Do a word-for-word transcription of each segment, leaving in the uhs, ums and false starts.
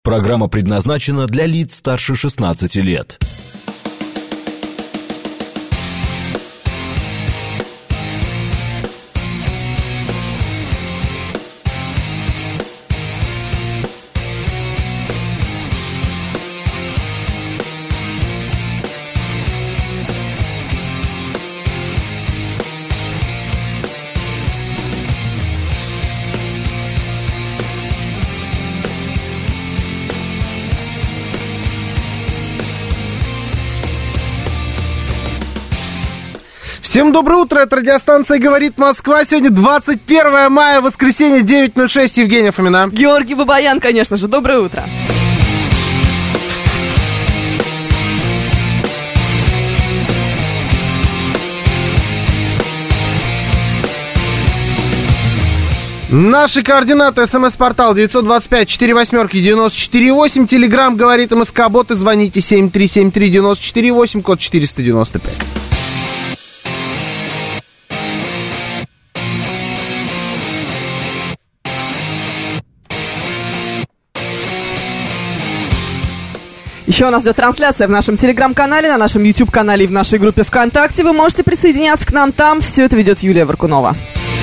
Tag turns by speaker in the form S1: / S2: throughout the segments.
S1: Программа предназначена для лиц старше шестнадцати лет.
S2: Всем доброе утро, это радиостанция «Говорит Москва». Сегодня двадцать первое мая, воскресенье, девять ноль шесть. Евгения Фомина.
S3: Георгий Бабаян, конечно же. Доброе утро.
S2: Наши координаты: смс-портал девять два пять четыре восемь девяносто четыре восемь, телеграмм «Говорит МСК», боты, звоните семь три семь три девяносто четыре восемь, код четыреста девяносто пять.
S3: Еще у нас идет трансляция в нашем телеграм-канале, на нашем YouTube-канале и в нашей группе ВКонтакте. Вы можете присоединяться к нам там. Все это ведет Юлия Варкунова.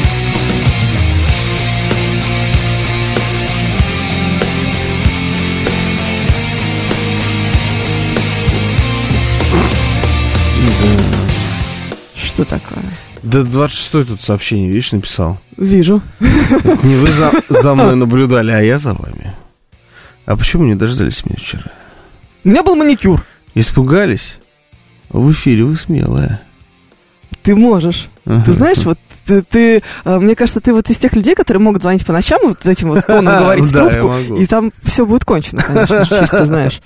S3: Что такое?
S2: Да двадцать шестое тут сообщение, видишь, написал.
S3: Вижу.
S2: Это не вы за, за мной наблюдали, а я за вами. А почему не дождались меня вчера?
S3: У меня был маникюр.
S2: Испугались? В эфире вы смелая.
S3: Ты можешь. Ага. Ты знаешь, вот ты, ты, мне кажется, ты вот из тех людей, которые могут звонить по ночам, вот этим вот тоном говорить в трубку, и там все будет кончено, конечно, чисто, знаешь,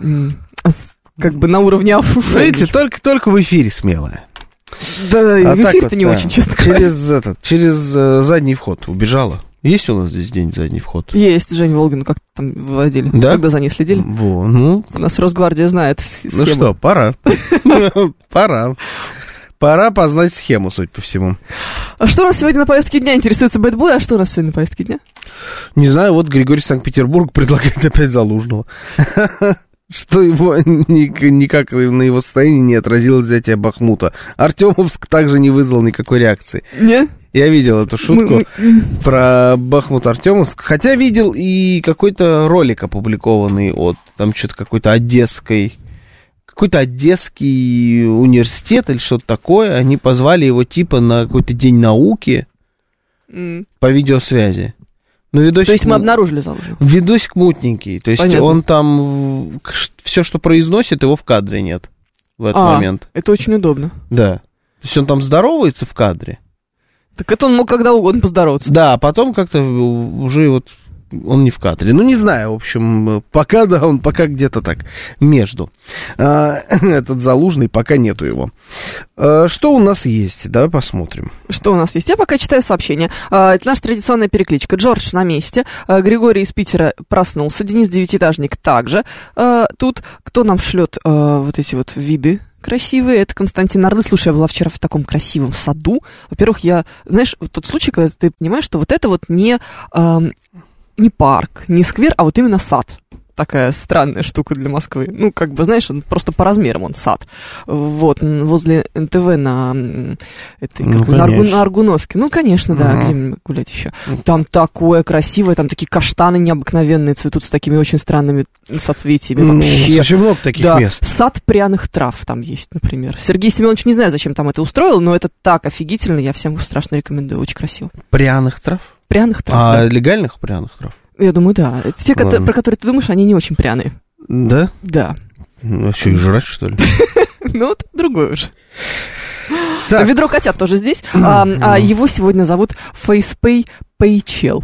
S3: как бы на уровне ошушения.
S2: Видите, только-только в эфире смелая.
S3: Да, а в эфире-то вот, не да. очень, честно говоря.
S2: Через, этот, через uh, задний вход убежала. Есть у нас здесь день задний вход?
S3: Есть, Жень Волгину как-то там выводили.
S2: Да?
S3: Когда за ней следили.
S2: Во, ну...
S3: У нас Росгвардия знает схему.
S2: Ну что, пора. Пора. Пора познать схему, судя по всему.
S3: А что у нас сегодня на повестке дня? Интересуется Бэтбой, а что у нас сегодня на повестке дня?
S2: Не знаю, вот Григорий Санкт-Петербург предлагает опять Залужного. Что его никак на его состоянии не отразило взятие Бахмута. Артемовск также не вызвал никакой реакции.
S3: Нет?
S2: Я видел эту шутку мы, мы... про Бахмут-Артемовск. Хотя видел и какой-то ролик опубликованный от там что-то какой-то одесской... Какой-то одесский университет или что-то такое. Они позвали его типа на какой-то день науки mm. по видеосвязи. Ну, видосик,
S3: то есть мы обнаружили Залужного?
S2: Видосик мутненький. То есть Понятно. Он там... Все, что произносит, его в кадре нет в этот
S3: а,
S2: момент.
S3: Это очень удобно.
S2: Да. То есть он там здоровается в кадре.
S3: Так это он мог когда угодно поздороваться.
S2: Да, а потом как-то уже вот он не в кадре. Ну, не знаю, в общем, пока, да, он пока где-то так между. А, этот Залужный, пока нету его. А, что у нас есть? Давай посмотрим.
S3: Что у нас есть? Я пока читаю сообщение. А, это наша традиционная перекличка. Джордж на месте. А, Григорий из Питера проснулся. Денис Девятиэтажник также. А, тут кто нам шлет а, вот эти вот виды красивые? Это Константин Орлы. Слушай, я была вчера в таком красивом саду. Во-первых, я... Знаешь, вот тот случай, когда ты понимаешь, что вот это вот не... А, не парк, не сквер, а вот именно сад. Такая странная штука для Москвы. Ну, как бы, знаешь, он просто по размерам он сад. Вот, возле эн тэ вэ на, этой,
S2: ну,
S3: на, Аргу, на Аргуновке. Ну, конечно, да, uh-huh. где мне гулять еще. Там такое красивое, там такие каштаны необыкновенные цветут с такими очень странными соцветиями.
S2: Ну,
S3: вообще.
S2: Очень много таких
S3: да,
S2: мест.
S3: Сад пряных трав там есть, например. Сергей Семенович, не знаю, зачем там это устроил, но это так офигительно, я всем страшно рекомендую, очень красиво.
S2: Пряных трав?
S3: Пряных трав,
S2: А
S3: да.
S2: легальных пряных трав?
S3: Я думаю, да. Те, которые, про которые ты думаешь, они не очень пряные.
S2: Да?
S3: Да.
S2: Ну, а что, их жрать, что ли?
S3: Ну, это другое уже. Ведро котят тоже здесь. А его сегодня зовут Фейспей Пейчел.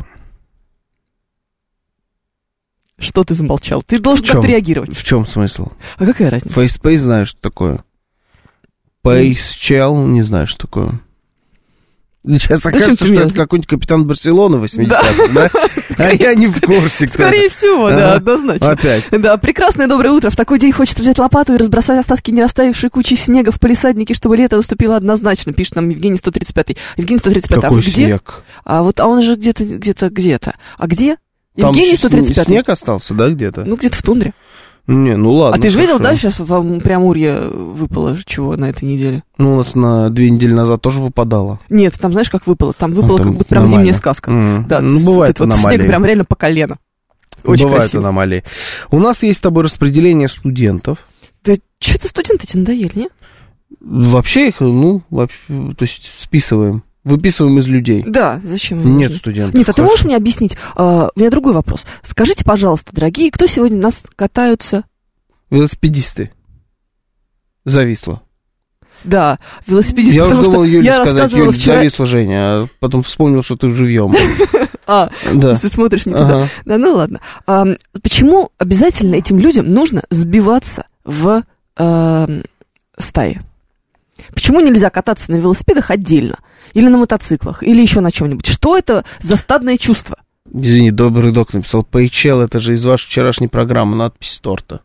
S3: Что ты замолчал? Ты должен как-то реагировать.
S2: В чем смысл?
S3: А какая разница?
S2: Фейспей знаю, что такое. Пейчел не знаю, что такое. Сейчас окажется, что это какой-нибудь капитан Барселоны восьмидесятых, да? А я не в курсе.
S3: Скорее всего, да, однозначно.
S2: Опять.
S3: Да, прекрасное доброе утро. В такой день хочется взять лопату и разбросать остатки не растаявшей кучи снега в палисаднике, чтобы лето наступило однозначно, пишет нам Евгений сто тридцать пятый. Евгений сто тридцать пятый, а вы где?
S2: Снег?
S3: А вот, а он же где-то, где-то, где-то. А где? Евгений сто тридцать пять.
S2: Снег остался, да, где-то?
S3: Ну, где-то в тундре.
S2: Не, ну ладно.
S3: А ты же видел,
S2: хорошо.
S3: да, сейчас в Преамурье выпало чего на этой неделе?
S2: Ну, у нас на две недели назад тоже выпадало.
S3: Нет, там знаешь, как выпало? Там выпало,
S2: Ну, там
S3: как будто прям
S2: нормально.
S3: зимняя сказка.
S2: Mm.
S3: Да,
S2: ну,
S3: то
S2: бывает
S3: вот,
S2: аномалии.
S3: вот снег прям реально по колено. Очень
S2: Бывают
S3: красиво.
S2: аномалии. У нас есть с тобой распределение студентов.
S3: Да что-то студенты эти надоели, не?
S2: Вообще их, ну, вообще, то есть списываем. Выписываем из людей.
S3: Да, зачем? они
S2: Нет
S3: нужны?
S2: студентов.
S3: Нет, а ты
S2: Хорошо.
S3: можешь мне объяснить? А, у меня другой вопрос. Скажите, пожалуйста, дорогие, кто сегодня у нас катаются?
S2: Велосипедисты. Зависло.
S3: Да, велосипедисты.
S2: Я уже
S3: потому
S2: думал,
S3: что
S2: Юле
S3: я
S2: сказать,
S3: рассказывала
S2: Юль,
S3: вчера...
S2: зависло, Женя, а потом вспомнил, что ты живьем.
S3: А,
S2: Да.
S3: ты смотришь не туда.
S2: Ага.
S3: Да, ну ладно. А, почему обязательно этим людям нужно сбиваться в а, стае? Почему нельзя кататься на велосипедах отдельно? Или на мотоциклах? Или еще на чем-нибудь? Что это за стадное чувство?
S2: Извини, добрый док написал, Пейчел, это же из вашей вчерашней программы, надпись торта.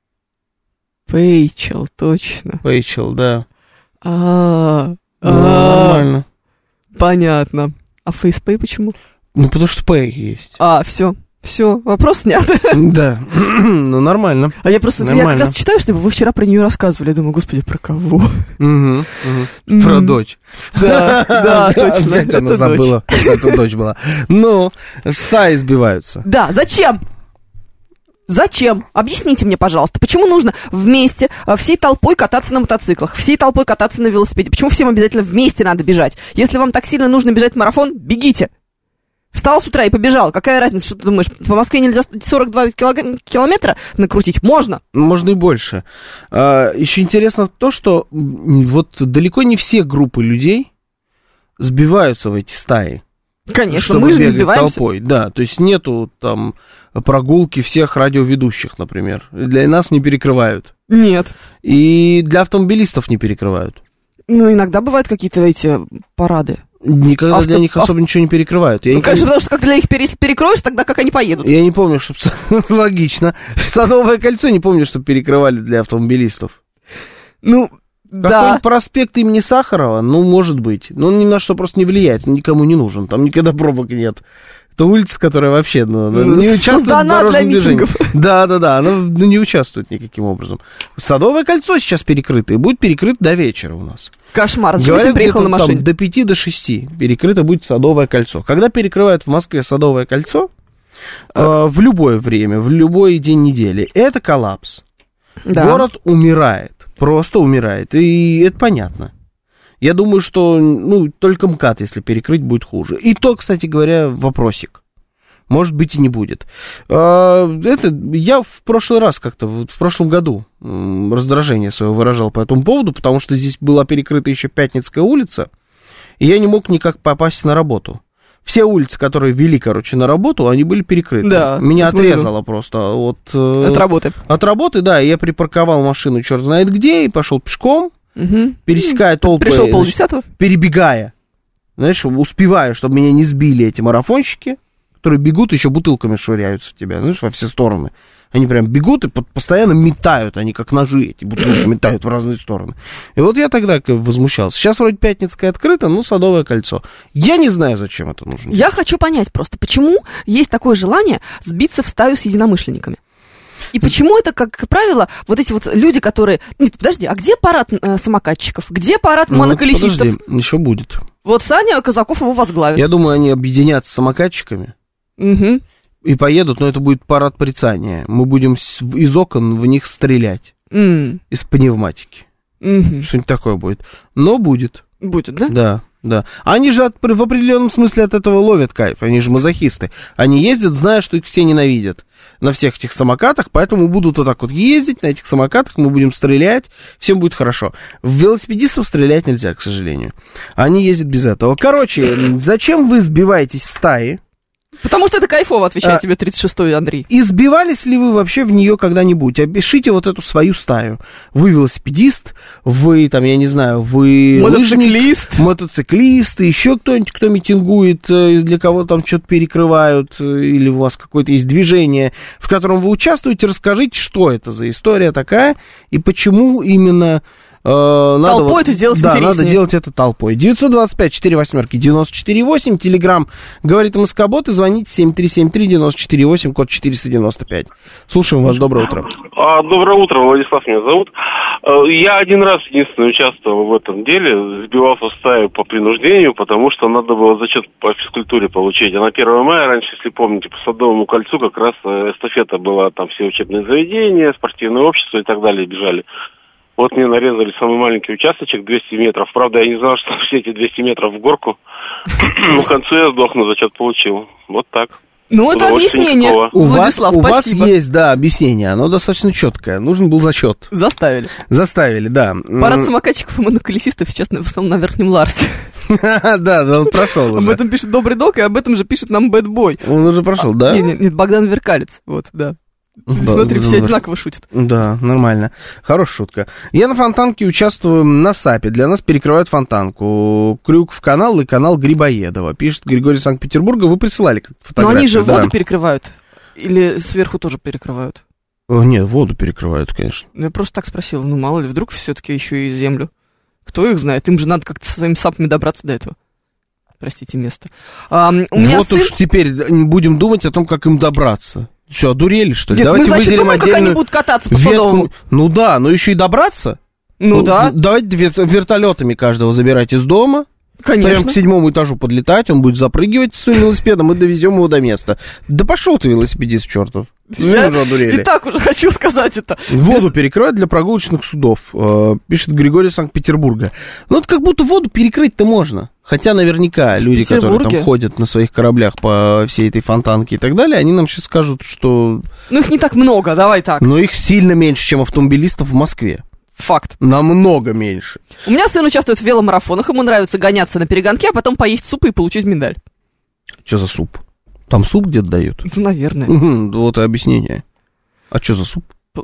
S3: Пейчел, точно.
S2: Пейчел, да.
S3: А,
S2: Ну,
S3: а,
S2: нормально.
S3: понятно. А фейспей почему?
S2: Ну, потому что Пей есть.
S3: А, все, все, вопрос снят.
S2: Да, ну, нормально.
S3: А я просто, я
S2: Нормально.
S3: как раз читаю, что вы вчера про нее рассказывали. Я думаю, господи, про кого?
S2: Мгм, мгм. Про
S3: М.
S2: дочь.
S3: Да, да, точно.
S2: Опять она
S3: это
S2: забыла, это дочь была. Ну, стаи сбиваются.
S3: дочь. Да, зачем? Зачем? Объясните мне, пожалуйста, почему нужно вместе, а, всей толпой кататься на мотоциклах, всей толпой кататься на велосипеде? Почему всем обязательно вместе надо бежать? Если вам так сильно нужно бежать марафон, бегите. Встал с утра и побежал. Какая разница, что ты думаешь? По Москве нельзя сорок два килог- километра накрутить? Можно.
S2: Можно и больше. А, еще интересно то, что м, вот далеко не все группы людей сбиваются в эти стаи.
S3: Конечно,
S2: чтобы
S3: мы же не
S2: бегать
S3: сбиваемся.
S2: толпой. Да, то есть нету там прогулки всех радиоведущих, например. Для нас не перекрывают.
S3: Нет.
S2: И для автомобилистов не перекрывают.
S3: Ну, иногда бывают какие-то эти парады.
S2: Никогда
S3: Авто-
S2: для них
S3: ав-
S2: особо ничего не перекрывают. Я
S3: Ну,
S2: не
S3: конечно,
S2: помню-
S3: потому что как для них пере- перекроешь, тогда как они поедут.
S2: Я не помню, что... Логично. Садовое кольцо не помню, что перекрывали для автомобилистов.
S3: Ну,
S2: Какой-нибудь
S3: да.
S2: проспект имени Сахарова, ну, может быть. Но он ни на что просто не влияет, он никому не нужен. Там никогда пробок нет. Это улица, которая вообще ну,
S3: Ну,
S2: не участвует в
S3: создана для
S2: дорожном движении.
S3: митингов.
S2: Да, да, да, она ну, не участвует никаким образом. Садовое кольцо сейчас перекрыто, и будет перекрыто до вечера у нас.
S3: Кошмар. Зачем я
S2: Говорят,
S3: приехал на
S2: где-то там
S3: машине?
S2: до пяти, до шести перекрыто будет Садовое кольцо. Когда перекрывают в Москве Садовое кольцо, э, в любое время, в любой день недели, это коллапс.
S3: Да.
S2: Город умирает, просто умирает, и это понятно. Я думаю, что ну, только МКАД, если перекрыть, будет хуже. И то, кстати говоря, вопросик. Может быть, и не будет. А, это я в прошлый раз как-то, вот в прошлом году м, раздражение свое выражал по этому поводу, потому что здесь была перекрыта еще Пятницкая улица, и я не мог никак попасть на работу. Все улицы, которые вели, короче, на работу, они были перекрыты.
S3: Да,
S2: Меня
S3: это мы
S2: отрезало просто от... э,
S3: От работы.
S2: От работы, да, и я припарковал машину черт знает где, и пошел пешком,
S3: Мгм.
S2: пересекая толпы,
S3: Пришел
S2: значит,
S3: полдесятого.
S2: перебегая, знаешь, успевая, чтобы меня не сбили эти марафонщики, которые бегут, еще бутылками швыряются в тебя, знаешь, во все стороны. Они прям бегут и под- постоянно метают, они как ножи эти бутылки метают в разные стороны. И вот я тогда как возмущался. Сейчас вроде Пятницкая открыта, ну, Садовое кольцо. Я не знаю, зачем это нужно.
S3: Я хочу понять просто, почему есть такое желание сбиться в стаю с единомышленниками? И почему это, как правило, вот эти вот люди, которые... Нет, подожди, а где парад э, самокатчиков? Где парад
S2: Ну,
S3: моноколесистов?
S2: подожди, еще будет.
S3: Вот Саня Казаков его возглавит.
S2: Я думаю, они объединятся с самокатчиками
S3: Мгм.
S2: и поедут, но это будет парад порицания. Мы будем с- из окон в них стрелять.
S3: М.
S2: Из пневматики.
S3: Мгм.
S2: Что-нибудь такое будет. Но будет.
S3: Будет, да?
S2: Да, да. Они же от- в определенном смысле от этого ловят кайф. Они же мазохисты. Они ездят, зная, что их все ненавидят на всех этих самокатах, поэтому будут вот так вот ездить на этих самокатах, мы будем стрелять, всем будет хорошо. В велосипедистов стрелять нельзя, к сожалению. Они ездят без этого. Короче, зачем вы сбиваетесь в стаи?
S3: Потому что это кайфово, отвечает
S2: А.
S3: тебе тридцать шестой Андрей.
S2: И сбивались ли вы вообще в нее когда-нибудь? Опишите вот эту свою стаю. Вы велосипедист, вы там, я не знаю, вы лыжник,
S3: Мотоциклист.
S2: мотоциклист, еще кто-нибудь, кто митингует, э, для кого там что-то перекрывают, э, или у вас какое-то есть движение, в котором вы участвуете, расскажите, что это за история такая, и почему именно Э, надо
S3: толпой
S2: вот,
S3: это делать
S2: да,
S3: интереснее.
S2: надо делать это толпой. девятьсот двадцать пять четыре восьмерки девяносто четыре восемь, телеграм говорит МСК-бот, и звоните семь три семь три девяносто четыре восемь, код четыреста девяносто пять. Слушаем вас, доброе утро.
S4: А, доброе утро, Владислав меня зовут. Я один раз единственное участвовал в этом деле, сбивался в стаю по принуждению, потому что надо было зачет по физкультуре получить. А на первое мая, раньше, если помните, по Садовому кольцу как раз эстафета была, там все учебные заведения, спортивные общества и так далее бежали. Вот мне нарезали самый маленький участочек, двести метров. Правда, я не знал, что все эти двести метров в горку. Но к концу я сдохну, зачет получил. Вот так.
S3: Ну, это объяснение,
S2: У
S3: Владислав,
S2: вас,
S3: спасибо.
S2: У вас есть, да, объяснение, оно достаточно четкое. Нужен был зачет.
S3: Заставили.
S2: Заставили, да.
S3: Парад самокатчиков и моноколесистов сейчас в основном на Верхнем Ларсе.
S2: Да, да, он прошел уже.
S3: Об этом пишет Добрый Док, и об этом же пишет нам Бэтбой.
S2: Он уже прошел, да?
S3: Нет, нет, нет, Богдан Веркалец, вот, да. Смотри, все одинаково шутят.
S2: Да, нормально. Хорошая шутка. Я на фонтанке участвую на САПе. Для нас перекрывают фонтанку. Крюков канал и канал Грибоедова. Пишет Григорий из Санкт-Петербурга. Вы присылали как фотографию.
S3: Но они же
S2: да.
S3: воду перекрывают. Или сверху тоже перекрывают?
S2: Нет, воду перекрывают, конечно.
S3: Я просто так спросила. Ну, мало ли, вдруг все-таки еще и землю. Кто их знает? Им же надо как-то со своими САПами добраться до этого. Простите, место. А, у меня
S2: вот
S3: сын...
S2: уж теперь будем думать о том, как им добраться. Что, одурели, что ли?
S3: Нет,
S2: Давайте
S3: мы, значит,
S2: выделим
S3: думаем, как
S2: отдельную
S3: они будут кататься по
S2: ветку.
S3: Садовому.
S2: Ну да, но еще и добраться.
S3: Ну, ну да.
S2: Давайте вертолетами каждого забирать из дома.
S3: Конечно.
S2: Прям к седьмому этажу подлетать, он будет запрыгивать с своим велосипедом, мы довезем его до места. Да пошел ты, велосипедист чертов.
S3: Я
S2: уже одурели.
S3: и так уже хочу сказать это.
S2: Воду Без... перекрывать для прогулочных судов, э, пишет Григорий из Санкт-Петербурга. Ну, это как будто воду перекрыть-то можно. Хотя наверняка в люди, которые там ходят на своих кораблях по всей этой фонтанке и так далее, они нам сейчас скажут, что...
S3: Ну, их не так много, давай так.
S2: Но их сильно меньше, чем автомобилистов в Москве.
S3: Факт.
S2: Намного меньше.
S3: У меня сын участвует в веломарафонах, ему нравится гоняться на перегонке, а потом поесть супа и получить медаль.
S2: Что за суп? Там суп где-то дают?
S3: Ну, наверное.
S2: Угу, вот и объяснение. А что за суп?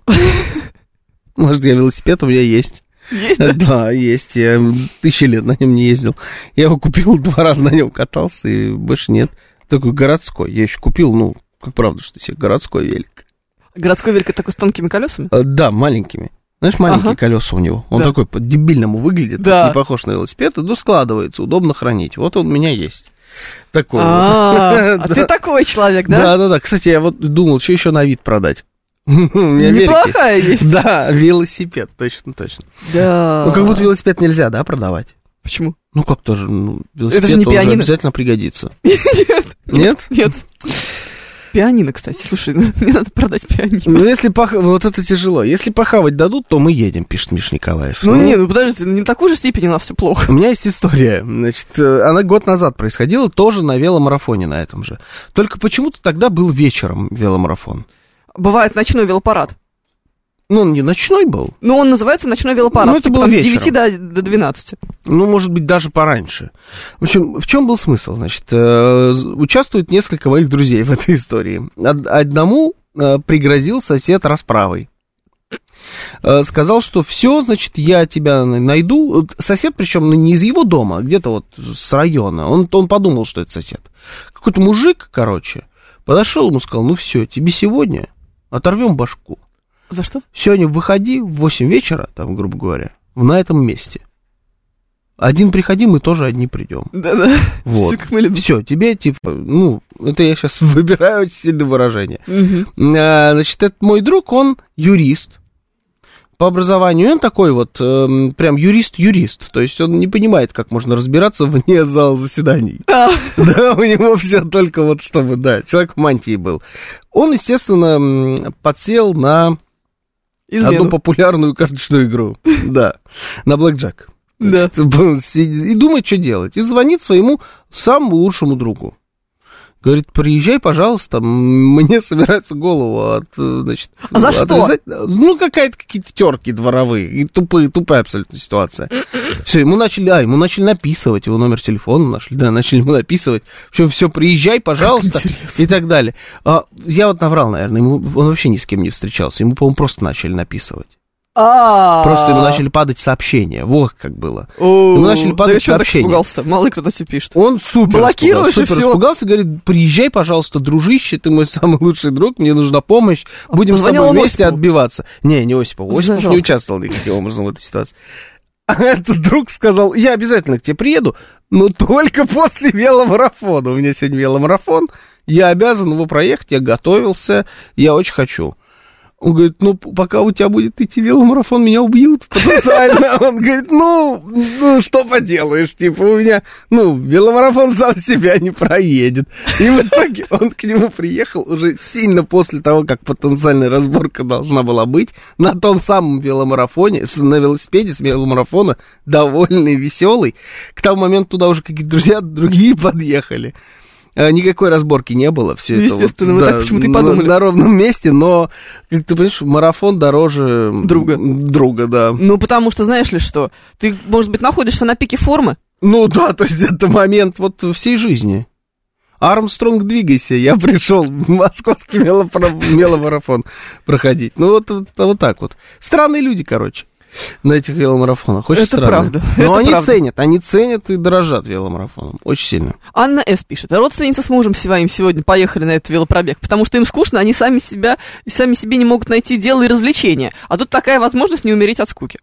S2: Может, я велосипед у меня есть.
S3: Есть, да?
S2: Да, есть. Я тысячи лет на нем не ездил. Я его купил, два раза на нем катался, и больше нет. Такой городской. Я еще купил, ну, как правда, что себе городской велик.
S3: Городской велик такой с тонкими колесами?
S2: А, да, маленькими. Знаешь, маленькие ага. колеса у него. Он
S3: да.
S2: такой по-дебильному выглядит,
S3: да.
S2: не похож на велосипед, и ну, складывается, удобно хранить. Вот он у меня есть. Такой
S3: а, вот. А ты такой человек, да?
S2: Да, да, да. Кстати, я вот думал, что еще на вид продать.
S3: Неплохая есть.
S2: Да, велосипед, точно, точно.
S3: Да.
S2: Ну, как будто велосипед нельзя, да, продавать?
S3: Почему?
S2: Ну, как тоже, ну, велосипед,
S3: это же не
S2: он
S3: пианино.
S2: же обязательно пригодится.
S3: Нет.
S2: Нет?
S3: Нет. Пианино, кстати, слушай, мне надо продать пианино.
S2: Ну, если пох... вот это тяжело. Если похавать дадут, то мы едем, пишет Миш Николаев.
S3: Ну, ну, не, ну, подождите, не на такой же степени у нас все плохо.
S2: У меня есть история, значит, она год назад происходила, тоже на веломарафоне на этом же. Только почему-то тогда был вечером веломарафон.
S3: Бывает ночной велопарад.
S2: Ну, он не ночной был.
S3: Ну, он называется ночной велопарад.
S2: Ну, это
S3: типа,
S2: был
S3: там
S2: вечером.
S3: с девяти до, до двенадцати.
S2: Ну, может быть, даже пораньше. В общем, в чем был смысл? Значит, э, участвует несколько моих друзей в этой истории. Од- одному э, пригрозил сосед расправой. Э, сказал, что все, значит, я тебя найду. Сосед, причем, ну, не из его дома, а где-то вот с района. Он, он подумал, что это сосед. Какой-то мужик, короче, подошел ему и сказал, ну все, тебе сегодня оторвем башку.
S3: За что?
S2: Сегодня выходи в восемь вечера, там, грубо говоря, на этом месте. Один приходи, мы тоже одни придем.
S3: Да-да.
S2: Вот.
S3: Все, как мы любим.
S2: Все, тебе, типа, ну, это я сейчас выбираю очень сильное выражение.
S3: Угу.
S2: А, значит, этот мой друг, он юрист по образованию. Он такой вот, э, прям юрист-юрист. То есть он не понимает, как можно разбираться вне зала заседаний.
S3: А.
S2: Да, у него все только вот чтобы, да, человек в мантии был. Он, естественно, подсел на...
S3: Измену.
S2: Одну популярную карточную игру. Да. На блэкджек.
S3: Да.
S2: И думает, что делать. И звонит своему самому лучшему другу. Говорит, приезжай, пожалуйста, мне собирается голову от, значит...
S3: А за
S2: отрезать.
S3: что?
S2: Ну, какая-то какие-то терки дворовые. И тупые, тупая абсолютно ситуация. Все, ему начали, а, ему начали написывать, его номер телефона нашли, да, начали ему написывать. В общем, все, приезжай, пожалуйста, и так далее. А, я вот наврал, наверное, ему, он вообще ни с кем не встречался. Ему, по-моему, просто начали написывать. Просто ему начали падать сообщения. Вот как было. Ему начали падать сообщения.
S3: Да испугался-то? Мало ли кто-то себе пишет.
S2: Он супер
S3: Блокируешь
S2: супер испугался, говорит, приезжай, пожалуйста, дружище, ты мой самый лучший друг, мне нужна помощь, будем с тобой вместе отбиваться. Не, не Осипов. Осипов не участвовал никаким образом в этой ситуации. А этот друг сказал, я обязательно к тебе приеду, но только после веломарафона. У меня сегодня веломарафон, я обязан его проехать, я готовился, я очень хочу. Он говорит, ну, пока у тебя будет идти веломарафон, меня убьют потенциально. Он говорит, ну, ну, что поделаешь, типа, у меня, ну, веломарафон сам себя не проедет. И в итоге он к нему приехал уже сильно после того, как потенциальная разборка должна была быть, на том самом веломарафоне, на велосипеде с веломарафона, довольный, веселый. К тому моменту туда уже какие-то друзья другие подъехали. Никакой разборки не было, все это
S3: естественно,
S2: вот,
S3: мы
S2: да,
S3: так почему-то и подумали.
S2: На, на ровном месте, но, как ты понимаешь, марафон дороже
S3: друга.
S2: Друга, да.
S3: Ну, потому что, знаешь ли что, ты, может быть, находишься на пике формы?
S2: Ну, да, то есть это момент вот всей жизни. Армстронг, двигайся, я пришел в московский веломарафон проходить. Ну, вот, вот, вот так вот. Странные люди, короче. На этих веломарафонах. Очень
S3: это
S2: странно.
S3: Правда.
S2: Но
S3: это
S2: они
S3: правда.
S2: ценят, они ценят и дорожат веломарафоном. Очень сильно.
S3: Анна С. пишет. Родственница с мужем своим сегодня поехали на этот велопробег, потому что им скучно, они сами себя, сами себе не могут найти дело и развлечения. А тут такая возможность не умереть от скуки.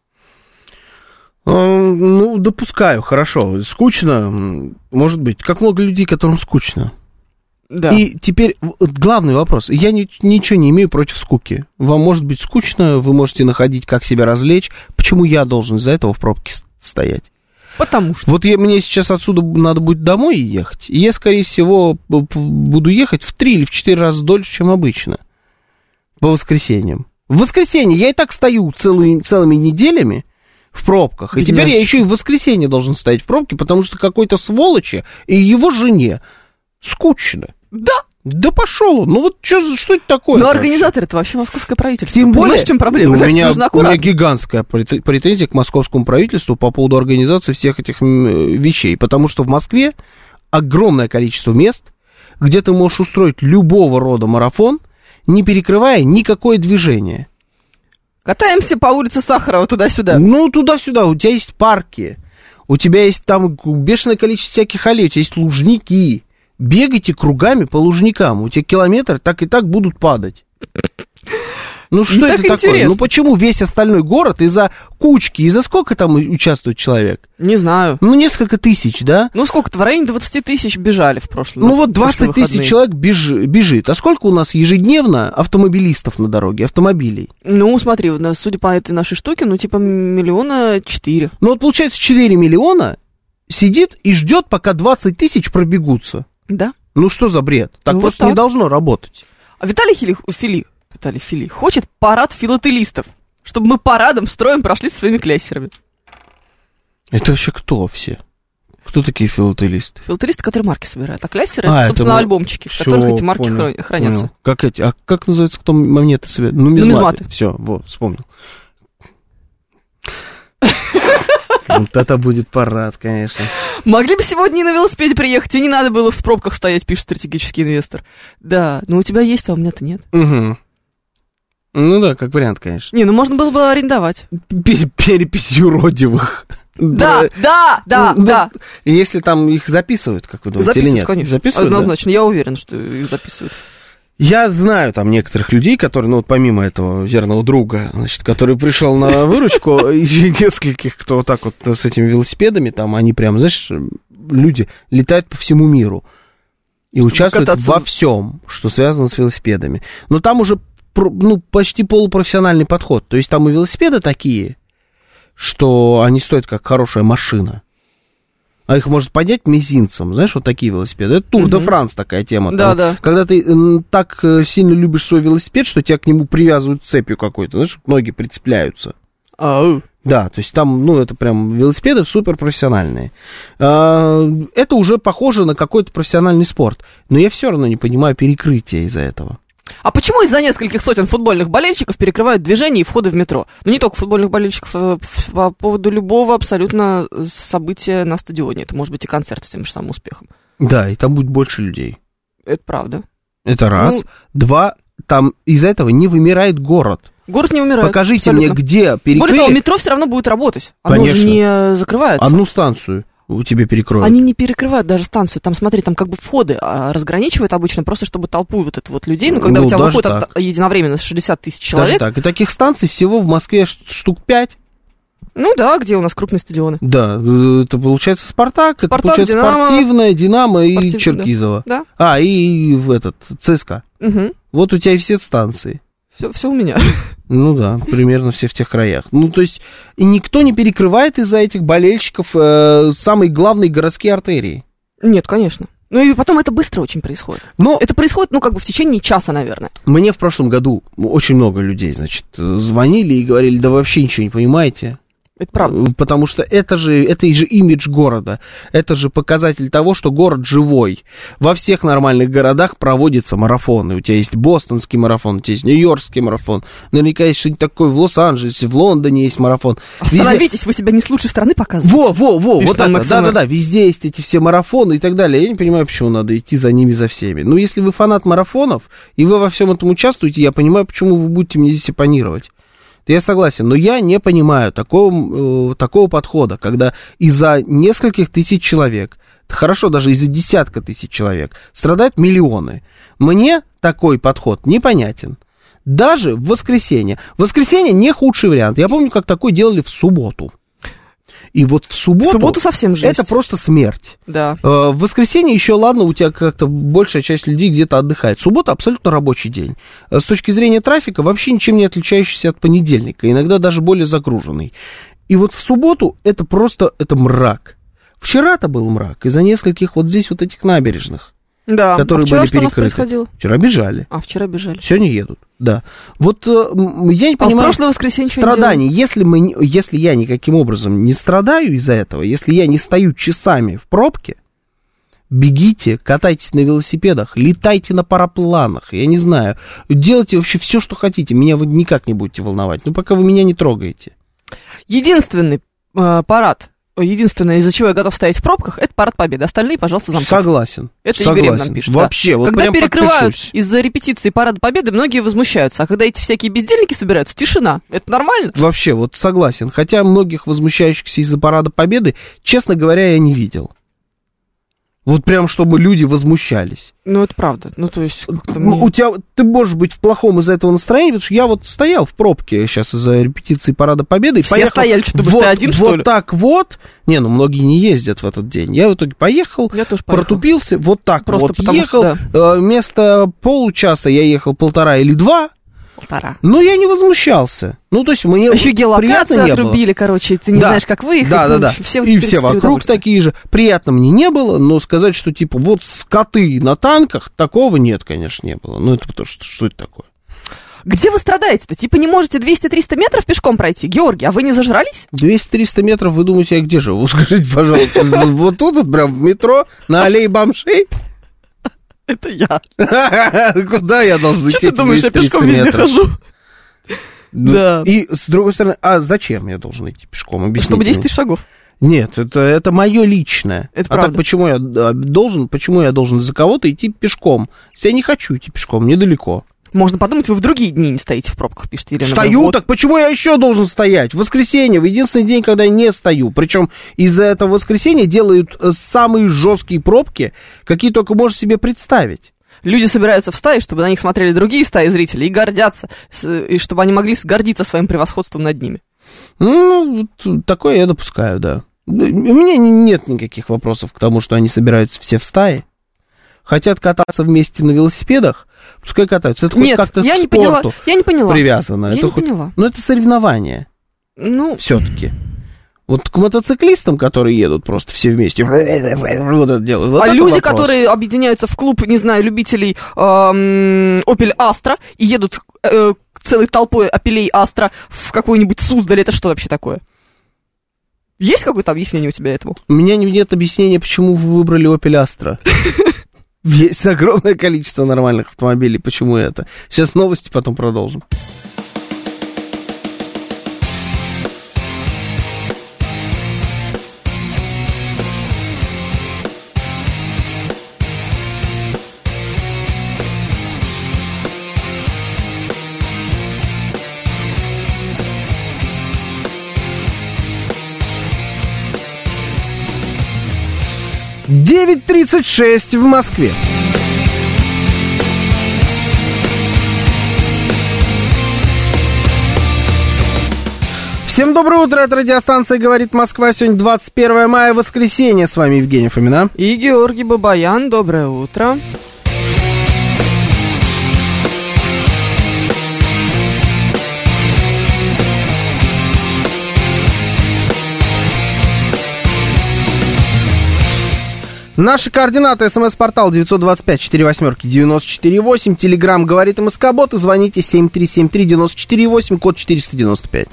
S2: Ну, допускаю, хорошо. Скучно, может быть. Как много людей, которым скучно.
S3: Да.
S2: И теперь главный вопрос. Я ни, ничего не имею против скуки. Вам может быть скучно, вы можете находить, как себя развлечь. Почему я должен из-за этого в пробке стоять?
S3: Потому что.
S2: Вот я, мне сейчас отсюда надо будет домой ехать, и я, скорее всего, буду ехать в три или в четыре раза дольше, чем обычно. По воскресеньям. В воскресенье я и так стою целую, целыми неделями в пробках. И
S3: Бедняжечка.
S2: Теперь я еще и в воскресенье должен стоять в пробке, потому что какой-то сволочи и его жене скучно.
S3: Да.
S2: Да пошел он. Ну вот что, что это такое?
S3: Но организатор это вообще московское правительство.
S2: Тем
S3: Понимаешь,
S2: более,
S3: в чем проблема?
S2: У,
S3: Так
S2: меня,
S3: нужно
S2: у
S3: аккуратно.
S2: меня гигантская претензия к московскому правительству по поводу организации всех этих вещей. Потому что в Москве огромное количество мест, где ты можешь устроить любого рода марафон, не перекрывая никакое движение.
S3: Катаемся по улице Сахарова туда-сюда.
S2: Ну, туда-сюда. У тебя есть парки, у тебя есть там бешеное количество всяких аллей, у тебя есть лужники. Бегайте кругами по лужникам, у тебя километр так и так будут падать. Ну что
S3: Не
S2: это
S3: так
S2: такое?
S3: интересно.
S2: Ну почему весь остальной город из-за кучки, из-за сколько там участвует человек?
S3: Не знаю.
S2: Ну несколько тысяч, да?
S3: Ну сколько-то, в районе двадцать тысяч бежали в прошлом.
S2: Ну вот двадцать тысяч человек бежи, бежит. А сколько у нас ежедневно автомобилистов на дороге, автомобилей?
S3: Ну смотри, у нас, судя по этой нашей штуке, ну типа миллиона четыре.
S2: Ну вот получается четыре миллиона сидит и ждет, пока двадцать тысяч пробегутся.
S3: Да.
S2: Ну что за бред? Так
S3: Ну, вот
S2: просто
S3: так.
S2: не должно работать.
S3: А Виталий Хили, Фили, Виталий Фили хочет парад филателистов, чтобы мы парадом строем прошли со своими кляссерами.
S2: Это вообще кто все? Кто такие филателисты?
S3: Филателисты, которые марки собирают, а кляссеры,
S2: А,
S3: это, собственно,
S2: это мы-
S3: альбомчики, в
S2: Всё,
S3: которых эти марки
S2: понял,
S3: хран- хранятся.
S2: понял. Как эти? А как называется, кто монеты собирает? Нумизматы.
S3: Нумизматы.
S2: Все, вот, вспомнил. Вот это будет парад, конечно.
S3: Могли бы сегодня и на велосипеде приехать, и не надо было в пробках стоять, пишет стратегический инвестор. Да, но у тебя есть, а у меня-то нет.
S2: Угу. Ну да, как вариант, конечно.
S3: Не, ну можно было бы арендовать.
S2: Пе- Перепись юродивых.
S3: Да, да, да,
S2: Ну,
S3: да.
S2: И если там их записывают, как вы думаете, или
S3: Записывают,
S2: нет?
S3: конечно.
S2: Записывают, да?
S3: Однозначно, я уверен, что их записывают.
S2: Я знаю там некоторых людей, которые, ну вот помимо этого верного друга, значит, который пришел на выручку, еще нескольких, кто вот так вот с этими велосипедами, там они прям, знаешь, люди летают по всему миру и
S3: Чтобы
S2: участвуют
S3: кататься.
S2: во всем, что связано с велосипедами. Но там уже, ну, почти полупрофессиональный подход. То есть там и велосипеды такие, что они стоят как хорошая машина. А их может поднять мизинцем, знаешь, вот такие велосипеды. Это Тур де Франс такая тема.
S3: Да,
S2: Там,
S3: да.
S2: Когда ты м, так э, сильно любишь свой велосипед, что тебя к нему привязывают цепью какой-то, знаешь, ноги прицепляются.
S3: Ау.
S2: Да, то есть там, ну, это прям велосипеды суперпрофессиональные. А, это уже похоже на какой-то профессиональный спорт. Но я все равно не понимаю перекрытия из-за этого.
S3: А почему из-за нескольких сотен футбольных болельщиков перекрывают движение и входы в метро? Ну, не только футбольных болельщиков, а по поводу любого абсолютно события на стадионе. Это может быть и концерт с тем же самым успехом.
S2: Да, и там будет больше людей.
S3: Это правда.
S2: Это раз.
S3: Ну,
S2: Два, там из-за этого не вымирает город.
S3: Город не умирает.
S2: Покажите
S3: абсолютно.
S2: мне, где перекрыли...
S3: Более того, метро все равно будет работать. Оно
S2: Конечно.
S3: же не закрывается.
S2: Одну станцию у тебя перекроют.
S3: Они не перекрывают даже станцию. Там, смотри, там как бы входы а, разграничивают обычно, просто чтобы толпу вот эту вот людей, ну, когда
S2: Ну,
S3: у тебя
S2: даже
S3: выходит
S2: так.
S3: от, единовременно шестьдесят тысяч человек.
S2: Даже так. И таких станций всего в Москве ш- штук пять.
S3: Ну да, где у нас крупные стадионы.
S2: Да, э, это получается «Спартак», это
S3: «Спартак»,
S2: получается
S3: «Динамо».
S2: «Спортивная», «Динамо» и
S3: «Спортивная»,
S2: «Черкизово».
S3: Да.
S2: А, и в этот, ЦСКА.
S3: Угу.
S2: Вот у тебя и все станции.
S3: Все, все у меня.
S2: Ну да, примерно все в тех краях. Ну, то есть, и никто не перекрывает из-за этих болельщиков э, самые главные городские артерии.
S3: Нет, конечно. Ну и потом это быстро очень происходит.
S2: Но
S3: Это происходит, ну, как бы в течение часа, наверное.
S2: мне в прошлом году очень много людей, значит, звонили и говорили, да вы вообще ничего не понимаете.
S3: Это правда.
S2: Потому что это же, это же имидж города. Это же показатель того, что город живой. Во всех нормальных городах проводятся марафоны. У тебя есть бостонский марафон, у тебя есть нью-йоркский марафон. Наверняка есть что-нибудь такое в Лос-Анджелесе, в Лондоне есть марафон.
S3: Остановитесь,
S2: Везде...
S3: вы себя не с лучшей стороны показываете.
S2: Во, во, во,
S3: Пишет
S2: вот
S3: там
S2: это, да-да-да, везде есть эти все марафоны и так далее. Я не понимаю, почему надо идти за ними, за всеми. Ну, если вы фанат марафонов, и вы во всем этом участвуете, я понимаю, почему вы будете мне здесь оппонировать. Я согласен, но я не понимаю такого, э, такого подхода, когда из-за нескольких тысяч человек, хорошо, даже из-за десятка тысяч человек, страдают миллионы. Мне такой подход непонятен. Даже в воскресенье. В воскресенье не худший вариант. Я помню, как такой делали в субботу. И вот в субботу...
S3: В субботу совсем жесть.
S2: Это просто смерть.
S3: Да.
S2: В воскресенье еще, ладно, у тебя как-то большая часть людей где-то отдыхает. Суббота абсолютно рабочий день. С точки зрения трафика вообще ничем не отличающийся от понедельника, иногда даже более загруженный. И вот в субботу это просто, это мрак. Вчера-то был мрак из-за нескольких вот здесь вот этих набережных,
S3: Да.
S2: которые
S3: А вчера
S2: были
S3: что у нас
S2: перекрыты.
S3: происходило?
S2: Вчера бежали.
S3: А, вчера бежали.
S2: Сегодня едут, да. Вот э, я не
S3: А в
S2: понимаю
S3: прошлое воскресенье что они
S2: страданий. Если, мы, не- если я никаким образом не страдаю из-за этого, если я не стою часами в пробке, бегите, катайтесь на велосипедах, летайте на парапланах, я не знаю, делайте вообще все, что хотите, меня вы никак не будете волновать, ну пока вы меня не трогаете.
S3: Единственный э, парад, единственное, из-за чего я готов стоять в пробках, это парад Победы. Остальные, пожалуйста, замкнут.
S2: Согласен.
S3: Это
S2: согласен.
S3: Игорь нам пишет.
S2: Вообще,
S3: да.
S2: вот
S3: Когда
S2: прям
S3: перекрывают
S2: подпишусь.
S3: из-за репетиции Парада Победы, многие возмущаются. А когда эти всякие бездельники собираются, тишина. Это нормально?
S2: Вообще, вот согласен. Хотя многих возмущающихся из-за Парада Победы, честно говоря, я не видел. Вот прям, чтобы люди возмущались.
S3: Ну, это правда. Ну, то есть, как-то
S2: Ну,
S3: мне...
S2: у тебя, ты можешь быть в плохом из-за этого настроения, потому что я вот стоял в пробке сейчас из-за репетиции Парада Победы. И
S3: Все
S2: поехал
S3: стояли, что думаешь,
S2: вот,
S3: ты один,
S2: вот
S3: что ли?
S2: так вот. Не, ну многие не ездят в этот день. Я в итоге поехал,
S3: Я тоже поехала.
S2: протупился, вот так
S3: Просто
S2: вот
S3: потому
S2: ехал.
S3: что,
S2: Э, Вместо получаса я ехал полтора или два.
S3: Полтора.
S2: Но я не возмущался. Ну, то есть мне
S3: Еще
S2: приятно
S3: геолокацию
S2: не было.
S3: отрубили, короче, ты не
S2: Да.
S3: знаешь, как выехать.
S2: Да, да,
S3: ну,
S2: да.
S3: Все
S2: И все вокруг такие же. Приятно мне не было, но сказать, что типа вот скоты на танках, такого нет, конечно, не было. Ну, это потому что, что это такое?
S3: Где вы страдаете-то? Типа не можете двести-триста метров пешком пройти? Георгий, а вы не зажрались?
S2: двести-триста метров, вы думаете, я где живу? Скажите, пожалуйста. Вот тут, вот прям в метро, на аллее бомжей?
S3: Это я.
S2: Куда я должен идти?
S3: Что ты думаешь, я пешком везде хожу?
S2: Ну,
S3: Да.
S2: И, с другой стороны, а зачем я должен идти пешком? Объясните
S3: Чтобы десять
S2: мне.
S3: тысяч шагов.
S2: Нет, это, это мое личное.
S3: Это
S2: а
S3: правда.
S2: так почему я а, должен, почему я должен за кого-то идти пешком? Если я не хочу идти пешком, недалеко.
S3: Можно подумать, вы в другие дни не стоите в пробках, пишет Елена.
S2: Стою,
S3: Вот.
S2: так почему я еще должен стоять? В воскресенье, в единственный день, когда я не стою. Причем из-за этого воскресенья делают э, самые жесткие пробки, какие только можешь себе представить.
S3: Люди собираются в стаи, чтобы на них смотрели другие стаи зрителей и гордятся, с- и чтобы они могли гордиться своим превосходством над ними.
S2: Ну, вот такое я допускаю, да. У меня не- нет никаких вопросов к тому, что они собираются все в стаи. Хотят кататься вместе на велосипедах, пускай катаются. Это хоть
S3: Нет,
S2: как-то
S3: я
S2: к
S3: не поняла.
S2: спорту
S3: Я не поняла.
S2: привязано.
S3: Я
S2: это
S3: не
S2: хоть...
S3: поняла.
S2: Ну, это соревнование
S3: Ну,
S2: все-таки. Вот к мотоциклистам, которые едут просто все вместе, вот это делают. Вот
S3: а
S2: это
S3: люди,
S2: вопрос.
S3: которые объединяются в клуб, не знаю, любителей эм, Opel Astra и едут э, целой толпой Opelей Astra в какой-нибудь Суздаль, это что вообще такое? Есть какое-то объяснение у тебя этому?
S2: У меня не- нет объяснения, почему вы выбрали Opel Astra. Есть огромное количество нормальных автомобилей. Почему это? Сейчас новости, потом продолжим. девять тридцать шесть в Москве. Всем доброе утро, это радиостанция «Говорит Москва». Сегодня двадцать первое мая, воскресенье. С вами Евгений Фомина.
S3: И Георгий Бабаян. Доброе утро.
S2: Наши координаты: смс-портал девять два пять четыре восемь девяносто четыре восемь, телеграмм «Говорит МСК-бот» и звоните семь три семь три девяносто четыре восемь, код четыреста девяносто пять.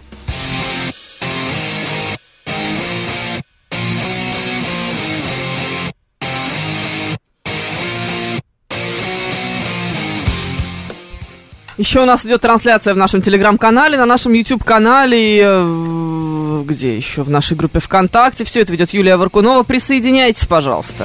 S3: Еще у нас идет трансляция в нашем телеграм-канале, на нашем YouTube-канале, э, где еще, в нашей группе ВКонтакте. Все это ведет Юлия Варкунова. Присоединяйтесь, пожалуйста.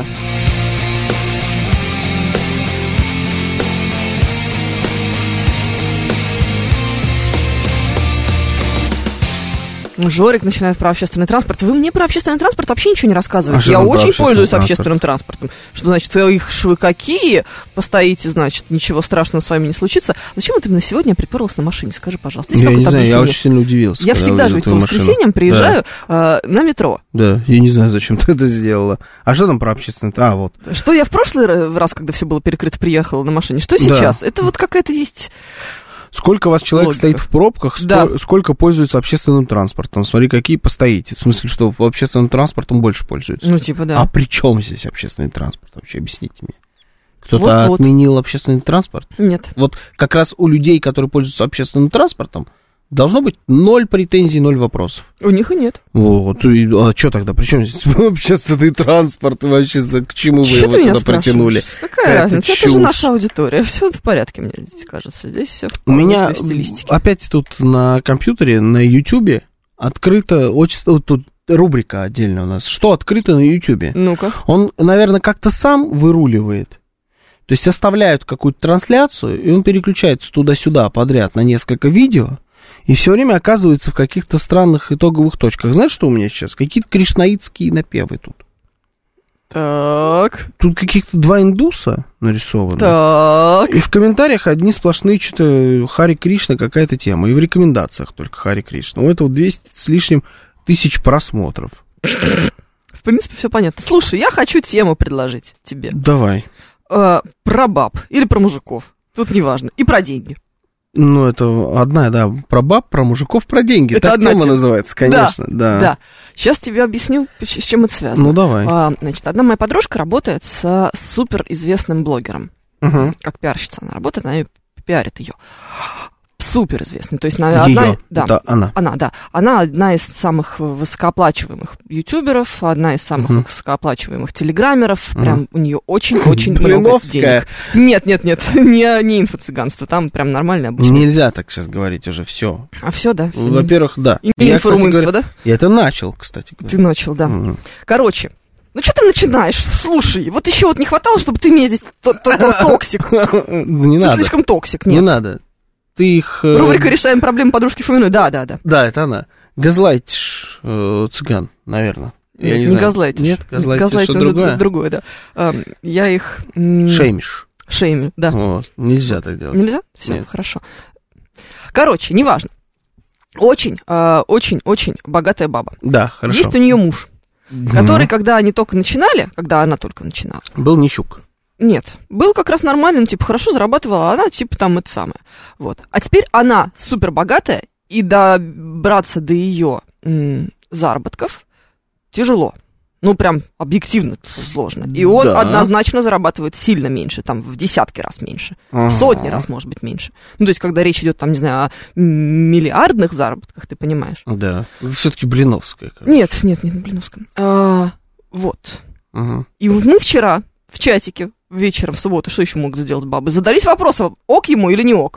S3: Жорик начинает про общественный транспорт. Вы мне про общественный транспорт вообще ничего не рассказываете. А я очень пользуюсь транспорт. общественным транспортом. Что значит, их ж вы какие? Постоите, значит, ничего страшного с вами не случится. Зачем ты именно сегодня приперлась на машине? Скажи, пожалуйста.
S2: Я не знаю, я очень сильно удивился.
S3: Я всегда же ведь по воскресеньям приезжаю
S2: да.
S3: э, на метро.
S2: Да, я не знаю, зачем ты это сделала. А что там про общественный транспорт? А, вот.
S3: Что я в прошлый раз, когда все было перекрыто, приехала на машине? Что сейчас? Да. Это вот какая-то есть...
S2: Сколько у вас человек
S3: Логика.
S2: стоит в пробках,
S3: да.
S2: сто, сколько пользуется общественным транспортом? Смотри, какие постоите. В смысле, что общественным транспортом больше пользуются.
S3: Ну, типа, да.
S2: А при чем здесь общественный транспорт? Вообще объясните мне. Кто-то
S3: вот,
S2: отменил
S3: вот.
S2: общественный транспорт?
S3: Нет.
S2: Вот как раз у людей, которые пользуются общественным транспортом, должно быть ноль претензий, ноль вопросов.
S3: У них и нет.
S2: Вот. А что тогда? При чем здесь общественный транспорт? Вообще, к чему вы
S3: что
S2: его сюда притянули?
S3: Какая Какая разница? Это же наша аудитория. Все в порядке, мне здесь кажется. Здесь все в
S2: У меня
S3: стилистике.
S2: Опять тут на компьютере, на Ютубе открыта очень... Тут рубрика отдельно у нас. Что открыто на Ютубе?
S3: Ну-ка.
S2: Он, наверное, как-то сам выруливает. То есть оставляют какую-то трансляцию, и он переключается туда-сюда подряд на несколько видео, и все время оказывается в каких-то странных итоговых точках. Знаешь, что у меня сейчас? Какие-то кришнаитские напевы тут.
S3: Так.
S2: Тут каких-то два индуса нарисованы.
S3: Так.
S2: И в комментариях одни сплошные что-то Хари Кришна какая-то тема. И в рекомендациях только Хари Кришна. У этого двести с лишним тысяч просмотров.
S3: В принципе, все понятно. Слушай, я хочу тему предложить тебе.
S2: Давай.
S3: Э, про баб или про мужиков. Тут неважно. И про деньги.
S2: Ну, это одна, да, про баб, про мужиков, про деньги.
S3: Это
S2: так тема тема называется, конечно. Да,
S3: да. да. Сейчас тебе объясню, с чем это связано.
S2: Ну, давай.
S3: А, значит, одна моя подружка работает с суперизвестным блогером.
S2: Угу.
S3: Как пиарщица она работает, она пиарит ее. Суперизвестный. То есть, она, одна, да,
S2: да, она.
S3: Она, да. Она одна из самых высокооплачиваемых ютуберов, одна из самых uh-huh. высокооплачиваемых телеграммеров. Uh-huh. Прям у нее очень-очень много денег. Нет, нет, нет, не, не инфо-цыганство, там прям нормальное обычное.
S2: Нельзя так сейчас говорить уже, все.
S3: А все, да?
S2: Во-первых, да.
S3: И инфорумынство, да?
S2: Я это начал, кстати говоря.
S3: Ты начал, да.
S2: Uh-huh.
S3: Короче, ну что ты начинаешь? Слушай, вот еще вот не хватало, чтобы ты мне здесь токсик.
S2: Не надо.
S3: Ты слишком токсик, нет.
S2: Не надо. Ты их...
S3: Рубрика «Решаем проблемы подружки Фоминой». Да, да, да.
S2: Да, это она. Газлайтишь э, цыган, наверное.
S3: Я не, не газлайтишь.
S2: Нет, газлайтишь что-то другое.
S3: другое, да. А, я их...
S2: Шеймишь.
S3: Шеймю, да.
S2: Вот. Нельзя так делать.
S3: Нельзя? Все, Нет. Хорошо. Короче, неважно. Очень, э, очень, очень богатая баба.
S2: Да, хорошо.
S3: Есть у нее муж, mm-hmm. который, когда они только начинали, когда она только начинала...
S2: Был нищук.
S3: Нет, был как раз нормально, ну, типа, хорошо зарабатывала, а она, типа, там, это самое, вот. А теперь она супер богатая, и добраться до ее м- заработков тяжело. Ну, прям объективно сложно. И он да. однозначно зарабатывает сильно меньше, там, в десятки раз меньше, ага. в сотни раз, может быть, меньше. Ну, то есть, когда речь идет, там, не знаю, о миллиардных заработках, ты понимаешь?
S2: Да, все-таки Блиновская. Короче.
S3: Нет, нет, нет, Блиновская. А, вот.
S2: Ага.
S3: И вот мы вчера в чатике вечером в субботу, что еще могут сделать бабы? Задались вопросом, ок ему или не ок?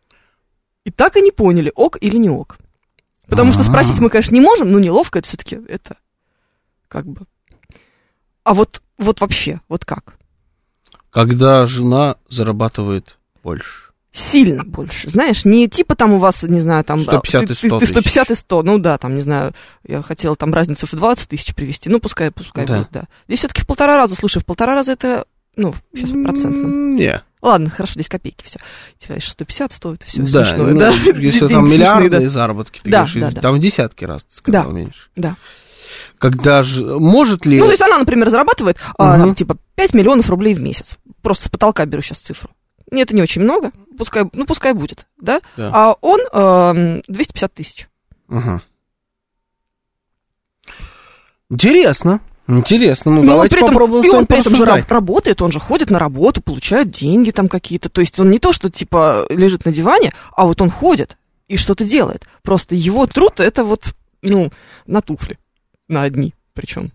S3: И так и не поняли, ок или не ок. Потому А-а-а. что спросить мы, конечно, не можем, но неловко это все-таки, это как бы... А вот, вот вообще, вот как?
S2: Когда жена зарабатывает больше.
S3: Сильно больше, знаешь, не типа там у вас, не знаю, там...
S2: сто пятьдесят
S3: ты,
S2: и сто
S3: ты, ты сто пятьдесят
S2: тысяч.
S3: и сто, ну да, там, не знаю, я хотела там разницу в двадцать тысяч привести, ну пускай, пускай
S2: Да.
S3: будет, да. Здесь все-таки в полтора раза, слушай, в полтора раза это, ну, сейчас в процентном.
S2: Не.
S3: Ладно, хорошо, здесь копейки, все. Тебя сто пятьдесят, сто, это все
S2: Да,
S3: смешное,
S2: ну,
S3: да?
S2: если
S3: Деньги
S2: там
S3: смешные,
S2: миллиарды
S3: да.
S2: заработки, ты
S3: Да,
S2: говоришь,
S3: да, да.
S2: там в десятки раз, ты сказал,
S3: Да.
S2: меньше.
S3: Да.
S2: Когда же, может ли...
S3: Ну, то есть она, например, зарабатывает, а,
S2: Мгм.
S3: там, типа, пять миллионов рублей в месяц. Просто с потолка беру сейчас цифру. Это не очень много, пускай, ну, пускай будет, да?
S2: Да.
S3: А он эм, двести пятьдесят тысяч.
S2: Ага. Интересно. Интересно. Ну,
S3: Ну,
S2: давайте
S3: при этом,
S2: попробуем
S3: и
S2: с вами
S3: он при этом же
S2: порассуждать.
S3: раб- работает, он же ходит на работу, получает деньги там какие-то. То есть он не то, что, типа, лежит на диване, а вот он ходит и что-то делает. Просто его труд — это вот, ну, на туфли. На одни причем.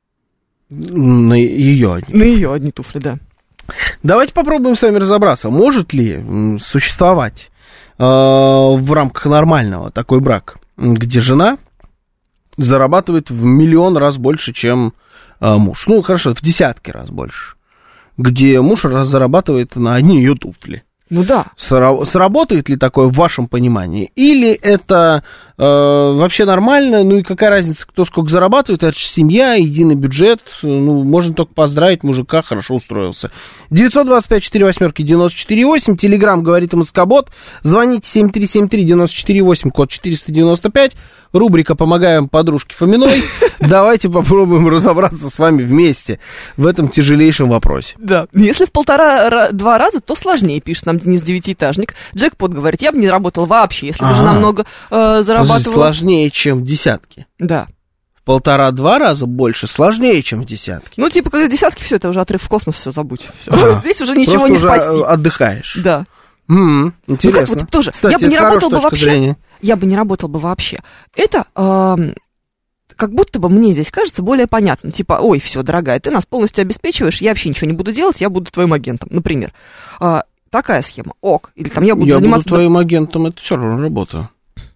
S2: На ее одни.
S3: На ее одни туфли, да.
S2: Давайте попробуем с вами разобраться, может ли м, существовать э, в рамках нормального такой брак, где жена зарабатывает в миллион раз больше, чем э, муж. Ну, хорошо, в десятки раз больше. Где муж раз зарабатывает на одни ее туфли.
S3: Ну да.
S2: Сра- Сработает ли такое в вашем понимании? Или это э, вообще нормально? Ну и какая разница, кто сколько зарабатывает? Это же семья, единый бюджет. Ну, можно только поздравить мужика, хорошо устроился. девятьсот двадцать пять сорок восемь девяносто четыре восемь. Телеграм говорит МСК-бот. Звоните семь три семь три девять четыре восемь, код четыреста девяносто пять. Рубрика «Помогаем подружке Фоминой». Давайте попробуем разобраться с вами вместе в этом тяжелейшем вопросе.
S3: Да. Если в полтора-два раза, то сложнее, пишет нам Денис Девятиэтажник. Джекпот говорит, я бы не работал вообще, если бы жена
S2: А.
S3: много э, зарабатывала.
S2: Сложнее, чем в десятке.
S3: Да.
S2: В полтора-два раза больше сложнее, чем в десятке.
S3: Ну, типа, когда десятки, все, это уже отрыв в космос, все, забудь. Всё.
S2: Ага.
S3: Здесь уже ничего
S2: Просто
S3: не
S2: уже
S3: спасти.
S2: отдыхаешь.
S3: Да.
S2: М,
S3: Ну,
S2: интересно.
S3: как вот тоже,
S2: Кстати,
S3: я бы не
S2: это
S3: работал
S2: хорошая
S3: бы
S2: точка
S3: вообще.
S2: зрения.
S3: Я бы не работал бы вообще. Это эм, как будто бы мне здесь кажется более понятным. Типа, ой, все, дорогая, ты нас полностью обеспечиваешь, я вообще ничего не буду делать, я буду твоим агентом, например. А, такая схема, ок. Или там я буду
S2: Я
S3: заниматься...
S2: буду твоим агентом, это все равно работа.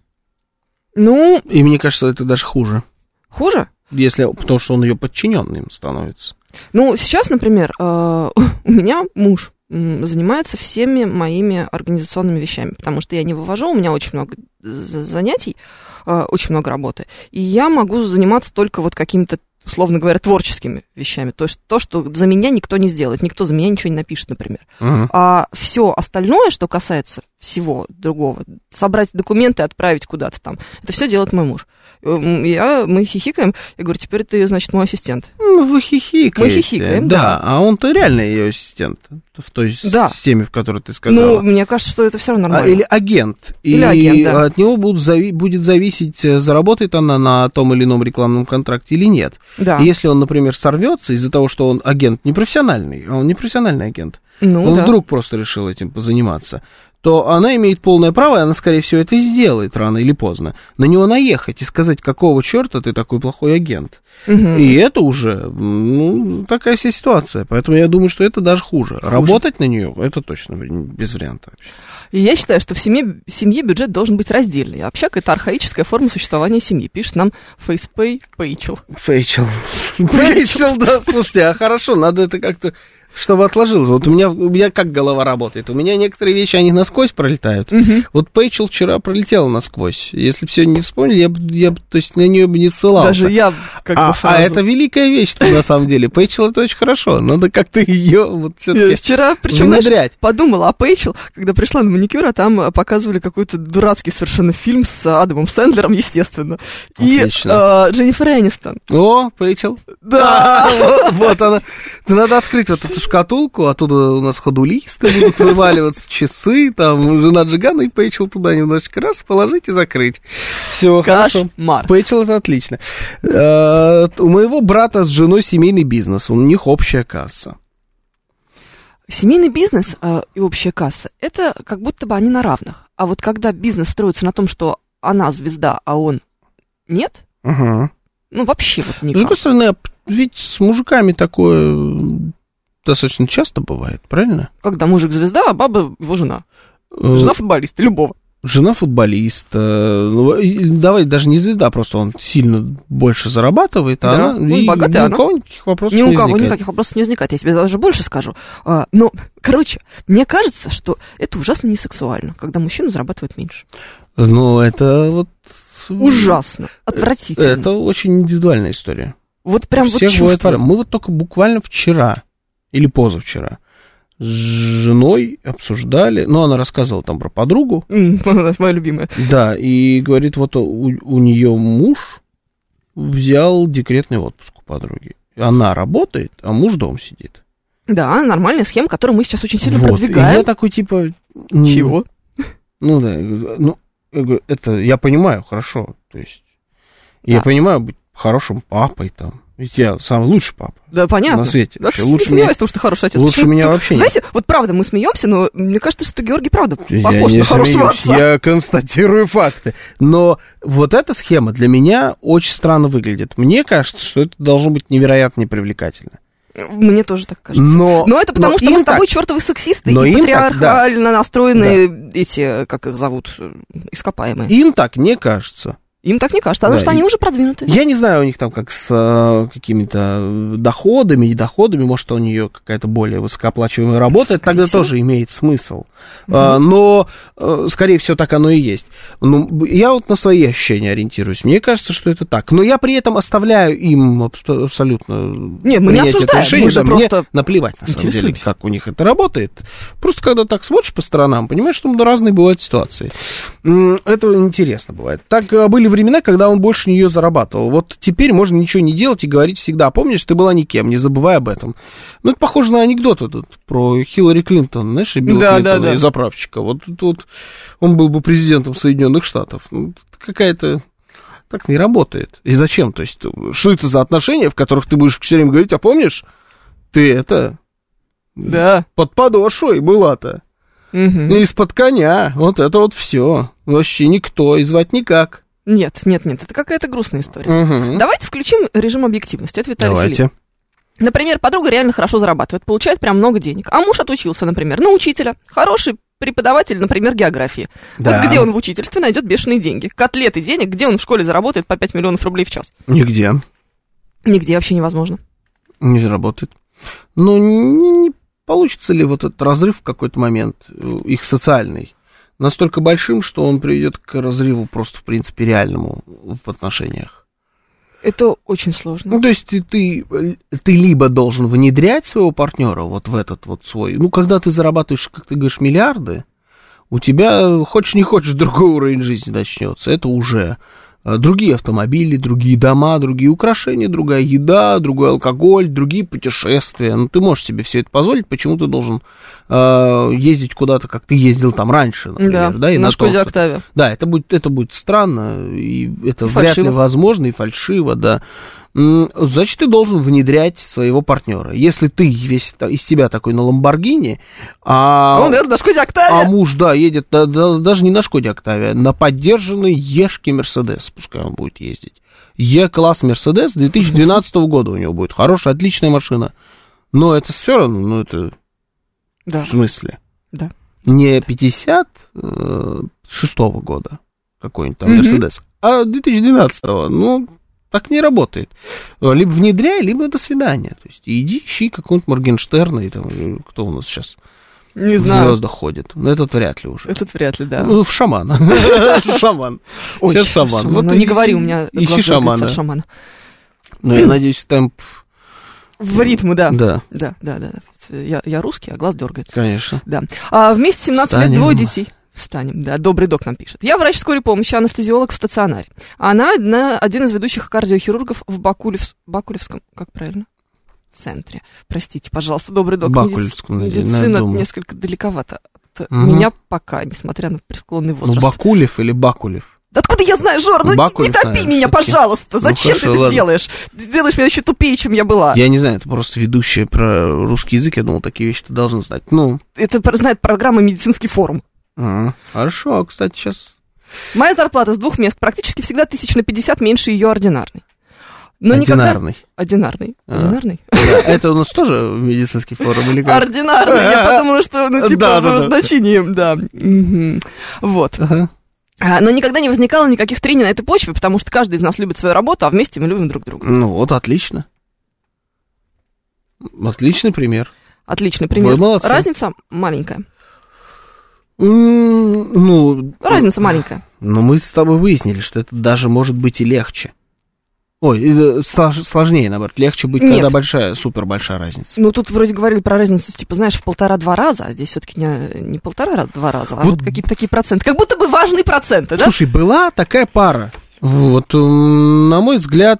S3: Ну,
S2: И мне кажется, это даже хуже.
S3: хуже?
S2: Если, потому что он ее подчиненным становится.
S3: Ну, сейчас, например, э, у меня муж м, занимается всеми моими организационными вещами, потому что я не вывожу, у меня очень много з- занятий, э, очень много работы, и я могу заниматься только вот какими-то, условно говоря, творческими вещами, то есть то, что за меня никто не сделает, никто за меня ничего не напишет, например.
S2: Ага.
S3: А все остальное, что касается всего другого, собрать документы, отправить куда-то там, это все делает мой муж. М, Я, мы хихикаем, я говорю, теперь ты, значит, мой ассистент.
S2: Ну, вы хихикаете.
S3: Мы хихикаем, да.
S2: А он-то реально ее ассистент. В той
S3: Да.
S2: системе, в которой ты сказала.
S3: Ну, мне кажется, что это все равно
S2: А,
S3: нормально.
S2: или агент.
S3: Или
S2: и
S3: агент, да.
S2: от него будут зави- будет зависеть, э, заработает она на том или ином рекламном контракте или нет.
S3: Да.
S2: И если он, например, сорвется из-за того, что он агент непрофессиональный, а он непрофессиональный агент,
S3: Ну,
S2: он
S3: да.
S2: вдруг просто решил этим позаниматься, то она имеет полное право, и она, скорее всего, это сделает рано или поздно, на него наехать и сказать, какого черта ты такой плохой агент.
S3: Мгм.
S2: И это уже, ну, такая себе ситуация. Поэтому я думаю, что это даже хуже. Работать на нее, это точно без варианта вообще.
S3: И я считаю, что в семье, семье бюджет должен быть раздельный. Общак — это архаическая форма существования семьи. Пишет нам Фейспей Пейчел.
S2: Фейчел. Фейчел, да, слушайте, а хорошо, надо это как-то, чтобы отложилось. Вот у меня, у меня как голова работает? У меня некоторые вещи, они насквозь пролетают. Вот Пейчел вчера пролетела насквозь. Если бы сегодня не вспомнили, я бы, я бы, то есть на нее бы не ссылался.
S3: Даже я как
S2: а,
S3: бы сразу.
S2: а это великая вещь на самом деле. Пейчел это очень хорошо. Надо как-то ее вот
S3: Я
S2: все-таки
S3: вчера, причем, знаешь,
S2: внедрять.
S3: подумала о Пейчел, когда пришла на маникюр, а там э, показывали какой-то дурацкий совершенно фильм с Адамом Сэндлером, естественно. И
S2: Отлично.
S3: э, Дженнифер Энистон.
S2: О, Пейчел.
S3: Да.
S2: Вот, вот она. Надо открыть вот эту шкатулку, оттуда у нас ходулисты будут вываливаться, часы, там, жена Джигана и Пейчел туда немножечко раз положить и закрыть. Все, хорошо.
S3: Кошмар.
S2: Пейчел это отлично. Э, У моего брата с женой семейный бизнес, у них общая касса.
S3: Семейный бизнес э, и общая касса — это как будто бы они на равных. А вот когда бизнес строится на том, что она звезда, а он нет,
S2: Ага.
S3: ну вообще вот
S2: С
S3: никак.
S2: другой стороны, ведь с мужиками такое достаточно часто бывает, правильно?
S3: Когда мужик звезда, а баба его жена.
S2: Э,
S3: Жена футболиста, любого.
S2: Жена футболиста, ну, давай даже не звезда, просто он сильно больше зарабатывает, а
S3: Да,
S2: она,
S3: он
S2: и
S3: богатый,
S2: ни у
S3: она-
S2: кого никаких вопросов
S3: Ни у
S2: не
S3: кого
S2: возникает.
S3: никаких вопросов не возникает. Я тебе даже больше скажу. А, ну, короче, мне кажется, что это ужасно несексуально, когда мужчина зарабатывает меньше.
S2: Ну, это вот...
S3: Ужасно, отвратительно.
S2: Это очень индивидуальная история.
S3: Вот прям
S2: У
S3: вот
S2: всех бывает
S3: чувствую.
S2: по-разному. Мы вот только буквально вчера или позавчера с женой обсуждали, ну, она рассказывала там про подругу,
S3: М, Моя любимая.
S2: да, и говорит, вот у, у нее муж взял декретный отпуск у подруги. Она работает, а муж дома сидит.
S3: Да, нормальная схема, которую мы сейчас очень сильно
S2: Вот. И
S3: продвигаем.
S2: я такой, типа... м,
S3: Чего?
S2: Ну, да, я говорю, ну, я говорю, это я понимаю, хорошо, то есть, я
S3: Да.
S2: понимаю быть хорошим папой там, ведь я самый лучший папа
S3: Да, понятно.
S2: на свете.
S3: Да,
S2: Вообще,
S3: не
S2: лучше
S3: сомневаюсь,
S2: меня,
S3: потому что ты хороший отец.
S2: лучше
S3: Почему-
S2: меня вообще нет.
S3: Знаете, вот правда, мы смеемся, но мне кажется, что Георгий правда
S2: Я
S3: похож
S2: не
S3: на хорошего
S2: смеюсь,
S3: отца.
S2: я констатирую факты. Но вот эта схема для меня очень странно выглядит. Мне кажется, что это должно быть невероятно непривлекательно.
S3: Мне тоже так кажется.
S2: Но,
S3: Но это потому,
S2: но
S3: что
S2: им
S3: мы с тобой
S2: так.
S3: чертовы сексисты
S2: Но
S3: и
S2: им так,
S3: патриархально настроенные эти, как их зовут, ископаемые.
S2: Им так не кажется.
S3: Им так не кажется, потому
S2: Да,
S3: что
S2: и-
S3: они уже продвинуты.
S2: Я не знаю у них там как с э, какими-то доходами, не доходами, может, у нее какая-то более высокооплачиваемая работа, это
S3: Скорее
S2: тогда
S3: всего.
S2: тоже имеет смысл. А, но, э, скорее всего, так оно и есть. Ну, я вот на свои ощущения ориентируюсь. Мне кажется, что это так. Но я при этом оставляю им абс- абсолютно
S3: Нет, мы не
S2: принять это
S3: осуждаем,
S2: решение.
S3: мы же
S2: Да, мне
S3: просто
S2: наплевать, на самом деле,
S3: интересуемся.
S2: как у них это работает. Просто когда так смотришь по сторонам, понимаешь, что ну, разные бывают ситуации. М, Это интересно бывает. Так э, были времена, когда он больше нее зарабатывал. Вот теперь можно ничего не делать и говорить всегда: помнишь, ты была никем, не забывай об этом. Ну, это похоже на анекдот этот про Хиллари Клинтон, знаешь, и Билла
S3: Да,
S2: Клинтона,
S3: да, да.
S2: и заправщика. Вот тут он был бы президентом Соединенных Штатов. Ну, какая-то... Так не работает. И зачем? То есть, что это за отношения, в которых ты будешь все время говорить: а помнишь, ты это...
S3: Да.
S2: под подошвой была-то.
S3: Мгм.
S2: Ну, из-под коня. Вот это вот все. Вообще никто, и звать никак.
S3: Нет, нет, нет, это какая-то грустная история.
S2: Угу.
S3: Давайте включим режим объективности. Это Виталий Филипп.
S2: Давайте.
S3: Например, подруга реально хорошо зарабатывает, получает прям много денег. А муж отучился, например, на учителя. Хороший преподаватель, например, географии.
S2: Да.
S3: Вот где он в учительстве найдет бешеные деньги? Котлеты денег, где он в школе заработает по пять миллионов рублей в час?
S2: Нигде
S3: Нигде вообще невозможно.
S2: не работает. Ну, не, не получится ли вот этот разрыв в какой-то момент, э, их социальный, настолько большим, что он приведет к разрыву просто, в принципе, реальному в отношениях?
S3: Это очень сложно.
S2: Ну, то есть ты, ты, ты либо должен внедрять своего партнера вот в этот вот свой... Ну, когда ты зарабатываешь, как ты говоришь, миллиарды, у тебя, хочешь не хочешь, другой уровень жизни начнется. Это уже э, другие автомобили, другие дома, другие украшения, другая еда, другой алкоголь, другие путешествия. Ну, ты можешь себе все это позволить, почему ты должен э, ездить куда-то, как ты ездил там раньше, например.
S3: Да,
S2: и
S3: на
S2: то,
S3: Шкоде
S2: что-
S3: Октавия.
S2: Да, это будет, это будет странно, и это
S3: И
S2: вряд ли
S3: фальшиво.
S2: возможно, и фальшиво, да. М, Значит, ты должен внедрять своего партнера. Если ты весь та- из себя такой на Ламборгини, а,
S3: А он рядом на Шкоде
S2: а
S3: Октавия.
S2: муж, да, едет да, да, даже не на Шкоде Октавия, на поддержанной Ешке Мерседес, пускай он будет ездить. Е-класс Мерседес две тысячи двенадцатого года у него будет. Хорошая, отличная машина. Но это все равно, ну это
S3: Да,
S2: в смысле?
S3: да.
S2: Не пятьдесят шестого года какой-нибудь там
S3: Мгм.
S2: Мерседес, а две тысячи двенадцатого. Ну, так не работает. Либо внедряй, либо до свидания. То есть иди, ищи какого-нибудь Моргенштерна, и там, э, кто у нас сейчас
S3: Не
S2: в
S3: знаю.
S2: звездах ходит. Ну, этот вряд ли уже.
S3: Этот вряд ли, да.
S2: Ну, в шаман. Шаман.
S3: Ой,
S2: Сейчас шаман. Вот
S3: ну
S2: и-
S3: не говори, у меня
S2: ищи
S3: глаз дергается
S2: шамана.
S3: от шамана.
S2: Ну, я надеюсь, темп...
S3: В ритмы, да.
S2: Да,
S3: Да, да, да. Я, я русский, а глаз дергается.
S2: конечно.
S3: Да. А вместе семнадцать лет,
S2: Встанем.
S3: двое детей. Встанем, да. Добрый док нам пишет. Я врач скорой помощи, анестезиолог в стационаре. Она одна, один из ведущих кардиохирургов в Бакулевс, Бакулевском, как правильно? Центре. Простите, пожалуйста, добрый док.
S2: Бакулевском,
S3: Меди-
S2: наверное,
S3: Медицина
S2: думаю.
S3: несколько далековато от
S2: Мгм.
S3: меня пока, несмотря на преклонный
S2: Ну,
S3: возраст.
S2: Бакулев или Бакулев?
S3: Да откуда я знаю, Жор? Ну не- не,
S2: Бакулев,
S3: топи
S2: наверное,
S3: меня,
S2: всё-таки.
S3: пожалуйста.
S2: Ну,
S3: Зачем
S2: хорошо,
S3: ты это
S2: ладно.
S3: делаешь? Ты делаешь меня еще тупее, чем я была.
S2: Я не знаю, это просто ведущая про русский язык, я думал, такие вещи ты должен знать. Ну,
S3: Это про- знает программа «Медицинский форум».
S2: а, хорошо, кстати, сейчас...
S3: Моя зарплата с двух мест практически всегда тысяч на пятьдесят меньше ее ординарной. Но
S2: Одинарный.
S3: Никогда... Одинарный.
S2: А.
S3: Одинарный?
S2: Да. Это у нас тоже медицинский форум или как?
S3: Ординарный. Я подумала, что, ну, типа,
S2: Да, да,
S3: по
S2: да.
S3: значениям, да. Мгм. Вот.
S2: Ага.
S3: А, Но никогда не возникало никаких трений на этой почве, потому что каждый из нас любит свою работу, а вместе мы любим друг друга.
S2: Ну, вот отлично. Отличный пример.
S3: Отличный пример.
S2: Вы молодцы.
S3: Разница маленькая.
S2: М, Ну,
S3: Разница маленькая.
S2: но мы с тобой выяснили, что это даже может быть и легче. Ой, э, слож- сложнее, наоборот. Легче быть,
S3: Нет.
S2: когда большая, супер большая разница.
S3: Ну, тут вроде говорили про разницу, типа, знаешь, в полтора-два раза, а здесь все-таки не, не полтора-два раза, а
S2: Вот.
S3: вот какие-то такие проценты. Как будто бы важные проценты, да?
S2: Слушай, была такая пара. Вот, м, на мой взгляд,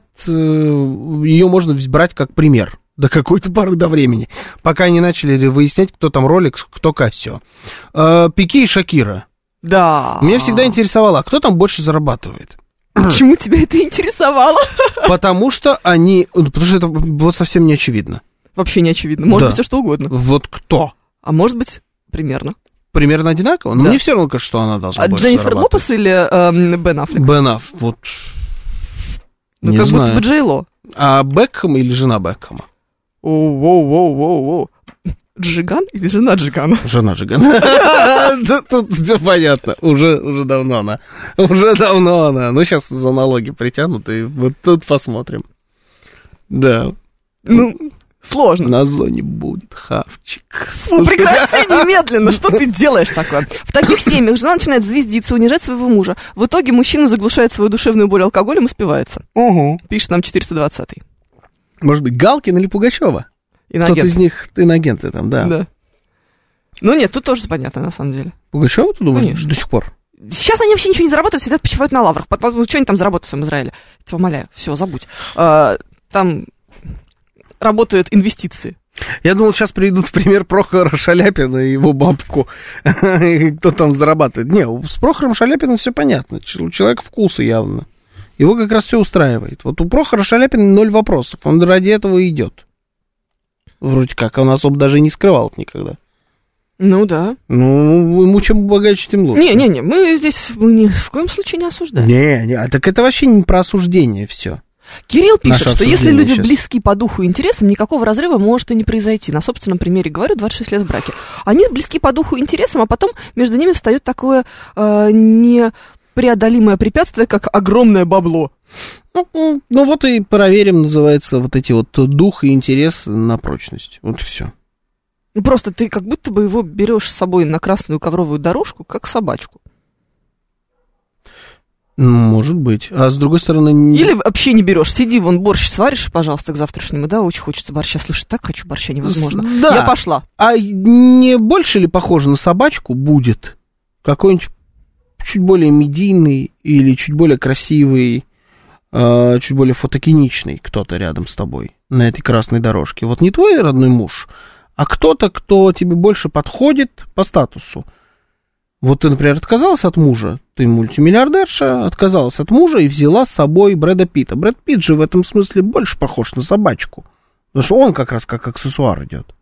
S2: ее можно брать как пример. До какой-то поры до времени. Пока не начали выяснять, кто там Rolex, кто Casio. Э, Пике и Шакира.
S3: Да.
S2: Меня всегда интересовало, а кто там больше зарабатывает?
S3: Почему тебя это интересовало?
S2: Потому что они... Потому что это вот совсем не очевидно.
S3: Вообще не очевидно. Может
S2: Да.
S3: быть, все что угодно.
S2: Вот кто?
S3: А может быть, примерно.
S2: Примерно одинаково? Но
S3: Да.
S2: мне все равно кажется, что она должна
S3: А
S2: больше
S3: Дженнифер
S2: зарабатывать.
S3: Лопес или эм, Бен Аффлек?
S2: Бен Афф, вот...
S3: Ну,
S2: не
S3: как
S2: знаю.
S3: будто бы Джей Ло.
S2: А Бекхэм или жена Бекхэма?
S3: Оу-воу-воу-воу-воу. Джиган или жена Джигана?
S2: Жена Джигана. Тут все понятно. Уже, уже давно она. Уже давно она. Ну, сейчас за налоги притянут, и вот тут посмотрим. Да.
S3: Ну, сложно.
S2: На зоне будет хавчик.
S3: Фу, прекрати немедленно, что ты делаешь такое? В таких семьях жена начинает звездиться, унижать своего мужа. В итоге мужчина заглушает свою душевную боль алкоголем и спивается.
S2: Угу.
S3: Пишет нам четыреста двадцатый.
S2: Может быть, Галкин или Пугачева? Кто-то
S3: Инагент.
S2: из них инагенты там, да.
S3: Да. Ну нет, тут тоже понятно, на самом деле.
S2: Пугачева, ты думаешь,
S3: Конечно.
S2: до сих пор?
S3: Сейчас они вообще ничего не зарабатывают, всегда почивают на лаврах. Потом, ну, что они там заработают в своем Израиле? Я тебя умоляю, все, забудь. А, там работают инвестиции.
S2: Я думал, сейчас приведут в пример Прохора Шаляпина и его бабку. Кто там зарабатывает. Не, с Прохором Шаляпиным все понятно. У человека вкусы явно. Его как раз все устраивает. Вот у Прохора Шаляпина ноль вопросов. Он ради этого и идет. Вроде как, он особо даже и не скрывал это никогда.
S3: Ну да.
S2: Ну, ему чем богаче, тем лучше.
S3: Не-не-не, мы здесь мы ни в коем случае не осуждаем.
S2: Не, не, а так это вообще не про осуждение все.
S3: Кирилл пишет,
S2: Наше
S3: что если
S2: обсуждение
S3: люди
S2: сейчас.
S3: близки по духу и интересам, никакого разрыва может и не произойти. На собственном примере говорю, двадцать шесть лет в браке. Они близки по духу и интересам, а потом между ними встает такое э, непреодолимое препятствие, как огромное бабло.
S2: Ну, ну, ну вот и проверим, называется, вот эти вот дух и интерес на прочность. Вот и все.
S3: Ну, просто ты как будто бы его берешь с собой на красную ковровую дорожку, как собачку.
S2: Может быть. А с другой стороны... не-
S3: Или вообще не берешь. Сиди, вон борщ сваришь, пожалуйста, к завтрашнему, да, очень хочется борща. Слушай, так хочу борща, невозможно.
S2: Да.
S3: Я пошла.
S2: А не больше ли похоже на собачку будет какой-нибудь чуть более медийный или чуть более красивый, э, чуть более фотогеничный кто-то рядом с тобой на этой красной дорожке? Вот не твой родной муж, а кто-то, кто тебе больше подходит по статусу. Вот ты, например, отказалась от мужа, ты мультимиллиардерша, отказалась от мужа и взяла с собой Брэда Питта. Брэд Питт же в этом смысле больше похож на собачку, потому что он как раз как аксессуар идет.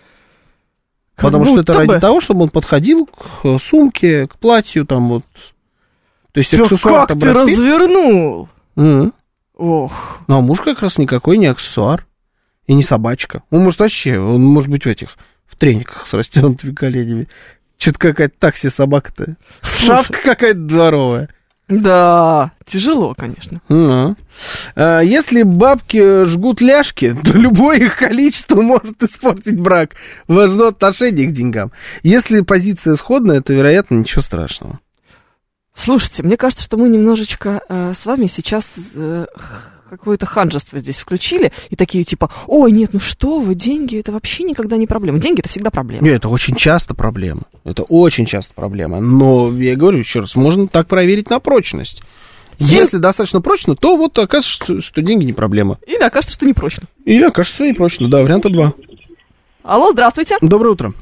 S3: Как
S2: Потому что это
S3: будто
S2: ради
S3: бы.
S2: того, чтобы он подходил к сумке, к платью, там вот. То есть
S3: Да
S2: аксессуар-то
S3: как ты
S2: Брэд Питт.
S3: развернул?
S2: Мгм.
S3: Ох.
S2: Ну, а муж как раз никакой не аксессуар. И не собачка. Он может вообще, он может быть в этих, в трениках с растянутыми коленями. Что-то какая-то такси собака-то. Шавка какая-то дворовая.
S3: Да, тяжело, конечно.
S2: Ну. А если бабки жгут ляжки, то любое их количество может испортить брак. Важно отношение к деньгам. Если позиция сходная, то, вероятно, ничего страшного.
S3: Слушайте, мне кажется, что мы немножечко э, с вами сейчас э, какое-то ханжество здесь включили, и такие типа, ой, нет, ну что вы, деньги, это вообще никогда не проблема. Деньги — это всегда проблема.
S2: Нет, это очень часто проблема. Это очень часто проблема. Но, я говорю еще раз, можно так проверить на прочность.
S3: Семь-
S2: Если достаточно прочно, то вот окажется, что, что деньги не проблема.
S3: Или окажется, что непрочно.
S2: Или окажется, что не прочно. Да, варианта два.
S3: Алло, здравствуйте.
S2: Доброе утро.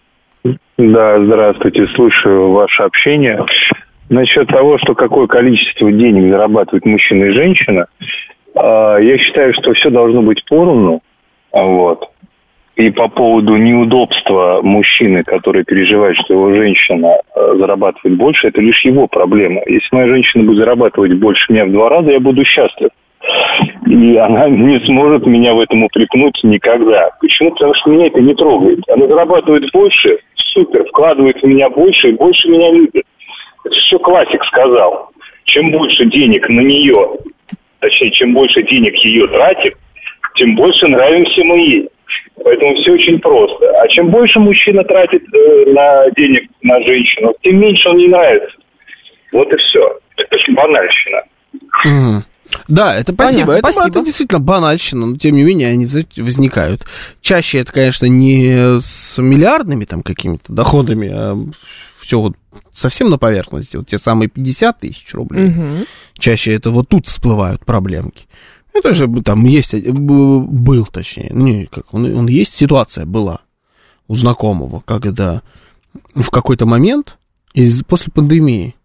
S5: Да, здравствуйте, слушаю ваше общение. Насчет того, что какое количество денег зарабатывают мужчина и женщина, я считаю, что все должно быть поровну, вот. И по поводу неудобства мужчины, который переживает, что его женщина зарабатывает больше, это лишь его проблема. Если моя женщина будет зарабатывать больше меня в два раза, я буду счастлив. И она не сможет меня в этом упрекнуть никогда. Почему? Потому что меня это не трогает. Она зарабатывает больше, супер, вкладывает в меня больше и больше меня любит. Это все классик сказал. Чем больше денег на нее, точнее, чем больше денег ее тратит, тем больше нравимся мы ей. Поэтому все очень просто. А чем больше мужчина тратит э, на денег на женщину, тем меньше он ей нравится. Вот и все. Это же банальщина.
S2: Угу. Да, это спасибо.
S3: Понятно,
S2: это,
S3: спасибо.
S2: это действительно банальщина, но тем не менее они, знаете, возникают. Чаще это, конечно, не с миллиардными там какими-то доходами, а все вот совсем на поверхности. Вот те самые пятьдесят тысяч рублей.
S3: Угу.
S2: Чаще это вот тут всплывают проблемки. Это же там есть, был, точнее, не, как, он, он есть, ситуация была у знакомого, когда в какой-то момент, из, после пандемии,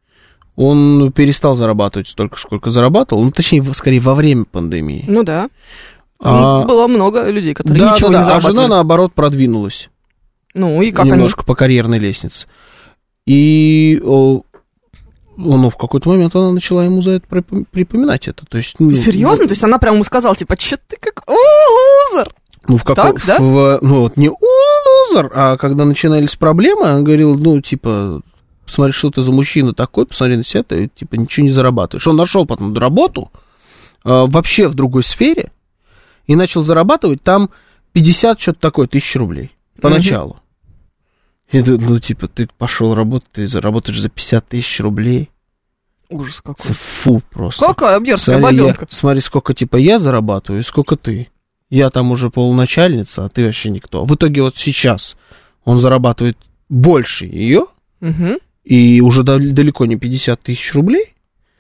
S2: он перестал зарабатывать столько, сколько зарабатывал, ну, точнее, скорее, во время пандемии.
S3: Ну да.
S2: А,
S3: ну, было много людей, которые
S2: да,
S3: ничего
S2: да,
S3: не
S2: да,
S3: зарабатывали.
S2: а жена, наоборот, продвинулась.
S3: Ну, и как
S2: немножко
S3: они?
S2: по карьерной лестнице. И... О, ну, в какой-то момент она начала ему за это припоминать это. То есть, ну,
S3: Ты серьезно? Ну, то есть она прямо ему сказала, типа, че ты как, о, лузер?
S2: Ну, в каком...
S3: Так, да?
S2: В, ну, вот не о, лузер, а когда начинались проблемы, он говорил, ну, типа, посмотри, что ты за мужчина такой, посмотри на себя, ты, типа, ничего не зарабатываешь. Он нашел потом работу э, вообще в другой сфере и начал зарабатывать там пятьдесят, что-то такое, тысяч рублей поначалу. Угу. И, ну, типа, ты пошел работать, ты заработаешь за пятьдесят тысяч рублей.
S3: Ужас какой.
S2: Фу, просто.
S3: Какая мерзкая
S2: смотри,
S3: бабенка.
S2: Я, смотри, сколько, типа, я зарабатываю, и сколько ты. Я там уже полуначальница, а ты вообще никто. В итоге вот сейчас он зарабатывает больше ее,
S3: угу.
S2: и уже далеко не пятьдесят тысяч рублей,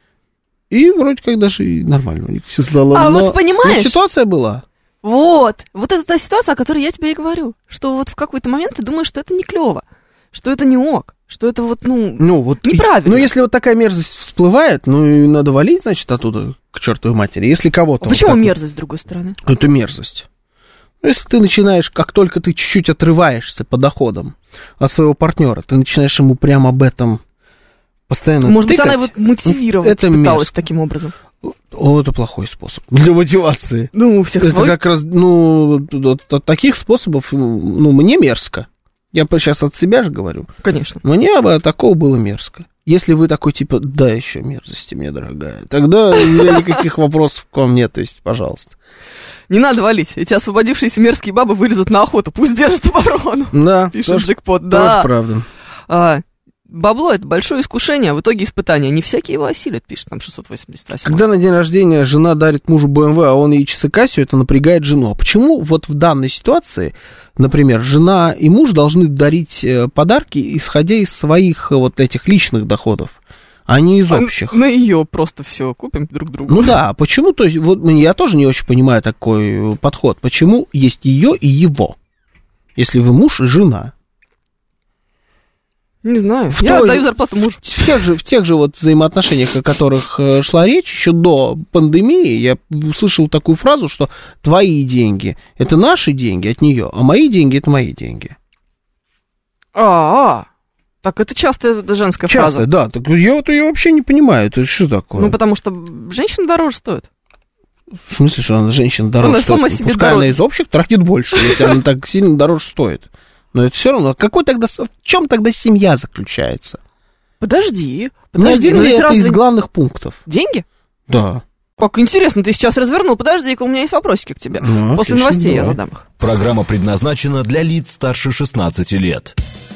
S2: и вроде как даже и нормально у них все стало.
S3: А
S2: но,
S3: вот понимаешь...
S2: Но ситуация была.
S3: Вот, вот это та ситуация, о которой я тебе и говорю, что вот в какой-то момент ты думаешь, что это не клево, что это не ок, что это вот, ну,
S2: ну вот,
S3: неправильно.
S2: Ну, если вот такая мерзость всплывает, ну, и надо валить, значит, оттуда к чертовой матери. Если кого-то...
S3: А почему
S2: вот
S3: мерзость, с другой стороны?
S2: Это мерзость. Ну, если ты начинаешь, как только ты чуть-чуть отрываешься по доходам от своего партнера, ты начинаешь ему прямо об этом постоянно
S3: Может
S2: тыкать,
S3: быть, она его мотивировать
S2: это
S3: пыталась
S2: мерзко.
S3: Таким образом?
S2: О, это плохой способ для мотивации.
S3: Ну, у всех
S2: это
S3: свой.
S2: как раз, ну, от, от таких способов, ну, мне мерзко. Я сейчас от себя же говорю.
S3: Конечно.
S2: Мне бы такого было мерзко. Если вы такой, типа, да, еще мерзости, мне дорогая, тогда у меня никаких вопросов к вам нет, то есть, пожалуйста.
S3: Не надо валить, эти освободившиеся мерзкие бабы вылезут на охоту, пусть держат оборону.
S2: Да,
S3: пишет
S2: тоже,
S3: Джекпот.
S2: Тоже
S3: Да,
S2: правда.
S3: А, бабло — это большое искушение, а в итоге испытания. Не всякие его осилят, пишет там шестьсот восемьдесят восемь.
S2: Когда на день рождения жена дарит мужу бэ эм вэ, а он ей часы Casio, это напрягает жену. А почему вот в данной ситуации, например, жена и муж должны дарить подарки, исходя из своих вот этих личных доходов, а не из общих?
S3: А на ее просто все купим друг другу.
S2: Ну да, почему, то есть, вот я тоже не очень понимаю такой подход. Почему есть ее и его, если вы муж и жена?
S3: Не знаю,
S2: в
S3: я
S2: той,
S3: отдаю зарплату мужу.
S2: В тех, же, в тех же вот взаимоотношениях, о которых э, шла речь, еще до пандемии, я услышал такую фразу, что твои деньги — это наши деньги от нее, а мои деньги — это мои деньги.
S3: А-а-а. Так это часто женская
S2: Часто,
S3: фраза.
S2: да. Так я вот ее вообще не понимаю, это что такое?
S3: Ну, потому что женщина дороже стоит.
S2: В смысле, что она женщина дороже
S3: она
S2: стоит?
S3: Сама себе
S2: Пускай
S3: дороже.
S2: она из общих тратит больше, если она так сильно дороже стоит. Но это все равно, какой тогда, в чем тогда семья заключается?
S3: Подожди,
S2: Не
S3: подожди.
S2: один
S3: ну
S2: ли
S3: ведь
S2: это
S3: разве-
S2: из главных пунктов?
S3: Деньги?
S2: Да.
S3: Как интересно, ты сейчас развернул. Подожди-ка, у меня есть вопросики к тебе.
S2: Ну,
S3: После
S2: отлично,
S3: новостей я
S2: давай.
S3: задам их.
S1: Программа предназначена для лиц старше шестнадцати лет.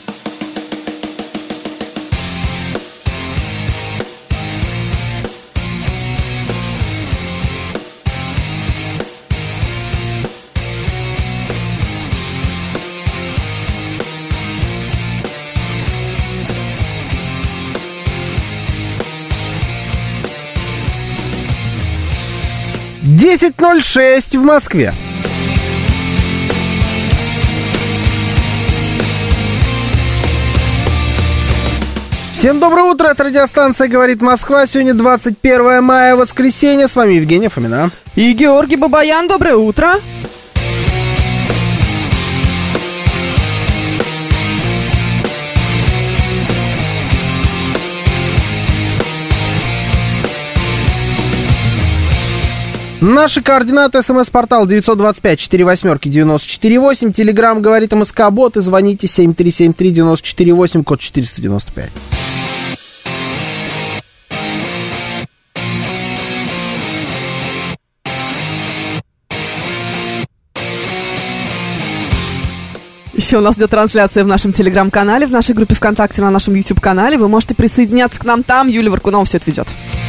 S2: десять ноль шесть в Москве. Всем доброе утро, это радиостанция «Говорит Москва». Сегодня двадцать первое мая, воскресенье. С вами Евгения Фомина.
S3: И Георгий Бабаян, доброе утро.
S2: Наши координаты. СМС-портал девятьсот двадцать пять сорок восемь девяносто четыре восемь. Телеграм говорит МСК-бот. И звоните семь три семь три девяносто четыре восемь, код четыреста девяносто пять.
S3: Еще у нас идет трансляция в нашем Телеграм-канале, в нашей группе ВКонтакте, на нашем YouTube-канале. Вы можете присоединяться к нам там. Юлия Варкунова все это ведет.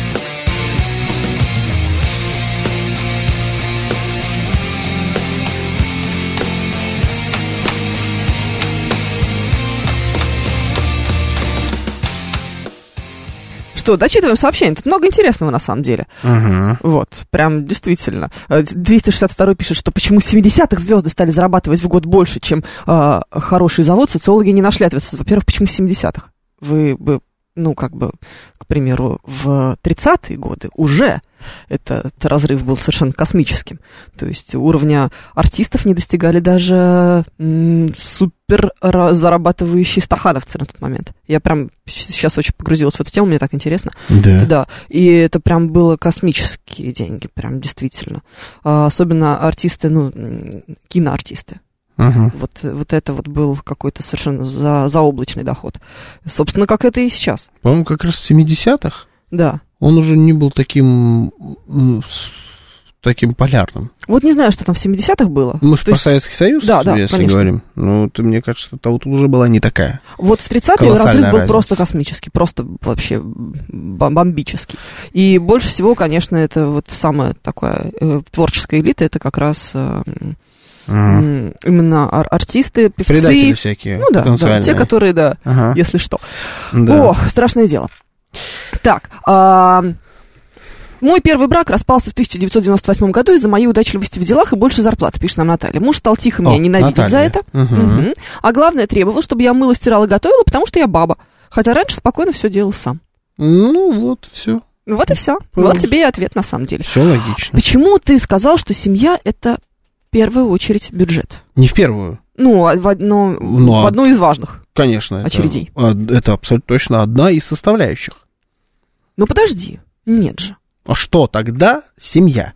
S3: Что, дочитываем сообщение. Тут много интересного, на самом деле.
S2: Угу.
S3: Вот, прям действительно. двести шестьдесят второй пишет, что почему с семидесятых звезды стали зарабатывать в год больше, чем э, хороший завод. Социологи не нашли ответа. Во-первых, почему с семидесятых? Вы бы, ну, как бы, к примеру, в тридцатые годы уже этот разрыв был совершенно космическим. То есть уровня артистов не достигали даже м, супер зарабатывающие стахановцы на тот момент. Я прям сейчас очень погрузилась в эту тему, мне так интересно.
S2: Да.
S3: Это, да. И это прям было космические деньги, прям действительно. А, особенно артисты, ну, киноартисты.
S2: Угу.
S3: Вот, вот это вот был какой-то совершенно за, заоблачный доход. Собственно, как это и сейчас.
S2: По-моему, как раз в семидесятых
S3: Да.
S2: он уже не был таким, таким полярным.
S3: Вот не знаю, что там в семидесятых было.
S2: Мы же
S3: То
S2: про
S3: есть...
S2: Советский Союз,
S3: да, да,
S2: если
S3: конечно.
S2: говорим. Ну, то, мне кажется, что тут уже была не такая.
S3: Вот в тридцатые
S2: Колоссальная
S3: разрыв был
S2: разница.
S3: просто космический, просто вообще бом- бомбический. И больше всего, конечно, это вот самая такая э, творческая элита, это как раз... Э,
S2: Ага.
S3: именно ар- артисты, певцы.
S2: Предатели всякие.
S3: Ну да, да,
S2: потенциальные.
S3: те, которые, да,
S2: Ага.
S3: если что.
S2: Да.
S3: О, страшное дело. Так, а, мой первый брак распался в тысяча девятьсот девяносто восьмом году из-за моей удачливости в делах и больше зарплаты, пишет нам Наталья. Муж стал тихо меня
S2: О,
S3: ненавидеть
S2: Наталья.
S3: за это.
S2: Угу.
S3: Мгм. А главное, требовал, чтобы я мыла, стирала, готовила, потому что я баба. Хотя раньше спокойно все делал сам.
S2: Ну, вот, все.
S3: Вот и все.
S2: Мгм.
S3: Вот тебе и ответ на самом деле.
S2: Все логично.
S3: Почему ты сказал, что семья — это в первую очередь бюджет?
S2: Не в первую.
S3: Ну, а в, одно,
S2: Ну,
S3: в
S2: а-
S3: одну из важных.
S2: Конечно. это-
S3: Очередей.
S2: а, Это абсолютно точно одна из составляющих.
S3: Ну, подожди. Нет же.
S2: А что тогда семья?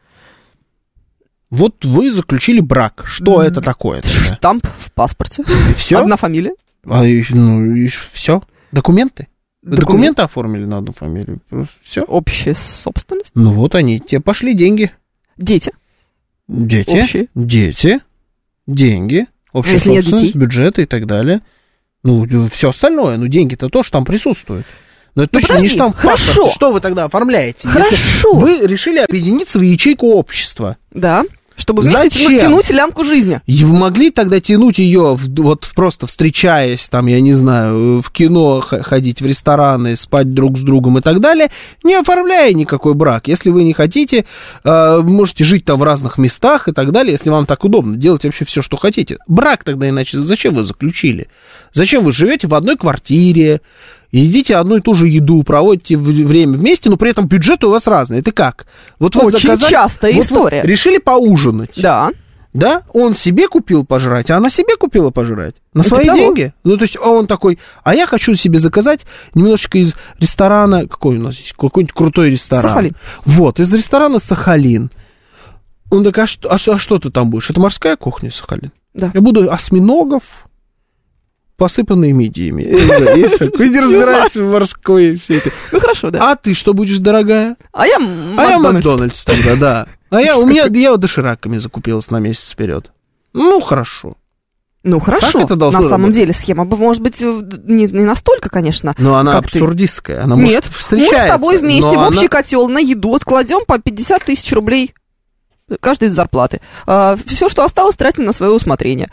S2: Вот вы заключили брак. Что
S3: М.
S2: это такое? тогда?
S3: Штамп в паспорте.
S2: И все?
S3: Одна фамилия.
S2: А, и, ну, и все? Документы?
S3: Документ.
S2: Документы оформили на одну фамилию. Все.
S3: Общая собственность.
S2: Ну вот они, те пошли деньги.
S3: Дети.
S2: Дети.
S3: Общие.
S2: Дети. Деньги. Общая
S3: если нет
S2: собственность,
S3: детей?
S2: бюджеты и так далее. Ну, все остальное. Ну, деньги-то тоже там присутствуют. Но это
S3: Ну,
S2: точно
S3: подожди,
S2: не штамп в
S3: хорошо.
S2: паспорте. Что вы тогда оформляете? Если
S3: Хорошо.
S2: вы решили объединиться в ячейку общества.
S3: Да. Чтобы вместе
S2: Зачем?
S3: тянуть, тянуть лямку жизни.
S2: И вы могли тогда тянуть ее, в- вот просто встречаясь, там, я не знаю, в кино х- ходить, в рестораны, спать друг с другом и так далее, не оформляя никакой брак. Если вы не хотите, э, можете жить там в разных местах и так далее, если вам так удобно, делать вообще все, что хотите. Брак тогда иначе зачем вы заключили? Зачем вы живете в одной квартире, едите одну и ту же еду, проводите в- время вместе, но при этом бюджеты у вас разные. Это как? Вот вы
S3: Очень
S2: заказали-
S3: частая
S2: вот вы
S3: история.
S2: решили поужинать.
S3: Да.
S2: Да, он себе купил пожрать, а она себе купила пожрать. На
S3: Это
S2: свои
S3: того.
S2: деньги. Ну, то есть, а он такой, а я хочу себе заказать немножечко из ресторана, какой у нас есть, какой-нибудь крутой ресторан.
S3: Сахалин.
S2: Вот, из ресторана Сахалин. Он такой, а что, а, что- а что ты там будешь? Это морская кухня, Сахалин?
S3: Да.
S2: Я буду осьминогов, посыпанные мидиями. И всё. Не разбираюсь в морской всей этой.
S3: Ну, хорошо, да.
S2: А ты что будешь, дорогая?
S3: А я
S2: А я
S3: Макдональдс.
S2: Макдональдс тогда, да. А я, у меня, я дошираками закупилась на месяц вперед. Ну, хорошо.
S3: Ну, хорошо.
S2: это должно
S3: На самом
S2: работать.
S3: деле схема бы, может быть, в- не, не настолько, конечно.
S2: Но она
S3: Как ты?
S2: абсурдистская. Она
S3: Нет,
S2: может
S3: мы
S2: встречается.
S3: с тобой вместе
S2: но
S3: в общий
S2: она-
S3: котел на еду откладем по пятьдесят тысяч рублей каждый из зарплаты. Все, что осталось, тратим на свое усмотрение.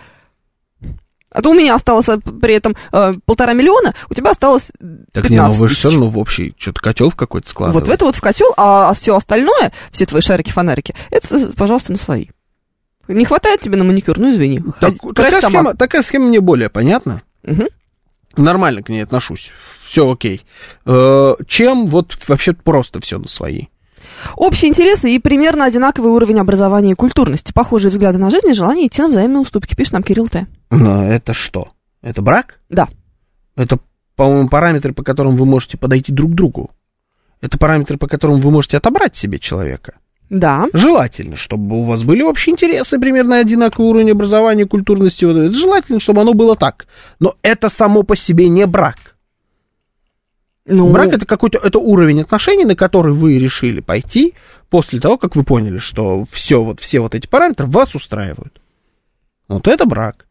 S3: А то у меня осталось а, при этом а, полтора миллиона, у тебя осталось
S2: Так не, ну
S3: пятнадцать
S2: вы же все
S3: тысяч.
S2: равно в общий что-то котел в какой-то складываете.
S3: Вот в это вот в котел, а все остальное, все твои шарики-фонарики, это, пожалуйста, на свои. Не хватает тебе на маникюр, ну извини.
S2: Так-
S3: Ходи- крась
S2: такая,
S3: сама.
S2: схема, такая схема мне более понятна.
S3: Мгм.
S2: Нормально к ней отношусь. Все окей. Э, чем вот вообще просто все на свои.
S3: Общие интересы и примерно одинаковый уровень образования и культурности. Похожие взгляды на жизнь и желание идти на взаимные уступки, пишет нам Кирилл Т.
S2: Но это что? Это брак?
S3: Да.
S2: Это, по-моему, параметры, по которым вы можете подойти друг к другу. Это параметры, по которым вы можете отобрать себе человека.
S3: Да.
S2: Желательно, чтобы у вас были общие интересы, примерно одинаковый уровень образования, культурности. Вот это. Желательно, чтобы оно было так. Но это само по себе не брак. Ну... Брак — это какой-то это уровень отношений, на который вы решили пойти после того, как вы поняли, что все вот, все вот эти параметры вас устраивают. Вот это брак.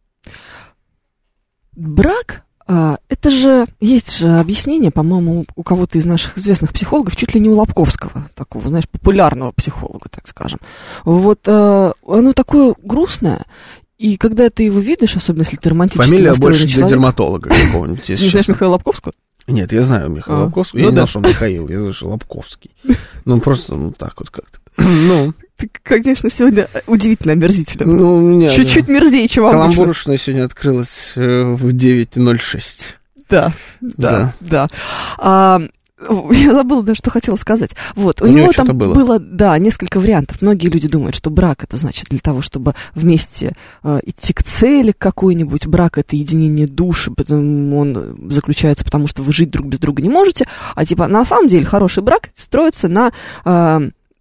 S3: Брак? А, это же, есть же объяснение, по-моему, у кого-то из наших известных психологов, чуть ли не у Лобковского, такого, знаешь, популярного психолога, так скажем. Вот а, оно такое грустное, и когда ты его видишь, особенно если ты романтически
S2: настроенный
S3: человек...
S2: Фамилия больше для дерматолога какого-нибудь.
S3: Ты не знаешь Михаила Лобковского?
S2: Нет, я знаю Михаила а, Лобковского. Я ну не да. знал, что он Михаил, я знаю, что Лобковский. Ну, просто, ну, так вот как-то. Ну...
S3: Ты, конечно, сегодня удивительно омерзителен.
S2: Ну, у меня,
S3: чуть-чуть да. мерзее, чем обычно.
S2: Каламбурушная сегодня открылась в девять ноль шесть.
S3: Да, да, да. да. А, я забыла даже, что хотела сказать. Вот, у, у него там было. было, да, несколько вариантов. Многие люди думают, что брак — это значит для того, чтобы вместе э, идти к цели какой-нибудь. Брак — это единение души, он заключается потому, что вы жить друг без друга не можете. А типа, на самом деле, хороший брак строится на... Э,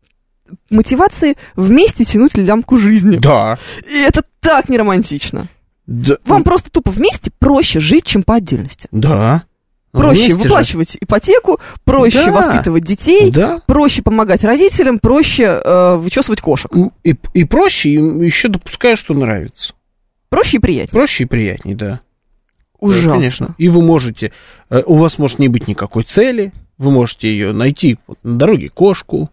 S3: мотивации вместе тянуть лямку жизни.
S2: Да.
S3: И это так не романтично.
S2: Да.
S3: Вам просто тупо вместе проще жить, чем по отдельности.
S2: Да.
S3: Проще выплачивать же. ипотеку, проще да. воспитывать детей, да. проще помогать родителям, проще э, вычесывать кошек.
S2: И, и проще, и еще допускаю, что нравится.
S3: Проще и приятнее.
S2: Проще и приятнее, да.
S3: Ужасно.
S2: Да, конечно. И вы можете, у вас может не быть никакой цели, вы можете ее найти вот, на дороге кошку,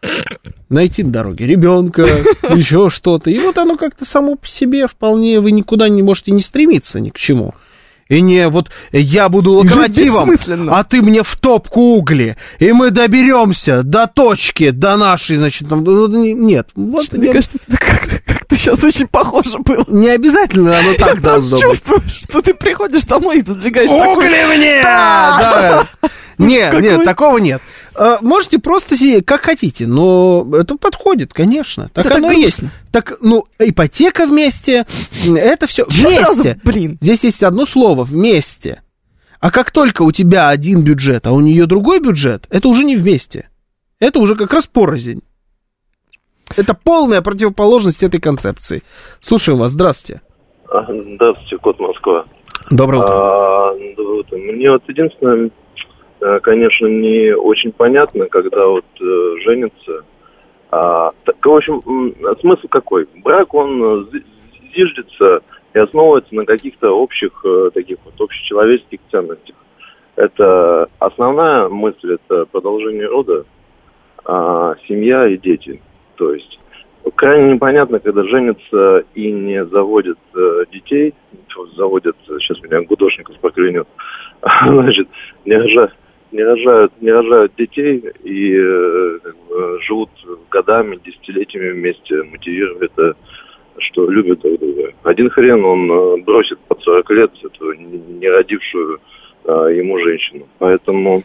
S2: найти на дороге ребенка, еще что-то. И вот оно как-то само по себе вполне, вы никуда не можете не стремиться ни к чему. И не вот я буду локомотивом, а ты мне в топку угли, и мы доберемся до точки, до нашей, значит, там, нет. Вот
S3: что, мне я... кажется, тебе как- как-то сейчас очень похоже было.
S2: Не обязательно оно так должно быть.
S3: Я чувствую, что ты приходишь домой и задвигаешь
S2: угли
S3: такой...
S2: Угли мне! Да! Нет, какой? Нет, такого нет. Можете просто сидеть, как хотите, но это подходит, конечно. Так это оно и есть. Так, ну, ипотека вместе, это все вместе. Сразу,
S3: блин.
S2: Здесь есть одно слово вместе. А как только у тебя один бюджет, а у нее другой бюджет, это уже не вместе. Это уже как раз порознь. Это полная противоположность этой концепции. Слушаем вас, здравствуйте.
S6: Здравствуйте, код Москва.
S2: Доброе утро.
S6: А, доброе утро. Мне вот единственное, конечно, не очень понятно, когда вот э, женятся. А, так, в общем, смысл какой? Брак, он зиждется и основывается на каких-то общих, э, таких вот общечеловеческих ценностях. Это основная мысль, это продолжение рода, а, семья и дети. То есть крайне непонятно, когда женятся и не заводят э, детей, заводят, сейчас меня Гудошников проклянет, значит, не рожают, не рожают, не рожают детей и э, как бы, живут годами, десятилетиями вместе, мотивируя это, что любят друг друга. Один хрен он бросит под сорок лет эту не родившую э, ему женщину. Поэтому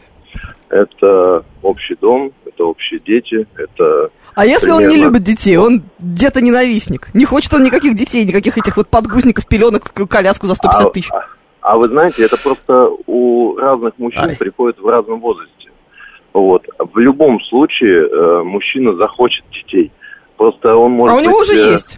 S6: это общий дом, это общие дети, это...
S3: А если
S6: примерно...
S3: он не любит детей, он где-то-ненавистник? Не хочет он никаких детей, никаких этих вот подгузников, пеленок, коляску за сто пятьдесят тысяч?
S6: А, а вы знаете, это просто у разных мужчин Ай. приходит в разном возрасте. Вот. В любом случае э, мужчина захочет детей. Просто он может...
S3: А у него
S6: быть,
S3: уже
S6: э...
S3: есть.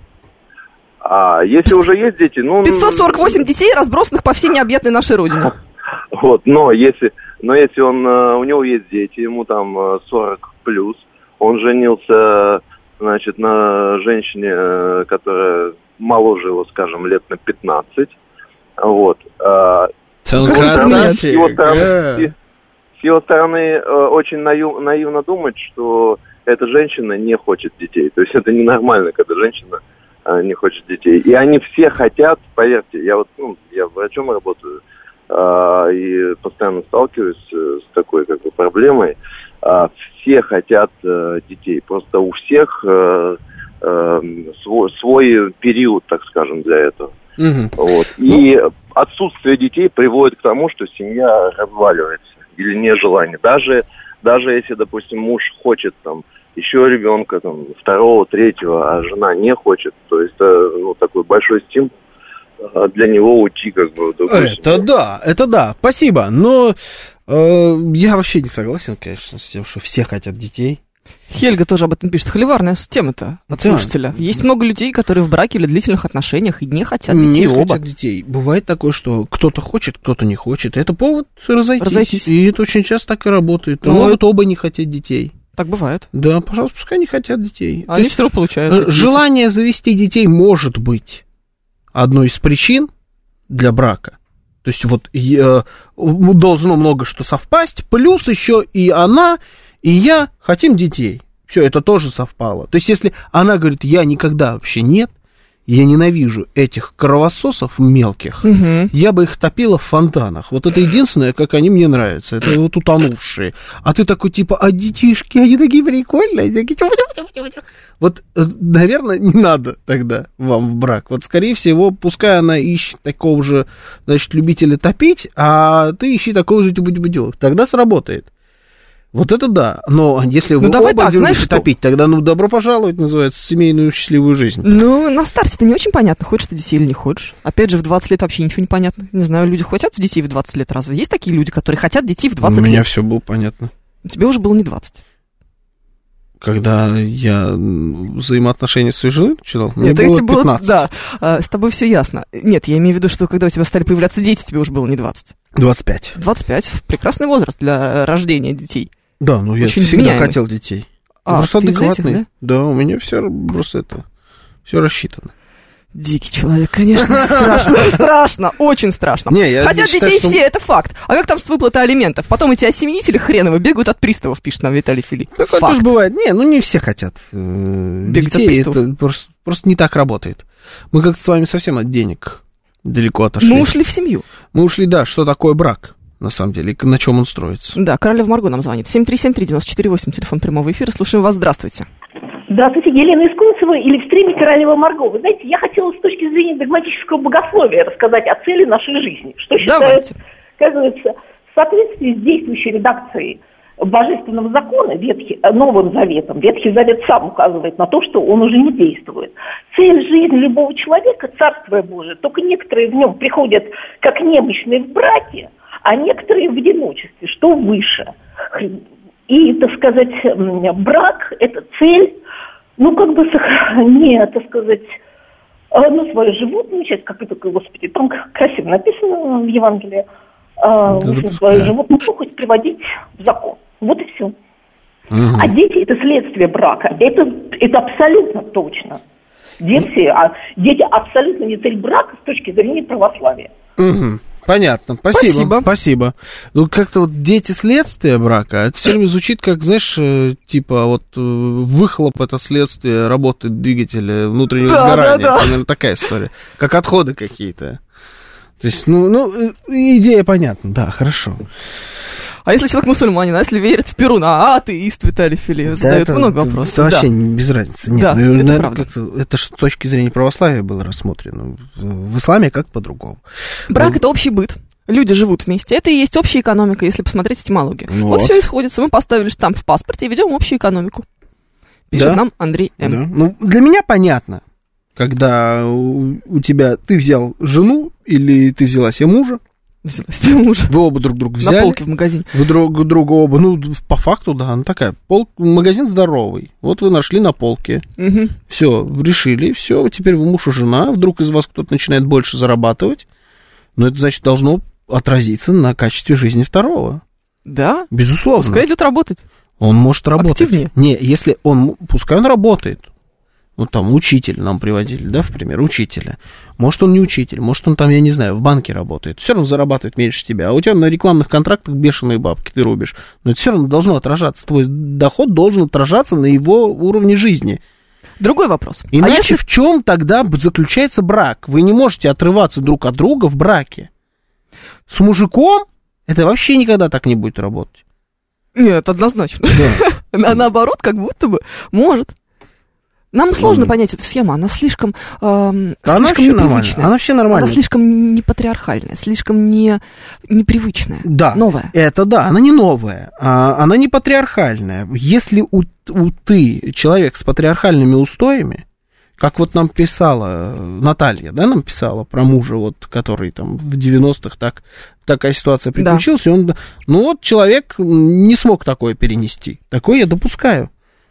S6: А если уже есть дети, ну...
S3: пятьсот сорок восемь детей, разбросанных по всей необъятной нашей родине.
S6: Вот, но если... Но если он, у него есть дети, ему там сорок плюс, он женился, значит, на женщине, которая моложе его, скажем, лет на пятнадцать, вот. С его стороны, с его стороны очень наив, наивно думать, что эта женщина не хочет детей. То есть это ненормально, когда женщина не хочет детей. И они все хотят, поверьте, я вот, ну, я врачом работаю, и постоянно сталкиваюсь с такой как бы проблемой. Все хотят детей. Просто у всех свой, свой период, так скажем, для этого. Угу. Вот. И ну... отсутствие детей приводит к тому, что семья разваливается или нежелание. Даже, даже если, допустим, муж хочет там еще ребенка, там, второго, третьего, а жена не хочет, то есть это ну, такой большой стимул для него уйти как бы в другую семью.
S2: Это да, это да, спасибо, но э, я вообще не согласен, конечно, с тем, что все хотят детей.
S3: Хельга тоже об этом пишет. Холиварная тема-то от
S2: Да.
S3: слушателя. Есть много людей, которые в браке или длительных отношениях и не хотят детей
S2: Не
S3: оба.
S2: хотят детей. Бывает такое, что кто-то хочет, кто-то не хочет. Это повод разойтись.
S3: Разойтись.
S2: И это очень часто так и работает.
S3: Ну,
S2: Могут оба не хотеть детей.
S3: Так бывает.
S2: Да, пожалуйста, пускай не хотят детей.
S3: А они все равно получают.
S2: Э, Желание завести детей может быть одной из причин для брака. То есть вот э, должно много что совпасть, плюс еще и она, и я хотим детей. Все, это тоже совпало. То есть если она говорит, я никогда вообще нет, я ненавижу этих кровососов мелких,
S3: Угу.
S2: я бы их топила в фонтанах. Вот это единственное, как они мне нравятся. Это вот утонувшие. А ты такой, типа, а детишки, они такие прикольные. Они такие... Вот, наверное, не надо тогда вам в брак. Вот, скорее всего, пускай она ищет такого же, значит, любителя топить, а ты ищи такого же тюбу-тюбу. Тогда сработает. Вот это да. Но если вы
S3: Ну, давай
S2: оба
S3: так, знаешь
S2: любите
S3: что?
S2: топить, тогда, ну, добро пожаловать, называется, в семейную счастливую жизнь.
S3: Ну, на старте это не очень понятно, хочешь ты детей или не хочешь. Опять же, в двадцать лет вообще ничего не понятно. Не знаю, люди хотят детей в двадцать лет, разве есть такие люди, которые хотят детей в двадцать
S2: У меня
S3: лет?
S2: все было понятно.
S3: Тебе уже было не двадцать.
S2: Когда я м, взаимоотношения с своей женой начинал, мне
S3: Нет,
S2: было
S3: тебе было,
S2: пятнадцать.
S3: да, а, с тобой все ясно. Нет, я имею в виду, что когда у тебя стали появляться дети, тебе уже было не двадцать.
S2: двадцать пять.
S3: двадцать пять — прекрасный возраст для рождения детей.
S2: Да, ну я
S3: Очень
S2: всегда
S3: вменяемый.
S2: хотел детей.
S3: А,
S2: просто
S3: ты из этих,
S2: адекватный.
S3: да?
S2: Да, у меня все просто это, все рассчитано.
S3: Дикий человек, конечно, страшно, страшно, очень страшно.
S2: Не, я
S3: Хотят
S2: считаю,
S3: детей
S2: что-
S3: все, это факт. А как там с выплатой алиментов? Потом эти осеменители хреновы бегают от приставов, пишет нам Виталий Фили.
S2: Такое
S3: Факт.
S2: тоже бывает. Не, ну не все хотят э,
S3: Бегать от
S2: детей.
S3: приставов.
S2: Это просто, просто не так работает. Мы как-то с вами совсем от денег далеко отошли.
S3: Мы ушли в семью.
S2: Мы ушли, да, что такое брак, на самом деле, и на чем он строится.
S3: Да, Королева Марго нам звонит. семь три семь три девять четыре восемь, телефон прямого эфира. Слушаем вас, здравствуйте.
S7: Здравствуйте, Елена из Кунцева или в стриме «Королева Марго». Вы знаете, я хотела с точки зрения догматического богословия рассказать о цели нашей жизни. Что считают,
S3: Давайте.
S7: оказывается, в соответствии с действующей редакцией Божественного закона, Ветхий, э, Новым Заветом, Ветхий Завет сам указывает на то, что он уже не действует. Цель жизни любого человека, Царствие Божие, только некоторые в нем приходят как немощные в браке, а некоторые в одиночестве, что выше. И, так сказать, м, брак – это цель, ну, как бы, не, так сказать, а, ну, свою животную часть, как это, Господи, там красиво написано в Евангелии, а,
S2: Да,
S7: в общем,
S2: допускаю.
S7: свою животную хоть приводить в закон. Вот и все.
S2: Мгм.
S7: А дети – это следствие брака. Это, это абсолютно точно. Дети, а, дети абсолютно не цель брака с точки зрения православия.
S2: Мгм. Понятно, спасибо,
S3: Спасибо.
S2: спасибо. Ну, как-то вот дети следствия брака, это все время звучит как, знаешь, э, типа вот э, выхлоп это следствие работы двигателя внутреннего
S3: Да,
S2: сгорания.
S3: да, да.
S2: Примерно такая история. Как отходы какие-то. То есть, ну, ну, э, идея понятна, да, хорошо.
S3: А если человек мусульманин, а если верит в Перуна, а атеист Виталий Фили задает
S2: это,
S3: много
S2: это-
S3: вопросов.
S2: Это
S3: да.
S2: вообще не- без разницы. Нет,
S3: Да,
S2: ну,
S3: это
S2: наверное,
S3: правда.
S2: как-то- это же с точки зрения православия было рассмотрено. В, в исламе как по-другому.
S3: Брак
S2: Ну,
S3: это общий быт. Люди живут вместе. Это и есть общая экономика, если посмотреть этимологию.
S2: Ну
S3: вот
S2: вот.
S3: все и сходится. Мы поставили штамп в паспорте и ведем общую экономику. Пишет
S2: Да.
S3: нам Андрей М.
S2: Да. Ну, для меня понятно, когда у, у тебя ты взял жену или ты взяла себе мужа,
S3: Взяла себе мужа.
S2: вы оба друг друга
S3: На
S2: взяли.
S3: полке в магазине.
S2: Вы друг друга оба, ну, по факту, да, она такая, пол, магазин здоровый. Вот вы нашли на полке,
S3: Мгм.
S2: все, решили, все, теперь вы муж и жена, вдруг из вас кто-то начинает больше зарабатывать, но это, значит, должно отразиться на качестве жизни второго.
S3: Да.
S2: Безусловно.
S3: Пускай идет работать.
S2: Он может работать.
S3: Активнее.
S2: Не, если он, пускай он работает. Ну, там, учитель нам приводили, да, в пример, учителя. Может, он не учитель, может, он там, я не знаю, в банке работает. Все равно зарабатывает меньше тебя. А у тебя на рекламных контрактах бешеные бабки ты рубишь. Но это все равно должно отражаться. Твой доход должен отражаться на его уровне жизни.
S3: Другой вопрос.
S2: Иначе
S3: а если...
S2: в чем тогда заключается брак? Вы не можете отрываться друг от друга в браке. С мужиком это вообще никогда так не будет работать.
S3: Нет, однозначно.
S2: Да.
S3: А наоборот, как будто бы может. Нам сложно
S2: Ну.
S3: понять эту схему, она слишком, эм,
S2: Да она
S3: слишком
S2: вообще нормальная.
S3: непривычная.
S2: Она вообще нормальная.
S3: Она слишком непатриархальная, слишком не, непривычная,
S2: Да,
S3: новая.
S2: это да, она не новая, а, она не патриархальная. Если у, у ты человек с патриархальными устоями, как вот нам писала Наталья, да, нам писала про мужа, вот, который там в девяностых так, такая ситуация приключилась, и он, ну вот человек не смог такое перенести, такое я допускаю.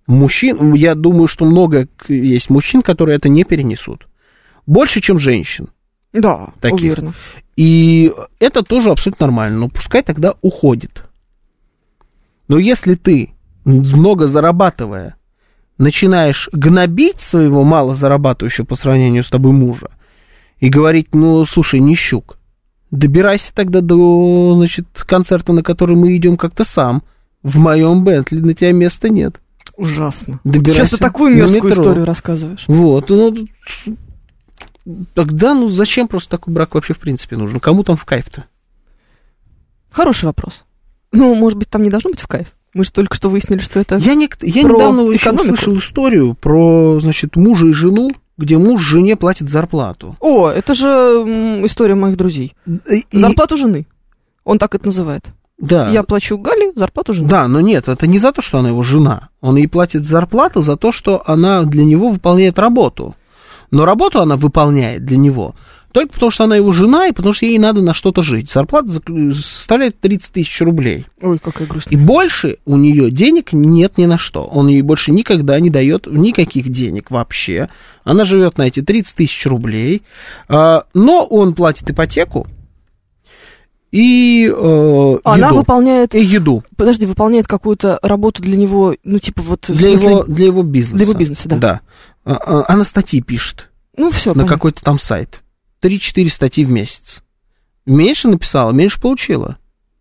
S2: Мужчин, я думаю, что много есть мужчин, которые это не перенесут. Больше, чем женщин.
S3: Да,
S2: таких.
S3: уверена.
S2: И это тоже абсолютно нормально, но пускай тогда уходит. Но если ты, много зарабатывая, начинаешь гнобить своего мало зарабатывающего по сравнению с тобой мужа и говорить, ну, слушай, нищук, добирайся тогда до, значит, концерта, на который мы идем как-то сам. В моем Бентли на тебя места нет.
S3: Ужасно.
S2: Добирайся.
S3: Сейчас ты такую мерзкую историю рассказываешь.
S2: Вот, ну, тогда, ну, зачем просто такой брак вообще в принципе нужен? Кому там в кайф-то?
S3: Хороший вопрос. Ну, может быть, там не должно быть в кайф? Мы же только что выяснили, что это
S2: Я, не, я
S3: про
S2: недавно еще
S3: экономику.
S2: услышал историю про, значит, мужа и жену, где муж жене платит зарплату.
S3: О, это же м, история моих друзей.
S2: И,
S3: Зарплату жены. Он так это называет.
S2: да.
S3: Я плачу Гале зарплату жены.
S2: Да, но нет, это не за то, что она его жена. Он ей платит зарплату за то, что она для него выполняет работу. Но работу она выполняет для него только потому, что она его жена, и потому что ей надо на что-то жить. Зарплата составляет тридцать тысяч рублей.
S3: Ой, какая грустная.
S2: И больше у нее денег нет ни на что. Он ей больше никогда не дает никаких денег вообще. Она живет на эти тридцать тысяч рублей. Но он платит ипотеку и э,
S3: Она
S2: еду.
S3: выполняет...
S2: И еду.
S3: Подожди, выполняет какую-то работу для него, ну, типа вот... в
S2: Для,
S3: смысле,
S2: его, для его бизнеса.
S3: Для его бизнеса, да.
S2: Да. А, а, она статьи пишет
S3: Ну, все,
S2: на
S3: понятно.
S2: какой-то там сайт. три-четыре статьи в месяц. Меньше написала, меньше получила.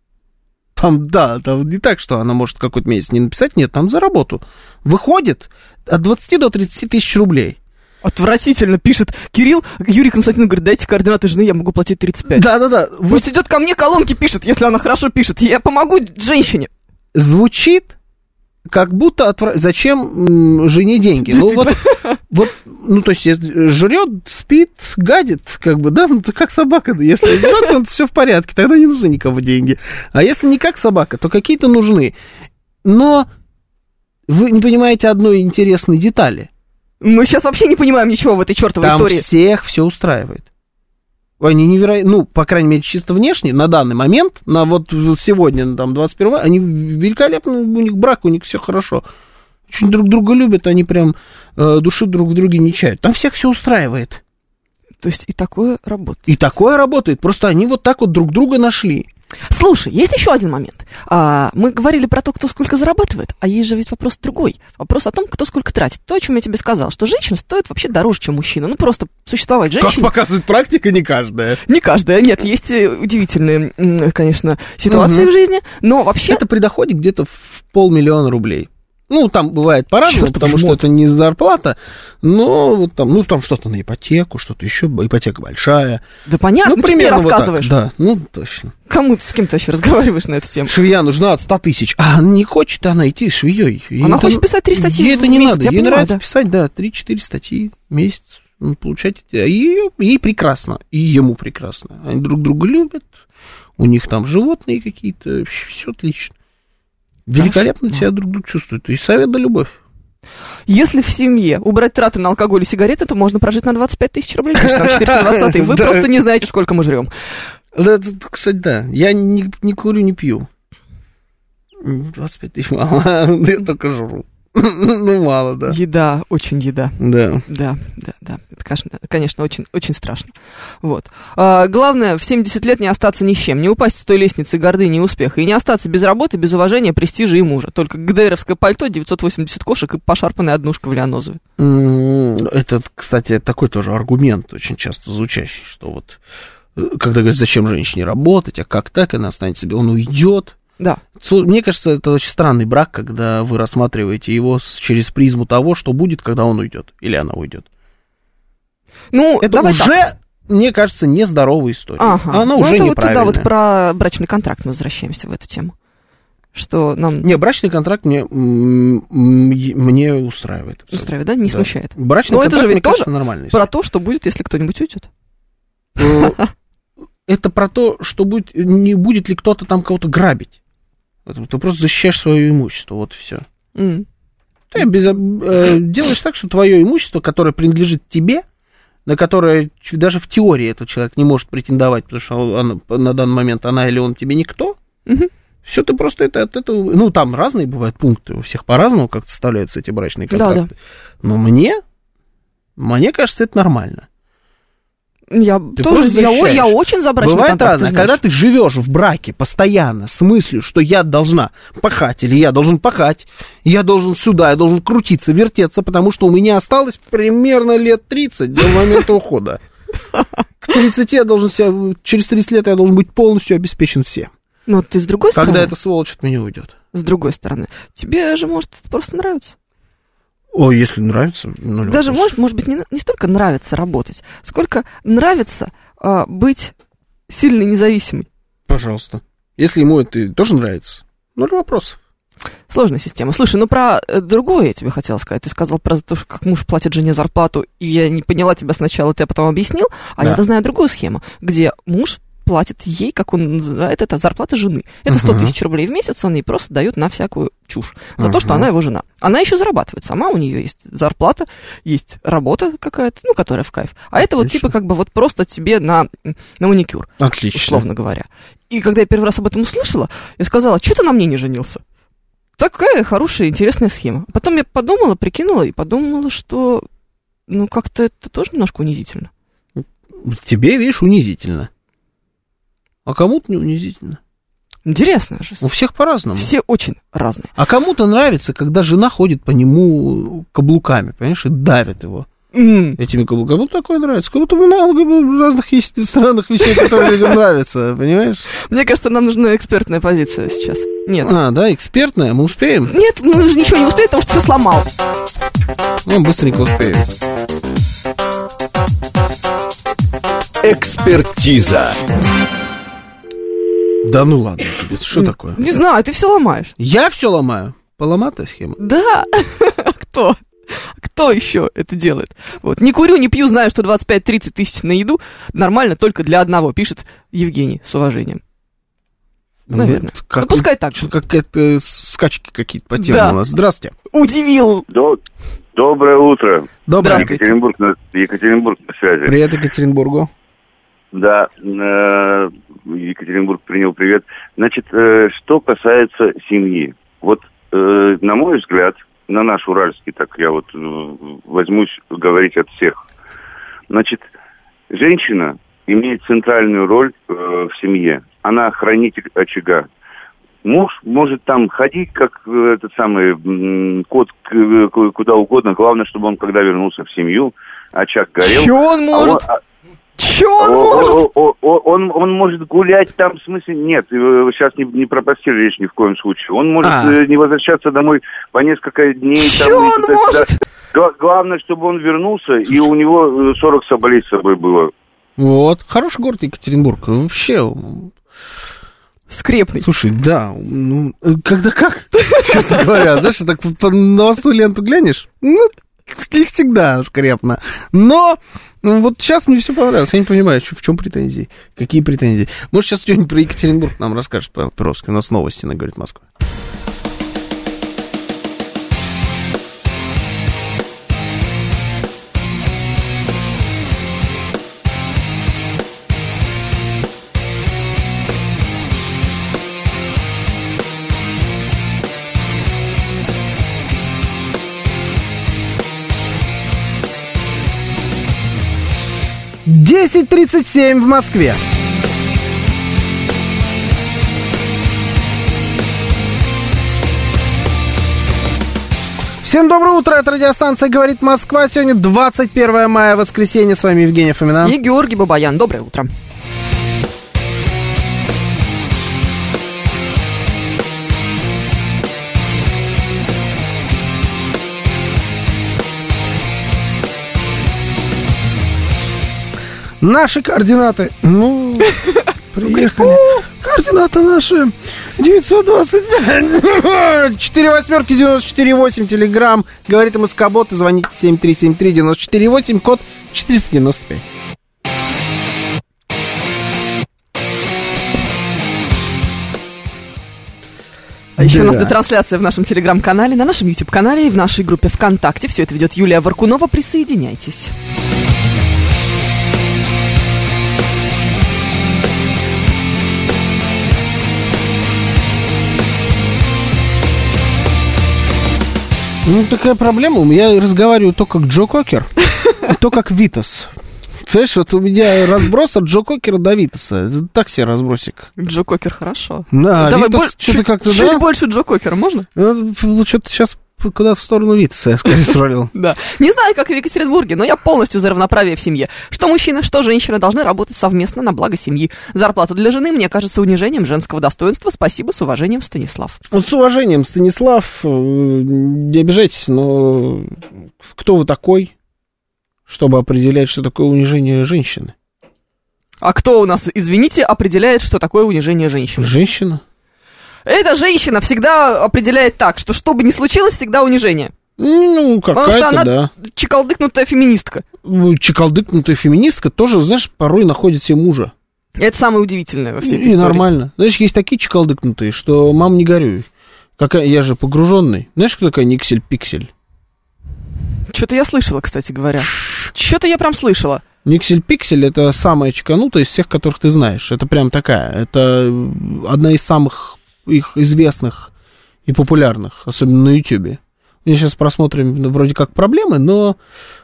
S2: Там, да, там не так, что она может какой-то месяц не написать. Нет, там за работу. Выходит от двадцати до тридцати тысяч рублей.
S3: Отвратительно, пишет Кирилл. Юрий Константинов говорит, дайте координаты жены, я могу платить тридцать пять.
S2: Да-да-да.
S3: Пусть идет ко мне, колонки пишет, если она хорошо пишет. Я помогу женщине.
S2: Звучит, как будто отвра... зачем м, жене деньги? Ну вот, вот, ну то есть жрет, спит, гадит, как бы, да, ну то как собака, если жрет, то все в порядке, тогда не нужны никому деньги. А если не как собака, то какие-то нужны. Но вы не понимаете одной интересной детали.
S3: Мы сейчас вообще не понимаем ничего в этой чертовой
S2: Там
S3: истории.
S2: всех все устраивает. Они невероятно, ну, по крайней мере, чисто внешне, на данный момент, на вот сегодня, там, двадцать первого мая, они великолепно, у них брак, у них все хорошо. Очень друг друга любят, они прям э, души друг в друге не чают. Там всех все устраивает.
S3: То есть и такое работает.
S2: И такое работает, просто они вот так вот друг друга нашли.
S3: Слушай, есть еще один момент. А, мы говорили про то, кто сколько зарабатывает, а есть же ведь вопрос другой. Вопрос о том, кто сколько тратит. То, о чем я тебе сказал, что женщина стоит вообще дороже, чем мужчина. Ну, просто существовать женщине...
S2: Как показывает практика, не каждая.
S3: Не каждая, нет, есть удивительные, конечно, ситуации
S2: Угу.
S3: в жизни, но вообще...
S2: Это при доходе где-то в полмиллиона рублей. Ну, там бывает по-разному,
S3: Чёртов
S2: потому
S3: жмот.
S2: что это не зарплата, но вот там, ну, там что-то на ипотеку, что-то еще, ипотека большая.
S3: Да понятно,
S2: Ну,
S3: ты мне
S2: примерно вот так,
S3: рассказываешь.
S2: да, ну, точно.
S3: Кому ты, с кем ты вообще разговариваешь на эту тему?
S2: Швея нужна от ста тысяч, а не хочет она идти швеей. Ей
S3: Она
S2: это-
S3: хочет писать три статьи
S2: Ей
S3: в
S2: это не
S3: месяц,
S2: надо,
S3: я
S2: ей
S3: понимаю,
S2: нравится
S3: да.
S2: писать, да, три-четыре статьи в месяц, ну, получать, а ей, ей прекрасно, и ему прекрасно. Они друг друга любят, у них там животные какие-то, все отлично. Великолепно
S3: Хорошо.
S2: себя друг друг чувствуют, и совет да любовь.
S3: Если в семье убрать траты на алкоголь и сигареты, то можно прожить на двадцать пять тысяч рублей, конечно, там четыреста двадцать. Вы
S2: Да.
S3: просто не знаете, сколько мы жрем.
S2: Да, это, кстати, да, я не, не курю, не пью. двадцать пять тысяч мало, я только жру. Ну, мало, да.
S3: Еда, очень еда.
S2: Да.
S3: Да, да, да. Это, конечно, конечно очень, очень страшно. Вот. А, главное, в семьдесят лет не остаться ни с чем, не упасть с той лестницы гордыни и успеха, и не остаться без работы, без уважения, престижа и мужа. Только ГДРовское пальто, девятьсот восемьдесят кошек и пошарпанная однушка в Леонозове.
S2: М, Это, кстати, такой тоже аргумент, очень часто звучащий, что вот, э, когда говорят, зачем женщине работать, а как так, она останется себе, он уйдет.
S3: Да.
S2: Слу- Мне кажется, это очень странный брак, когда вы рассматриваете его с- через призму того, что будет, когда он уйдет, или она уйдет.
S3: Ну,
S2: Это
S3: давай
S2: уже,
S3: так.
S2: мне кажется, нездоровая история.
S3: Ага.
S2: Она
S3: Ну,
S2: уже
S3: это вот
S2: неправильная.
S3: туда вот про брачный контракт мы возвращаемся в эту тему. Что нам
S2: Не, брачный контракт мне, м, м, е- мне устраивает. абсолютно.
S3: устраивает, да? Не
S2: Да.
S3: смущает.
S2: Брачный
S3: Но это
S2: контракт,
S3: же ведь
S2: мне кажется,
S3: тоже
S2: нормальная
S3: Про
S2: история.
S3: то, что будет, если кто-нибудь уйдет.
S2: Э, Это про то, что будет, не будет ли кто-то там кого-то грабить. Это Ты просто защищаешь свое имущество, вот и все.
S3: М.
S2: Ты без- э, делаешь так, что твое имущество, которое принадлежит тебе, на которое ч- даже в теории этот человек не может претендовать, потому что он- на данный момент она или он тебе никто,
S3: Мгм.
S2: Все, ты просто это от этого... Ну, там разные бывают пункты, у всех по-разному как-то составляются эти брачные контракты. Да, да. Но мне, мне кажется, это нормально.
S3: Я
S2: ты
S3: тоже, я, я очень за брачный
S2: Бывает
S3: контракт.
S2: Бывает разное, когда ты живешь в браке постоянно с мыслью, что я должна пахать, или я должен пахать, я должен сюда, я должен крутиться, вертеться, потому что у меня осталось примерно лет тридцать до момента ухода. К тридцати я должен себя, через тридцать лет я должен быть полностью обеспечен всем.
S3: Но ты с другой стороны...
S2: Когда эта сволочь от меня уйдет.
S3: С другой стороны, тебе же, может, это просто нравится.
S2: О, если нравится, ну,
S3: даже, может, может быть, не, не столько нравится работать, сколько нравится а, быть сильной, независимой.
S2: Пожалуйста. Если ему это тоже нравится, ноль вопросов.
S3: Сложная система. Слушай, ну про другое я тебе хотела сказать. Ты сказал про то, что как муж платит жене зарплату, и я не поняла тебя сначала, ты потом объяснил, а да. я-то знаю другую схему, где муж платит ей, как он называет это, зарплата жены. Это сто тысяч рублей в месяц, он ей просто дает на всякую чушь. За uh-huh. то, что она его жена. Она еще зарабатывает сама, у нее есть зарплата, есть работа какая-то, ну, которая в кайф. А Отлично. Это вот типа как бы вот просто тебе на, на маникюр.
S2: Отлично.
S3: Условно говоря. И когда я первый раз об этом услышала, я сказала, что ты на мне не женился? Такая хорошая, интересная схема. Потом я подумала, прикинула и подумала, что ну как-то это тоже немножко унизительно.
S2: Тебе, видишь, унизительно. А кому-то не унизительно.
S3: Интересно же.
S2: У всех по-разному.
S3: Все очень разные.
S2: А кому-то нравится, когда жена ходит по нему каблуками, понимаешь, и давит его mm. этими каблуками. Кому-то такое нравится. Кому-то много разных есть странных вещей, которые людям нравятся, понимаешь?
S3: Мне кажется, нам нужна экспертная позиция сейчас. Нет.
S2: А, да, экспертная, мы успеем?
S3: Нет, мы же ничего не успеем, потому что все сломал.
S2: Ну, быстренько успеем.
S1: Экспертиза.
S2: Да ну ладно тебе, что такое?
S3: Не знаю, ты все ломаешь.
S2: Я все ломаю? Поломатая схема?
S3: Да. Кто? Кто еще это делает? Вот. Не курю, не пью, знаю, что двадцать пять тридцать тысяч на еду нормально только для одного, пишет Евгений с уважением. Наверное. Ну, как, ну пускай так.
S2: Какие-то скачки какие-то по теме да. у нас. Здравствуйте.
S3: Удивил.
S8: До... Доброе утро.
S2: Доброе.
S8: Екатеринбург на... Екатеринбург на связи.
S2: Привет Екатеринбургу.
S8: Да, э, Екатеринбург принял привет. Значит, э, что касается семьи. Вот, э, на мой взгляд, на наш уральский, так я вот э, возьмусь говорить от всех. Значит, женщина имеет центральную роль э, в семье. Она хранитель очага. Муж может там ходить, как э, этот самый м, кот к, куда угодно. Главное, чтобы он, когда вернулся в семью, очаг горел.
S3: Чё он может?
S8: А он,
S3: Че он
S8: о,
S3: может?
S8: О, о, о, он, он может гулять там, в смысле, нет, сейчас не, не про постель речь ни в коем случае. Он может а. не возвращаться домой по несколько дней.
S3: Че
S8: там,
S3: он
S8: туда,
S3: может?
S8: Г- главное, чтобы он вернулся, и у него сорок соболей с собой было.
S2: Вот, хороший город Екатеринбург, вообще...
S3: Скрепный.
S2: Слушай, да, ну, когда как, честно говоря, знаешь, так по новостную ленту глянешь, ну, не всегда скрепно, но... Ну, вот сейчас мне все понравилось. Я не понимаю, в чем претензии. Какие претензии? Может, сейчас что-нибудь про Екатеринбург нам расскажет Павел Перовский. У нас новости на «Говорит Москва». десять тридцать семь в Москве. Всем доброе утро, это радиостанция «Говорит Москва». Сегодня двадцать первое мая, воскресенье. С вами Евгения Фомина.
S3: И Георгий Бабаян. Доброе утро.
S2: Наши координаты, ну, приехали. Координаты наши. девятьсот двадцать пять, четыре восьмерки, девяносто четыре восемь, телеграм. Говорит МСК-бот, и звоните семь три семь три девяносто четыре восемь, код четыреста девяносто пять.
S3: А еще да. у нас трансляция в нашем телеграм-канале, на нашем YouTube-канале и в нашей группе ВКонтакте. Все это ведет Юлия Варкунова. Присоединяйтесь.
S2: Ну, такая проблема. Я разговариваю то как Джо Кокер, то как Витас. Знаешь, вот у меня разброс от Джо Кокера до Витаса. Это так себе разбросик.
S3: Джо Кокер хорошо.
S2: Да,
S3: Давай
S2: Витас
S3: боль...
S2: что-то
S3: чуть,
S2: как-то,
S3: чуть
S2: да?
S3: больше Джо Кокера, можно?
S2: Ну, что-то сейчас куда-то в сторону Витаса я скорее свалил.
S3: Да. Не знаю, как в Екатеринбурге, но я полностью за равноправие в семье. Что мужчина, что женщина должны работать совместно на благо семьи. Зарплата для жены, мне кажется, унижением женского достоинства. Спасибо, с уважением, Станислав.
S2: Вот с уважением, Станислав, не обижайтесь, но кто вы такой, чтобы определять, что такое унижение женщины?
S3: А кто у нас, извините, определяет, что такое унижение женщины?
S2: Женщина.
S3: Эта женщина всегда определяет так, что что бы ни случилось, всегда унижение.
S2: Ну, какая-то,
S3: Потому что она
S2: да.
S3: чекалдыкнутая феминистка.
S2: Чекалдыкнутая феминистка тоже, знаешь, порой находит себе мужа.
S3: Это самое удивительное во всей этой
S2: И
S3: истории.
S2: нормально. Знаешь, есть такие чекалдыкнутые, что мам, не горюй. Какая, я же погруженный. Знаешь, кто такая Никсель-Пиксель?
S3: Что-то я слышала, кстати говоря. Что-то я прям слышала.
S2: Никсель-Пиксель — это самая чеканутая из всех, которых ты знаешь. Это прям такая. Это одна из самых их известных и популярных, особенно на Ютьюбе. У меня сейчас просмотрим вроде как проблемы, но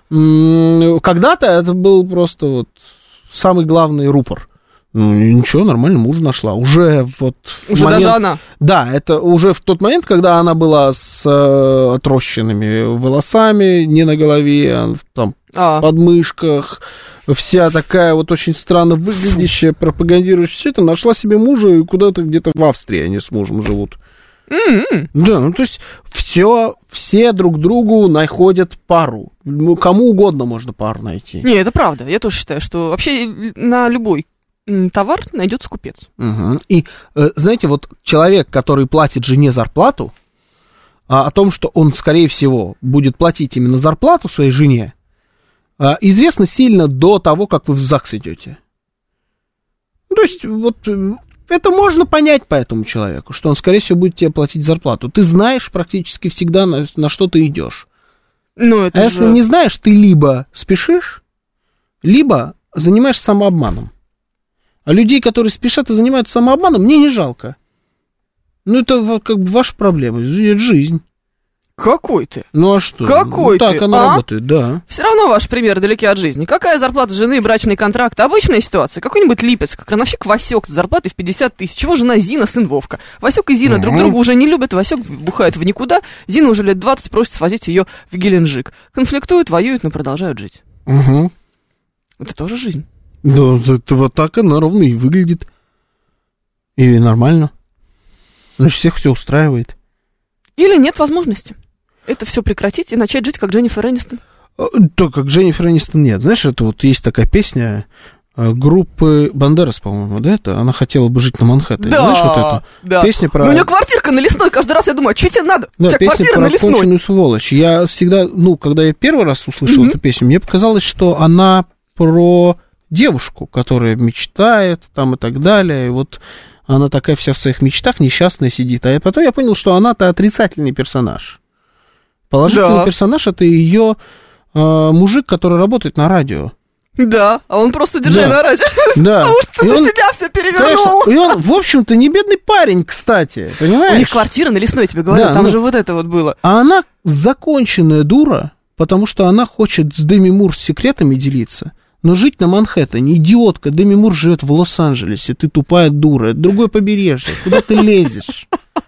S2: м- когда-то это был просто вот самый главный рупор. Ну, ничего, нормально, мужа нашла. Уже вот...
S3: Уже
S2: момент...
S3: даже она.
S2: Да, это уже в тот момент, когда она была с э, отрощенными волосами, не на голове, а там,
S3: а.
S2: под мышках, вся такая вот очень странно выглядящая, пропагандирующая все это, нашла себе мужа и куда-то где-то в Австрии они с мужем живут.
S3: Mm-hmm.
S2: Да, ну то есть все, все друг другу находят пару. Ну, кому угодно можно пару найти.
S3: Не, это правда. Я тоже считаю, что вообще на любой товар найдется купец.
S2: Угу. И, знаете, вот человек, который платит жене зарплату, о том, что он, скорее всего, будет платить именно зарплату своей жене, известно сильно до того, как вы в ЗАГС идете. То есть, вот, это можно понять по этому человеку, что он, скорее всего, будет тебе платить зарплату. Ты знаешь практически всегда, на, на что ты идешь.
S3: Ну, это
S2: а
S3: же...
S2: если не знаешь, ты либо спешишь, либо занимаешься самообманом. А людей, которые спешат и занимаются самообманом, мне не жалко. Ну, это как бы ваша проблема, это жизнь.
S3: Какой ты?
S2: Ну, а что?
S3: Какой
S2: ну,
S3: ты?
S2: Так она
S3: а?
S2: работает, да.
S3: Все равно ваш пример далеки от жизни. Какая зарплата жены, брачный контракт? Обычная ситуация. Какой-нибудь липец, крановщик Васек с зарплатой в пятьдесят тысяч. Чего жена Зина, сын Вовка? Васек и Зина угу. друг друга уже не любят. Васек бухает в никуда. Зина уже лет двадцать просит свозить ее в Геленджик. Конфликтуют, воюют, но продолжают жить.
S2: Угу.
S3: Это тоже жизнь.
S2: Да, это вот так она ровно и выглядит. И нормально. Значит, всех все устраивает.
S3: Или нет возможности это все прекратить и начать жить, как Дженнифер Энистон.
S2: То, как Дженнифер Энистон, нет. Знаешь, это вот есть такая песня группы Бандерас, по-моему, да, это? Она хотела бы жить на Манхэттене.
S3: Да,
S2: знаешь, вот это?
S3: Да.
S2: Песня про...
S3: Ну, у нее квартирка на Лесной. Каждый раз я думаю, а что тебе надо?
S2: Да,
S3: у тебя
S2: песня
S3: квартира
S2: про
S3: на Лесной.
S2: конченую сволочь. Я всегда, ну, когда я первый раз услышал mm-hmm. эту песню, мне показалось, что она про девушку, которая мечтает, там, и так далее, и вот... Она такая вся в своих мечтах, несчастная сидит. А потом я понял, что она-то отрицательный персонаж. Положительный да. персонаж — это ее э, мужик, который работает на радио.
S3: Да, а он просто диджей да. на радио.
S2: Да.
S3: Потому что
S2: и
S3: на
S2: он,
S3: себя все перевернул.
S2: Конечно, и он, в общем-то, не бедный парень, кстати. Понимаешь?
S3: У них квартира на Лесной, я тебе говорю, да, там ну, же вот это вот было.
S2: А она законченная дура, потому что она хочет с Деми Мур с секретами делиться. Но жить на Манхэттене, идиотка, Деми Мур живет в Лос-Анджелесе, ты тупая дура, это другое побережье, куда ты лезешь?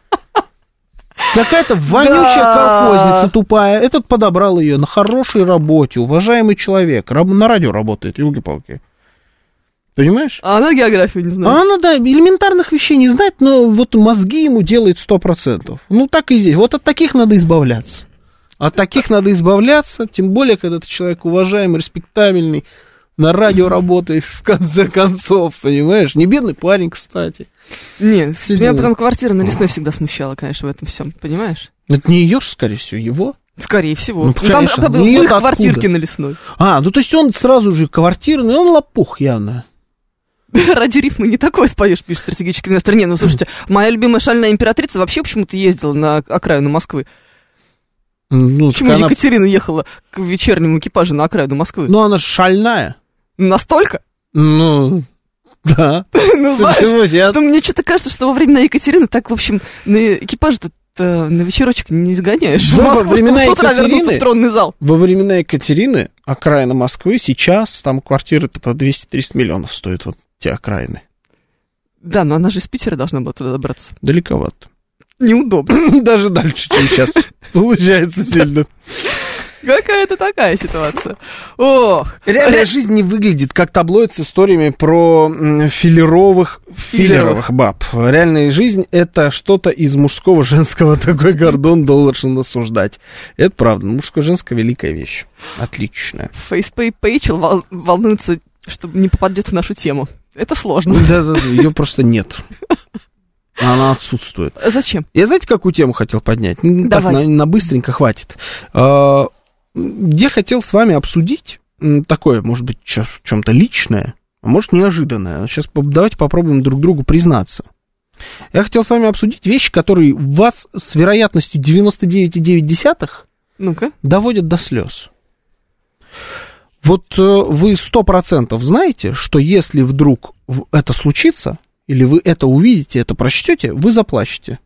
S2: Какая-то вонючая да. колхозница тупая, этот подобрал ее на хорошей работе, уважаемый человек, раб, на радио работает, елки-палки. Понимаешь?
S3: А она географию не знает.
S2: А она, да, элементарных вещей не знает, но вот мозги ему делает сто процентов. Ну, так и здесь, вот от таких надо избавляться. От таких надо избавляться, тем более, когда ты человек уважаемый, респектабельный, на радио работаешь, в конце концов, понимаешь? Не бедный парень, кстати.
S3: Нет, меня потом квартира на Лесной всегда смущала, конечно, в этом всем, понимаешь?
S2: Это не ее же, скорее всего, его?
S3: Скорее всего.
S2: Ну,
S3: ну там, там в их квартирке на Лесной.
S2: А, ну то есть он сразу же квартирный, он лопух явно.
S3: Ради рифмы не такое споешь, пишет стратегический инвестор. Не, ну слушайте, моя любимая шальная императрица вообще почему-то ездила на окраину Москвы.
S2: Ну,
S3: почему
S2: она...
S3: Екатерина ехала к вечернему экипажу на окраину Москвы?
S2: Ну, она же шальная.
S3: Настолько?
S2: Ну, да.
S3: Ну, знаешь, мне что-то кажется, что во времена Екатерины так, в общем, на экипаже-то как-то на вечерочек не сгоняешь.
S2: Во
S3: В Москву,
S2: времена
S3: чтобы с утра
S2: Екатерины-
S3: вернуться в тронный зал.
S2: Во времена Екатерины окраина Москвы сейчас там квартиры-то по двести-триста миллионов стоят, вот те окраины.
S3: Да, но она же из Питера должна была туда добраться.
S2: Далековато.
S3: Неудобно.
S2: Даже дальше, чем сейчас. Получается сильно.
S3: Какая-то такая ситуация. Ох.
S2: Реальная жизнь не выглядит как таблоид с историями про м, филеровых, филлеровых баб. Реальная жизнь — это что-то из мужского, женского. Такой Гордон должен осуждать. Это правда. Мужско-женская великая вещь. Отличная.
S3: Фейспей Пейчел вол- волнуется, чтобы не попадет в нашу тему. Это сложно.
S2: Да-да-да, ее просто нет. Она отсутствует.
S3: Зачем?
S2: Я знаете, какую тему хотел поднять? Ну, так,
S3: Давай.
S2: на, на быстренько хватит. А, Я хотел с вами обсудить м, такое, может быть, чё- в чем-то личное, а может, неожиданное. Сейчас по- давайте попробуем друг другу признаться. Я хотел с вами обсудить вещи, которые вас с вероятностью девяносто девять целых девять десятых
S3: Ну-ка.
S2: доводят до слез. Вот э, вы сто процентов знаете, что если вдруг в- это случится, или вы это увидите, это прочтете, вы заплачете.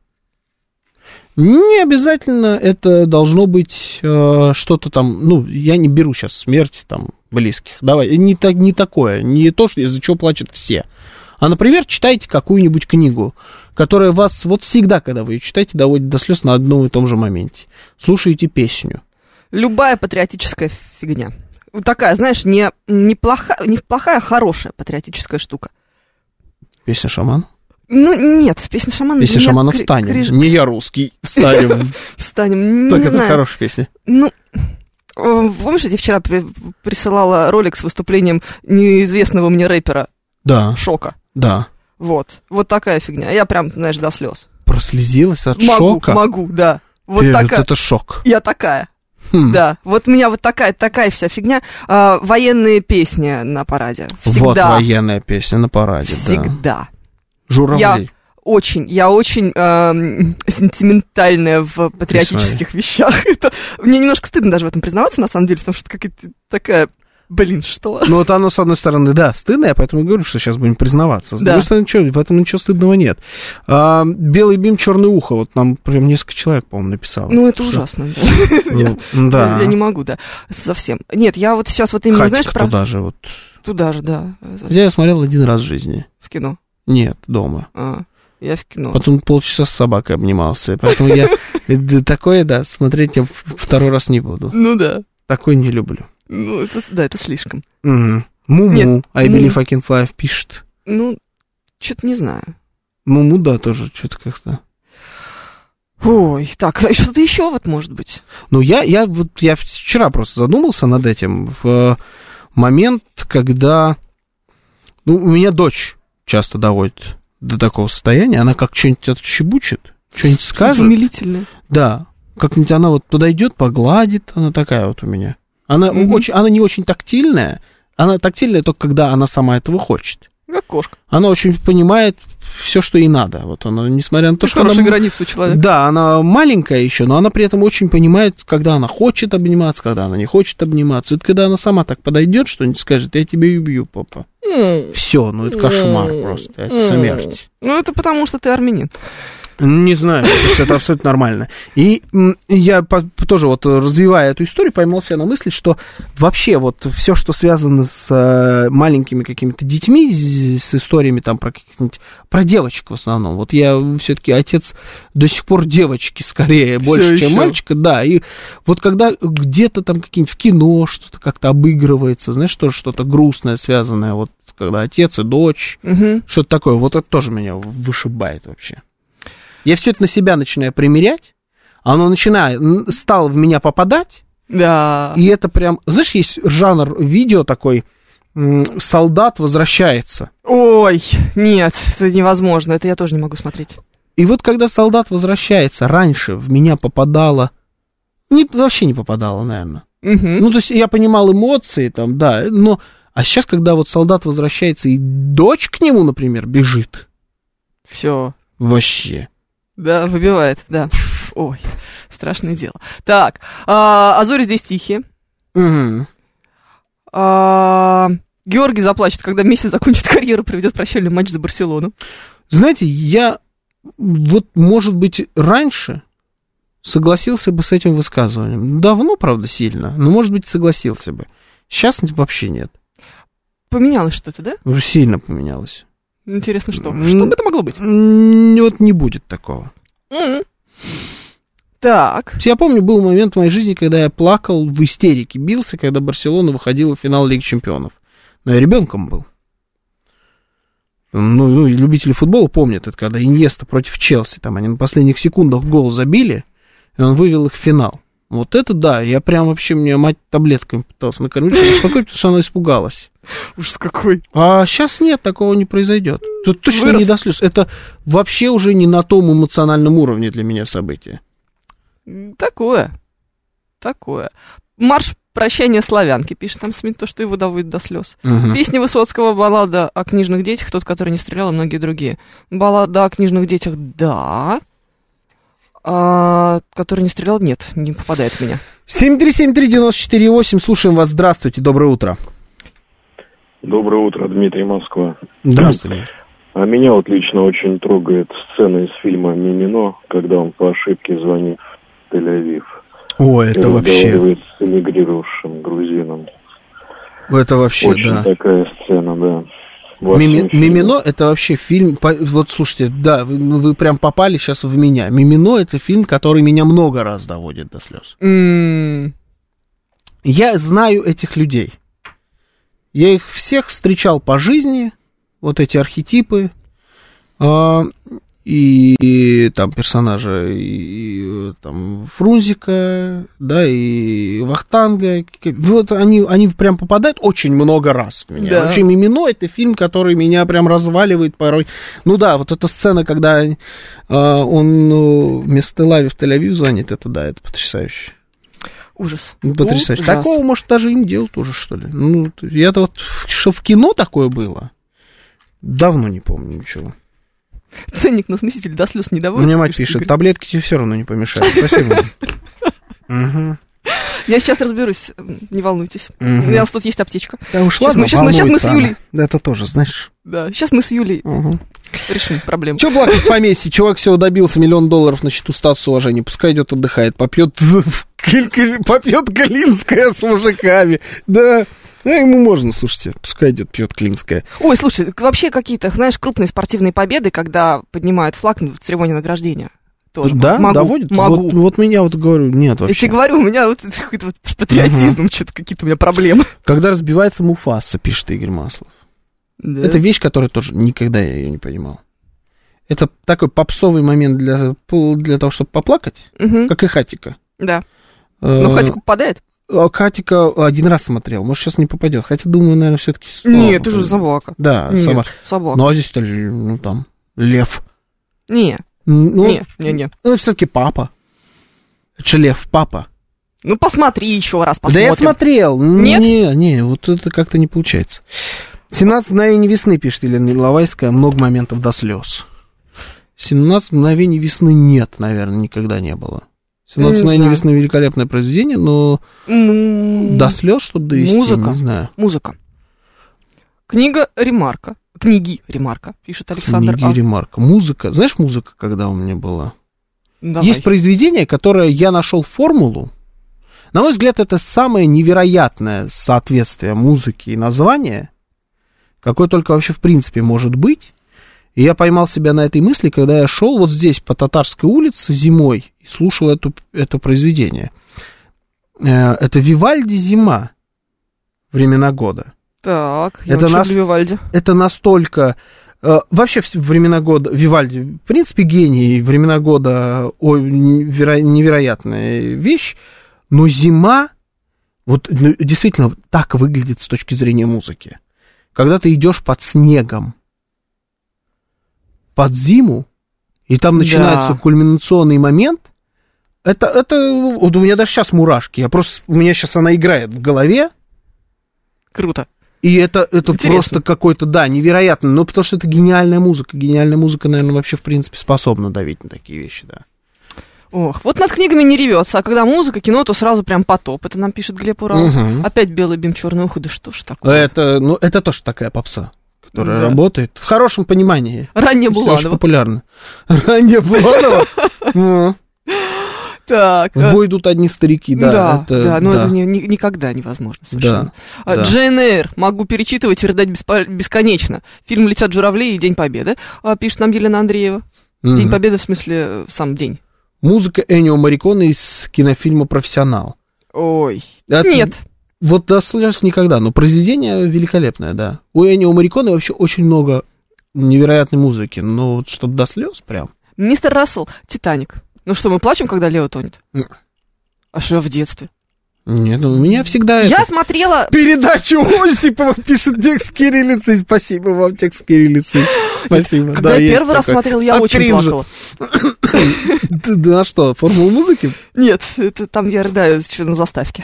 S2: Не обязательно это должно быть э, что-то там, ну, я не беру сейчас смерть там близких, давай, не, так, не такое, не то, что из-за чего плачут все. А, например, читайте какую-нибудь книгу, которая вас вот всегда, когда вы ее читаете, доводит до слез на одном и том же моменте. Слушаете песню.
S3: Любая патриотическая фигня. Вот такая, знаешь, не, не, плоха, не плохая, а хорошая патриотическая штука.
S2: Песня «Шаман»?
S3: Ну, нет, песня «Шаман».
S2: Песня
S3: меня
S2: «Шамана»
S3: кри-
S2: «Встанем».
S3: криж-
S2: Не я русский, «Встанем».
S3: Встанем,
S2: Так,
S3: не
S2: это
S3: знаю.
S2: хорошая песня.
S3: Ну, э, помнишь, я тебе вчера при- присылала ролик с выступлением неизвестного мне рэпера
S2: Да,
S3: Шока?
S2: да.
S3: Вот, вот такая фигня. Я прям, знаешь, до слез.
S2: Прослезилась от
S3: Могу,
S2: шока?
S3: могу, да. Вот
S2: Э,
S3: такая.
S2: Это шок.
S3: Я такая.
S2: Хм.
S3: Да, вот у меня вот такая, такая вся фигня. А, военные песни на параде. Всегда.
S2: Вот военная песня на параде, да.
S3: Всегда.
S2: Журавли.
S3: Я очень, я очень эм, сентиментальная в патриотических вещах. Это, мне немножко стыдно даже в этом признаваться, на самом деле, потому что какая-то такая, блин, что?
S2: Ну, вот оно, с одной стороны, да, стыдно, я поэтому и говорю, что сейчас будем признаваться. С
S3: Да.
S2: другой стороны, ничего, в этом ничего стыдного нет. А, «Белый бим, черное ухо», вот нам прям несколько человек, по-моему, написало.
S3: Ну, это
S2: Что?
S3: ужасно. да.
S2: Ну, да.
S3: Я не могу, да, совсем. Нет, я вот сейчас вот именно,
S2: Хатико
S3: знаешь, про...
S2: туда же, вот.
S3: Туда же, да,
S2: Хотя я смотрел один раз в жизни.
S3: в кино.
S2: Нет, дома.
S3: А, я в кино.
S2: Потом полчаса с собакой обнимался. Поэтому я э, такое, да, смотреть я второй раз не буду.
S3: Ну да.
S2: Такое не люблю.
S3: Ну, это, да, это слишком.
S2: Мгм. Муму,
S3: Нет,
S2: I
S3: ну-
S2: believe I can fly пишет.
S3: Ну, что-то не знаю.
S2: Муму, да, тоже что-то как-то.
S3: Ой, так, а что-то еще вот может быть.
S2: Ну, я, я, вот, я вчера просто задумался над этим в момент, когда, ну, у меня дочь часто доводит до такого состояния, она как что-нибудь отщебучит, что-нибудь скажет.
S3: Умилительно.
S2: Да, как-нибудь она вот подойдет, погладит, она такая вот у меня. Она,
S3: Мгм.
S2: очень, она не очень тактильная, она тактильная только когда она сама этого хочет.
S3: Как кошка.
S2: Она очень понимает все, что ей надо. Вот она, несмотря на то, что
S3: Хорошие
S2: она...
S3: границы у человека.
S2: Да, она маленькая еще, но она при этом очень понимает, когда она хочет обниматься, когда она не хочет обниматься. Это когда она сама так подойдет, что-нибудь скажет, я тебя убью, папа.
S3: М.
S2: Все, ну это кошмар просто, это
S3: М.
S2: смерть.
S3: Ну, это потому, что ты армянин.
S2: Не знаю, то есть это абсолютно нормально. И м, я по- тоже вот развивая эту историю, поймал себя на мысли, что вообще вот все, что связано с э, маленькими какими-то детьми, с, с историями там про каких-нибудь, про девочек в основном. Вот я все-таки отец до сих пор девочки скорее, больше, чем
S3: ещё.
S2: мальчика, да. И вот когда где-то там какие-нибудь в кино что-то как-то обыгрывается, знаешь, тоже что-то грустное связанное, вот когда отец и дочь,
S3: Мгм.
S2: что-то такое, вот это тоже меня вышибает вообще. Я все это на себя начинаю примерять, а оно начинает, н- стало в меня попадать,
S3: Да.
S2: и это прям, знаешь, есть жанр видео такой, м, солдат возвращается.
S3: Ой, нет, это невозможно, это я тоже не могу смотреть.
S2: И вот когда солдат возвращается, раньше в меня попадало, не, вообще не попадало, наверное.
S3: Мгм.
S2: Ну, то есть я понимал эмоции там, да, но, а сейчас, когда вот солдат возвращается, и дочь к нему, например, бежит,
S3: Все.
S2: вообще.
S3: Да, выбивает, да. Ой, страшное дело. Так, а, а зори здесь тихие.
S2: Мгм.
S3: А, Георгий заплачет, когда Месси закончит карьеру, проведет прощальный матч за Барселону.
S2: Знаете, я вот, может быть, раньше согласился бы с этим высказыванием. Давно, правда, сильно, но, может быть, согласился бы. Сейчас вообще нет.
S3: Поменялось что-то, да?
S2: Сильно поменялось.
S3: Интересно, что? Что бы это могло быть?
S2: Вот не будет такого.
S3: Mm-hmm. Так.
S2: Я помню, был момент в моей жизни, когда я плакал, в истерике бился, когда Барселона выходила в финал Лиги Чемпионов. Но я ребенком был. Ну, ну, любители футбола помнят это, когда Иньеста против Челси, там они на последних секундах гол забили, и он вывел их в финал. Вот это да, я прям вообще, мне мать таблетками пытался накормить, чтобы успокоить, потому что она испугалась.
S3: Ужас какой.
S2: А сейчас нет, такого не произойдет. Тут точно
S3: Вырос.
S2: Не до слез. Это вообще уже не на том эмоциональном уровне для меня событие.
S3: Такое. Такое. Марш прощания славянки, пишет там Смит, то, что его доводит до слез.
S2: Угу.
S3: Песни Высоцкого, баллада о книжных детях, тот, который не стрелял, и многие другие. Баллада о книжных детях, да. А, который не стрелял, нет, не попадает в меня.
S2: семь три семь три девять четыре восемь, слушаем вас, здравствуйте, доброе утро.
S9: Доброе утро, Дмитрий, Москва.
S2: Здравствуйте.
S9: А меня вот лично очень трогает сцена из фильма «Мимино», когда он по ошибке звонит в Тель-Авив.
S2: О, это
S9: и
S2: вообще...
S9: разговаривает с эмигрировавшим грузином.
S2: Это вообще,
S9: очень
S2: да.
S9: такая сцена, да.
S2: Мими... «Мимино» — это вообще фильм... Вот, слушайте, да, вы, вы прям попали сейчас в меня. «Мимино» — это фильм, который меня много раз доводит до слез.
S3: Mm.
S2: Я знаю этих людей. Я их всех встречал по жизни, вот эти архетипы, э, и, и там персонажа, и, и там Фрунзика, да, и Вахтанга. Вот они, они прям попадают очень много раз в меня.
S3: Да.
S2: Вообще «Мимино» — это фильм, который меня прям разваливает порой. Ну да, вот эта сцена, когда э, он ну, вместо Тель-Авив в Тель-Авив звонит, это да, это потрясающе.
S3: Ужас.
S2: Потрясающе.
S3: Ужас.
S2: Такого, может, даже и не делал тоже, что ли. Ну, я-то вот, что в кино такое было, давно не помню ничего.
S3: Ценник на смеситель до слез не доводит.
S2: Мне мать пишет, таблетки тебе все равно не помешают. Спасибо.
S3: Я сейчас разберусь, не волнуйтесь. У нас тут есть аптечка.
S2: Да уж ладно,
S3: сейчас мы с Юлей...
S2: Это тоже, знаешь.
S3: Да, сейчас мы с Юлей решим проблему.
S2: Че плакать в поместье? Чувак всего добился, миллион долларов на счету, статус уважения. Пускай идет отдыхает, попьет попьет Клинское с мужиками. Да, да, ему можно, слушайте, пускай идет, пьет Клинское.
S3: Ой, слушай, вообще какие-то, знаешь, крупные спортивные победы, когда поднимают флаг в церемонии награждения. Тоже
S2: да,
S3: могу,
S2: доводит?
S3: Могу.
S2: Вот, вот меня вот говорю, нет вообще.
S3: Я тебе говорю, у меня вот какой-то вот с патриотизмом, uh-huh. что-то какие-то у меня проблемы.
S2: Когда разбивается Муфаса, пишет Игорь Маслов. Да. Это вещь, которая тоже никогда я ее не понимал. Это такой попсовый момент для, для того, чтобы поплакать, uh-huh. как и Хатика.
S3: Да. Но Хатика попадает?
S2: Хатика один раз смотрел, может, сейчас не попадет. Хотя, думаю, наверное, все-таки...
S3: Нет, ты же собака.
S2: Да,
S3: Нет,
S2: собака.
S3: собака.
S2: Ну, а здесь-то, ну, там, лев.
S3: Не.
S2: Ну,
S3: не, не, не.
S2: Ну, все-таки папа. Это же лев, папа.
S3: Ну, посмотри еще раз, посмотрим.
S2: Да я смотрел.
S3: Нет?
S2: Не, не, вот это как-то не получается. семнадцать мгновений весны, пишет Елена Иловайская, много моментов до слез. семнадцать мгновений весны нет, наверное, никогда не было. семнадцать мгновений весны великолепное произведение, но М- до слез, чтобы довести,
S3: музыка.
S2: не знаю.
S3: Музыка. Книга Ремарка. Книги Ремарка, пишет Александр.
S2: Книги а. Ремарка. Музыка. Знаешь, музыка, когда у меня была?
S3: Давай.
S2: Есть произведение, которое я нашел формулу. На мой взгляд, это самое невероятное соответствие музыки и названия, какое только вообще в принципе может быть. И я поймал себя на этой мысли, когда я шел вот здесь по Татарской улице зимой и слушал эту, это произведение. Это Вивальди «Зима. Времена года».
S3: Так, я
S2: это, нас...
S3: Вивальди.
S2: это настолько... Э, вообще времена года... Вивальди, в принципе, гений. Времена года о, неверо... невероятная вещь. Но «Зима» вот ну, действительно так выглядит с точки зрения музыки. Когда ты идешь под снегом, под зиму, и там начинается да. кульминационный момент, это, это... Вот у меня даже сейчас мурашки. Я просто... У меня сейчас она играет в голове.
S3: Круто.
S2: И это, это просто какой-то, да, невероятно, но потому что это гениальная музыка. Гениальная музыка, наверное, вообще, в принципе, способна давить на такие вещи, да.
S3: Ох, вот над книгами не ревется, а когда музыка, кино, то сразу прям потоп. Это нам пишет Глеб Урал. Угу. Опять белый бим, черное ухо, да что ж такое?
S2: Это, ну, это тоже такая попса, которая да. работает в хорошем понимании.
S3: Ранняя Буланова.
S2: Очень популярна. Ранняя Буланова?
S3: Так.
S2: В бой идут одни старики, да.
S3: Да,
S2: это,
S3: да, но
S2: да.
S3: это не, не, никогда невозможно совершенно.
S2: Да, да.
S3: Джейн Эйр. Могу перечитывать и рыдать беспо- бесконечно. Фильм «Летят журавли» и «День Победы», пишет нам Елена Андреева. Mm-hmm. День Победы, в смысле, сам день.
S2: Музыка Эннио Морриконе из кинофильма «Профессионал».
S3: Ой,
S2: это,
S3: нет.
S2: Вот до слез никогда, но произведение великолепное, да. У Эннио Морриконе вообще очень много невероятной музыки, но вот чтобы до слез прям.
S3: Мистер Рассел, «Титаник». Ну что, мы плачем, когда Лео тонет? Mm. А что в детстве?
S2: Нет, ну у меня всегда...
S3: Я
S2: это...
S3: смотрела...
S2: Передачу Осипова пишет текст кириллицей. Спасибо вам, текст кириллицей. Спасибо.
S3: Когда
S2: да,
S3: я первый раз смотрел, я очень плакала.
S2: Да на что, формулу музыки?
S3: Нет, это там я рыдаю на заставке.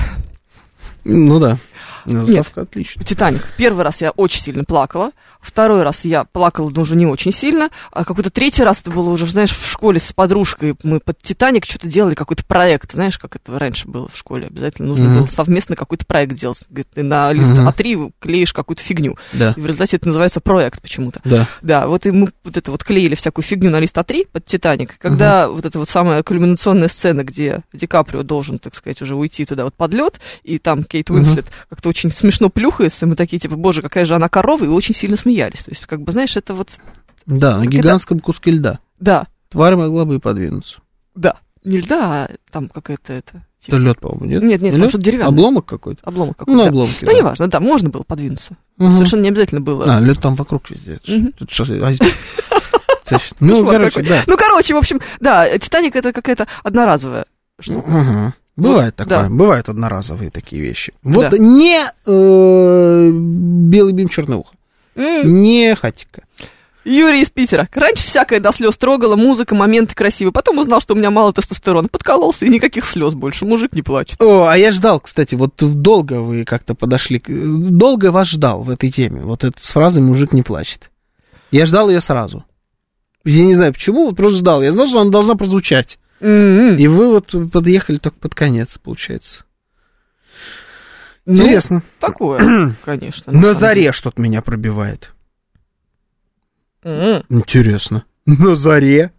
S2: Ну да. Заставка отличная.
S3: «Титаник». Первый раз я очень сильно плакала. Второй раз я плакала, но уже не очень сильно. А какой-то третий раз это было уже, знаешь, в школе с подружкой. Мы под «Титаник» что-то делали, какой-то проект. Знаешь, как это раньше было в школе? Обязательно нужно mm-hmm. было совместно какой-то проект делать. Говорит, ты на лист mm-hmm. а три клеишь какую-то фигню.
S2: Да.
S3: И в результате это называется проект почему-то.
S2: Да.
S3: Да, вот и мы вот это вот клеили всякую фигню на лист а три под «Титаник». Когда mm-hmm. вот эта вот самая кульминационная сцена, где Ди Каприо должен, так сказать, уже уйти туда вот под лед, и там Кейт Уинслет mm-hmm. как-то очень смешно плюхается, и мы такие, типа, боже, какая же она корова, и очень сильно смеялись. То есть, как бы, знаешь, это вот...
S2: Да, на гигантском это... куске льда.
S3: Да.
S2: Тварь могла бы и подвинуться.
S3: Да. Не льда, а там какая-то это...
S2: Типа... Это лед, по-моему, нет?
S3: Нет, нет,
S2: не
S3: там что-то деревянное.
S2: Обломок какой-то?
S3: Обломок какой-то,
S2: Ну,
S3: да.
S2: обломки.
S3: Ну,
S2: да.
S3: неважно, да, можно было подвинуться.
S2: Угу.
S3: Совершенно не обязательно было.
S2: А, лед там вокруг везде.
S3: Угу.
S2: Тут что, ну, короче, да.
S3: Ну, короче, в общем, да, «Титаник» — это какая-то одноразовая штука.
S2: Бывает
S3: вот,
S2: такое,
S3: да.
S2: бывают одноразовые такие вещи. Вот
S3: да.
S2: не э, белый бим, черное ухо. Mm. Не хатика.
S3: Юрий из Питера. Раньше всякое до слез трогало, музыка, моменты красивые. Потом узнал, что у меня мало тестостерона. Подкололся, и никаких слез больше. Мужик не плачет.
S2: О, а я ждал, кстати, вот долго вы как-то подошли. Долго вас ждал в этой теме. Вот это с фразой «мужик не плачет». Я ждал ее сразу. Я не знаю почему, вот просто ждал. Я знал, что она должна прозвучать. Mm-hmm. И вы вот подъехали только под конец, получается.
S3: Ну,
S2: интересно.
S3: Такое, конечно.
S2: На, на заре деле. Что-то меня пробивает.
S3: Mm-hmm.
S2: Интересно. На заре.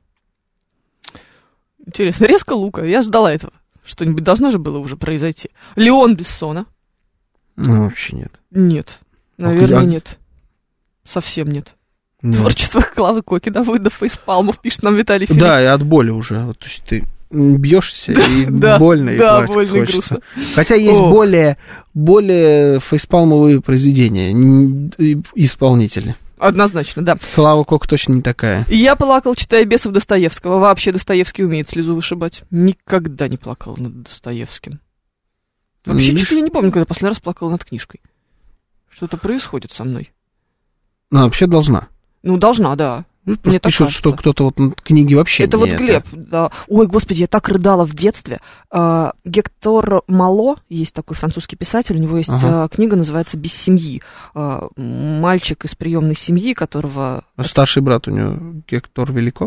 S3: Интересно. Резко лука. Я ждала этого. Что-нибудь должно же было уже произойти. Леон Бессона.
S2: Ну, вообще нет.
S3: Нет. Наверное,
S2: а...
S3: нет. Совсем нет.
S2: Да.
S3: Творчество Клавы Коки, Давыдов, фейспалмов, пишет нам Виталий Филипп.
S2: Да, и от боли уже. Вот, то есть ты бьешься, и больно, и
S3: да,
S2: плакать
S3: больно
S2: хочется.
S3: И грустно.
S2: Хотя есть более, более фейспалмовые произведения, исполнители.
S3: Однозначно, да.
S2: Клава Кока точно не такая.
S3: И я плакал, читая «Бесов» Достоевского. Вообще Достоевский умеет слезу вышибать. Никогда не плакал над Достоевским. Вообще, что-то я не помню, когда последний раз плакал над книжкой. Что-то происходит со мной.
S2: Ну, вообще должна.
S3: Ну, должна, да.
S2: Ну, просто пишут, что кто-то вот книги вообще
S3: это
S2: не...
S3: Вот
S2: это вот
S3: Глеб, да. Ой, господи, я так рыдала в детстве. А, Гектор Мало, есть такой французский писатель, у него есть ага. а, книга, называется «Без семьи». А, мальчик из приемной семьи, которого...
S2: А старший брат у него Гектор Велико?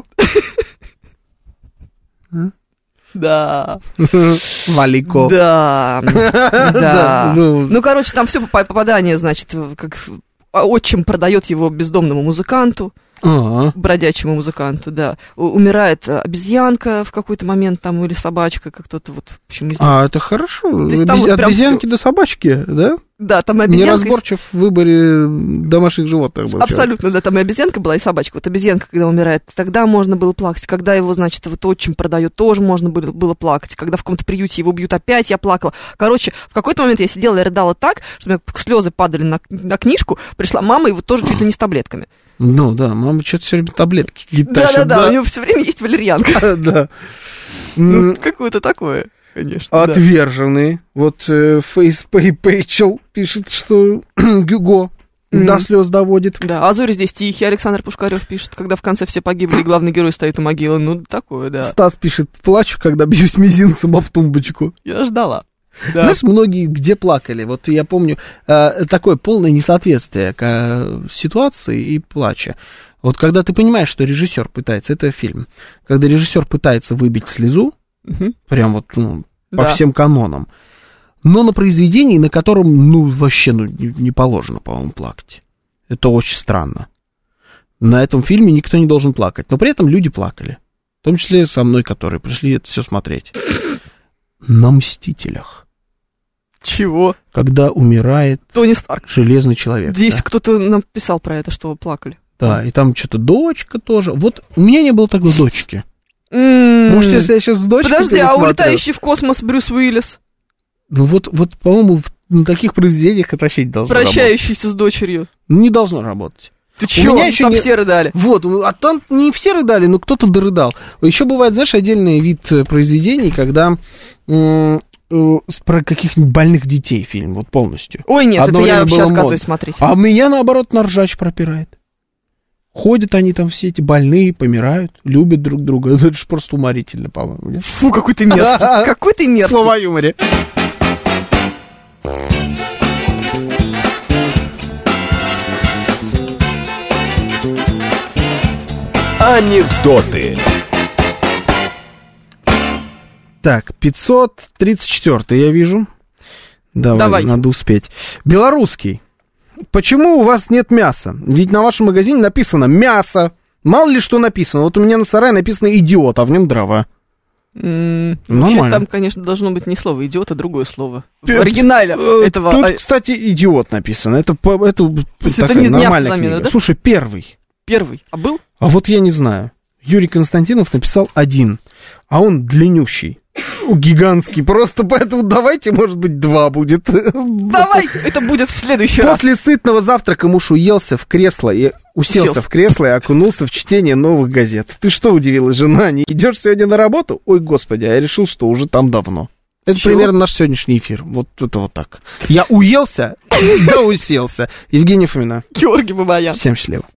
S3: Да.
S2: Валико.
S3: Да. Да. Ну, короче, там все попадание, значит, как... Отчим продает его бездомному музыканту, А-а-а. бродячему музыканту, да. Умирает обезьянка в какой-то момент там, или собачка, как кто-то вот, в общем, не знаю.
S2: А, это хорошо.
S3: Обез...
S2: Вот от обезьянки всё... до собачки, да?
S3: Да, там и обезьянка...
S2: Неразборчив в выборе домашних животных был.
S3: Абсолютно, человек. Да, там и обезьянка была, и собачка. Вот обезьянка, когда умирает, тогда можно было плакать. Когда его, значит, вот отчим продает, тоже можно было, было плакать. Когда в каком-то приюте его бьют, опять я плакала. Короче, в какой-то момент я сидела и рыдала так, что у меня слезы падали на, на книжку. Пришла мама, и вот тоже чуть ли не с таблетками.
S2: Ну да, мама что-то все время таблетки какие-то тащит.
S3: Да-да-да, у него все время есть валерьянка.
S2: Да.
S3: Ну, какое-то такое. Конечно,
S2: отверженные. Да. Вот Фейспей э, Пейчел пишет, что Гюго mm-hmm. до слез доводит.
S3: Да, Азори здесь тихий, Александр Пушкарев пишет, когда в конце все погибли, и главный герой стоит у могилы. Ну, такое, да.
S2: Стас пишет, плачу, когда бьюсь мизинцем об тумбочку.
S3: Я ждала. Да.
S2: Знаешь, многие где плакали. Вот я помню, э, такое полное несоответствие к э, ситуации и плача. Вот когда ты понимаешь, что режиссер пытается, это фильм, когда режиссер пытается выбить слезу, угу. прям вот ну, по да. всем канонам, но на произведении, на котором, ну, вообще ну, не, не положено, по-моему, плакать. Это очень странно. На этом фильме никто не должен плакать, но при этом люди плакали. В том числе со мной, которые пришли это все смотреть. На «Мстителях».
S3: Чего?
S2: Когда умирает
S3: Тони Старк.
S2: Железный человек.
S3: Здесь
S2: да.
S3: кто-то написал про это, что вы плакали.
S2: Да, и там что-то дочка тоже. Вот у меня не было тогда дочки.
S3: Mm.
S2: Может, если я сейчас с дочкой
S3: Подожди, а улетающий в космос Брюс Уиллис?
S2: Ну вот, вот по-моему, на таких произведениях это вообще не должно
S3: Прощающийся
S2: работать.
S3: с дочерью.
S2: Не должно работать.
S3: Ты чё? Там
S2: не...
S3: все рыдали.
S2: Вот, а там не все рыдали, но кто-то дорыдал. Еще бывает, знаешь, отдельный вид произведений, когда м- м- про каких-нибудь больных детей фильм, вот полностью.
S3: Ой, нет,
S2: Одно
S3: это я вообще
S2: было
S3: отказываюсь
S2: мод.
S3: смотреть.
S2: А меня, наоборот, на ржач пропирает. Ходят они там все эти больные, помирают, любят друг друга. Это же просто уморительно, по-моему. Нет?
S3: Фу, какой ты мерзкий. Какой ты мерзкий.
S2: Слово о юморе.
S1: Анекдоты.
S2: Так, пятьсот тридцать четвёртый я вижу. Давай,
S3: Давай,
S2: надо успеть. Белорусский. Почему у вас нет мяса? Ведь на вашем магазине написано «мясо». Мало ли что написано. Вот у меня на сарае написано «идиот», а в нем дрова.
S3: Mm, вообще там, конечно, должно быть не слово «идиот», а другое слово. В оригинале этого...
S2: Тут, кстати, «идиот» написано. Это, это,
S3: это не, нормальная не книга. Да?
S2: Слушай, первый.
S3: Первый. А был?
S2: А вот я не знаю. Юрий Константинов написал один, а он длиннющий. Гигантский, просто поэтому давайте, может быть, два будет.
S3: Давай, это будет в следующий
S2: После
S3: раз.
S2: После сытного завтрака муж уелся в кресло и уселся Уселся. в кресло и окунулся в чтение новых газет. Ты что удивилась, жена? Не идешь сегодня на работу? Ой, господи, а я решил, что уже там давно. Это Чего? примерно наш сегодняшний эфир. Вот это вот так. Я уелся, да уселся. Евгений Фомина.
S3: Георгий Бабаян.
S2: Всем счастливо.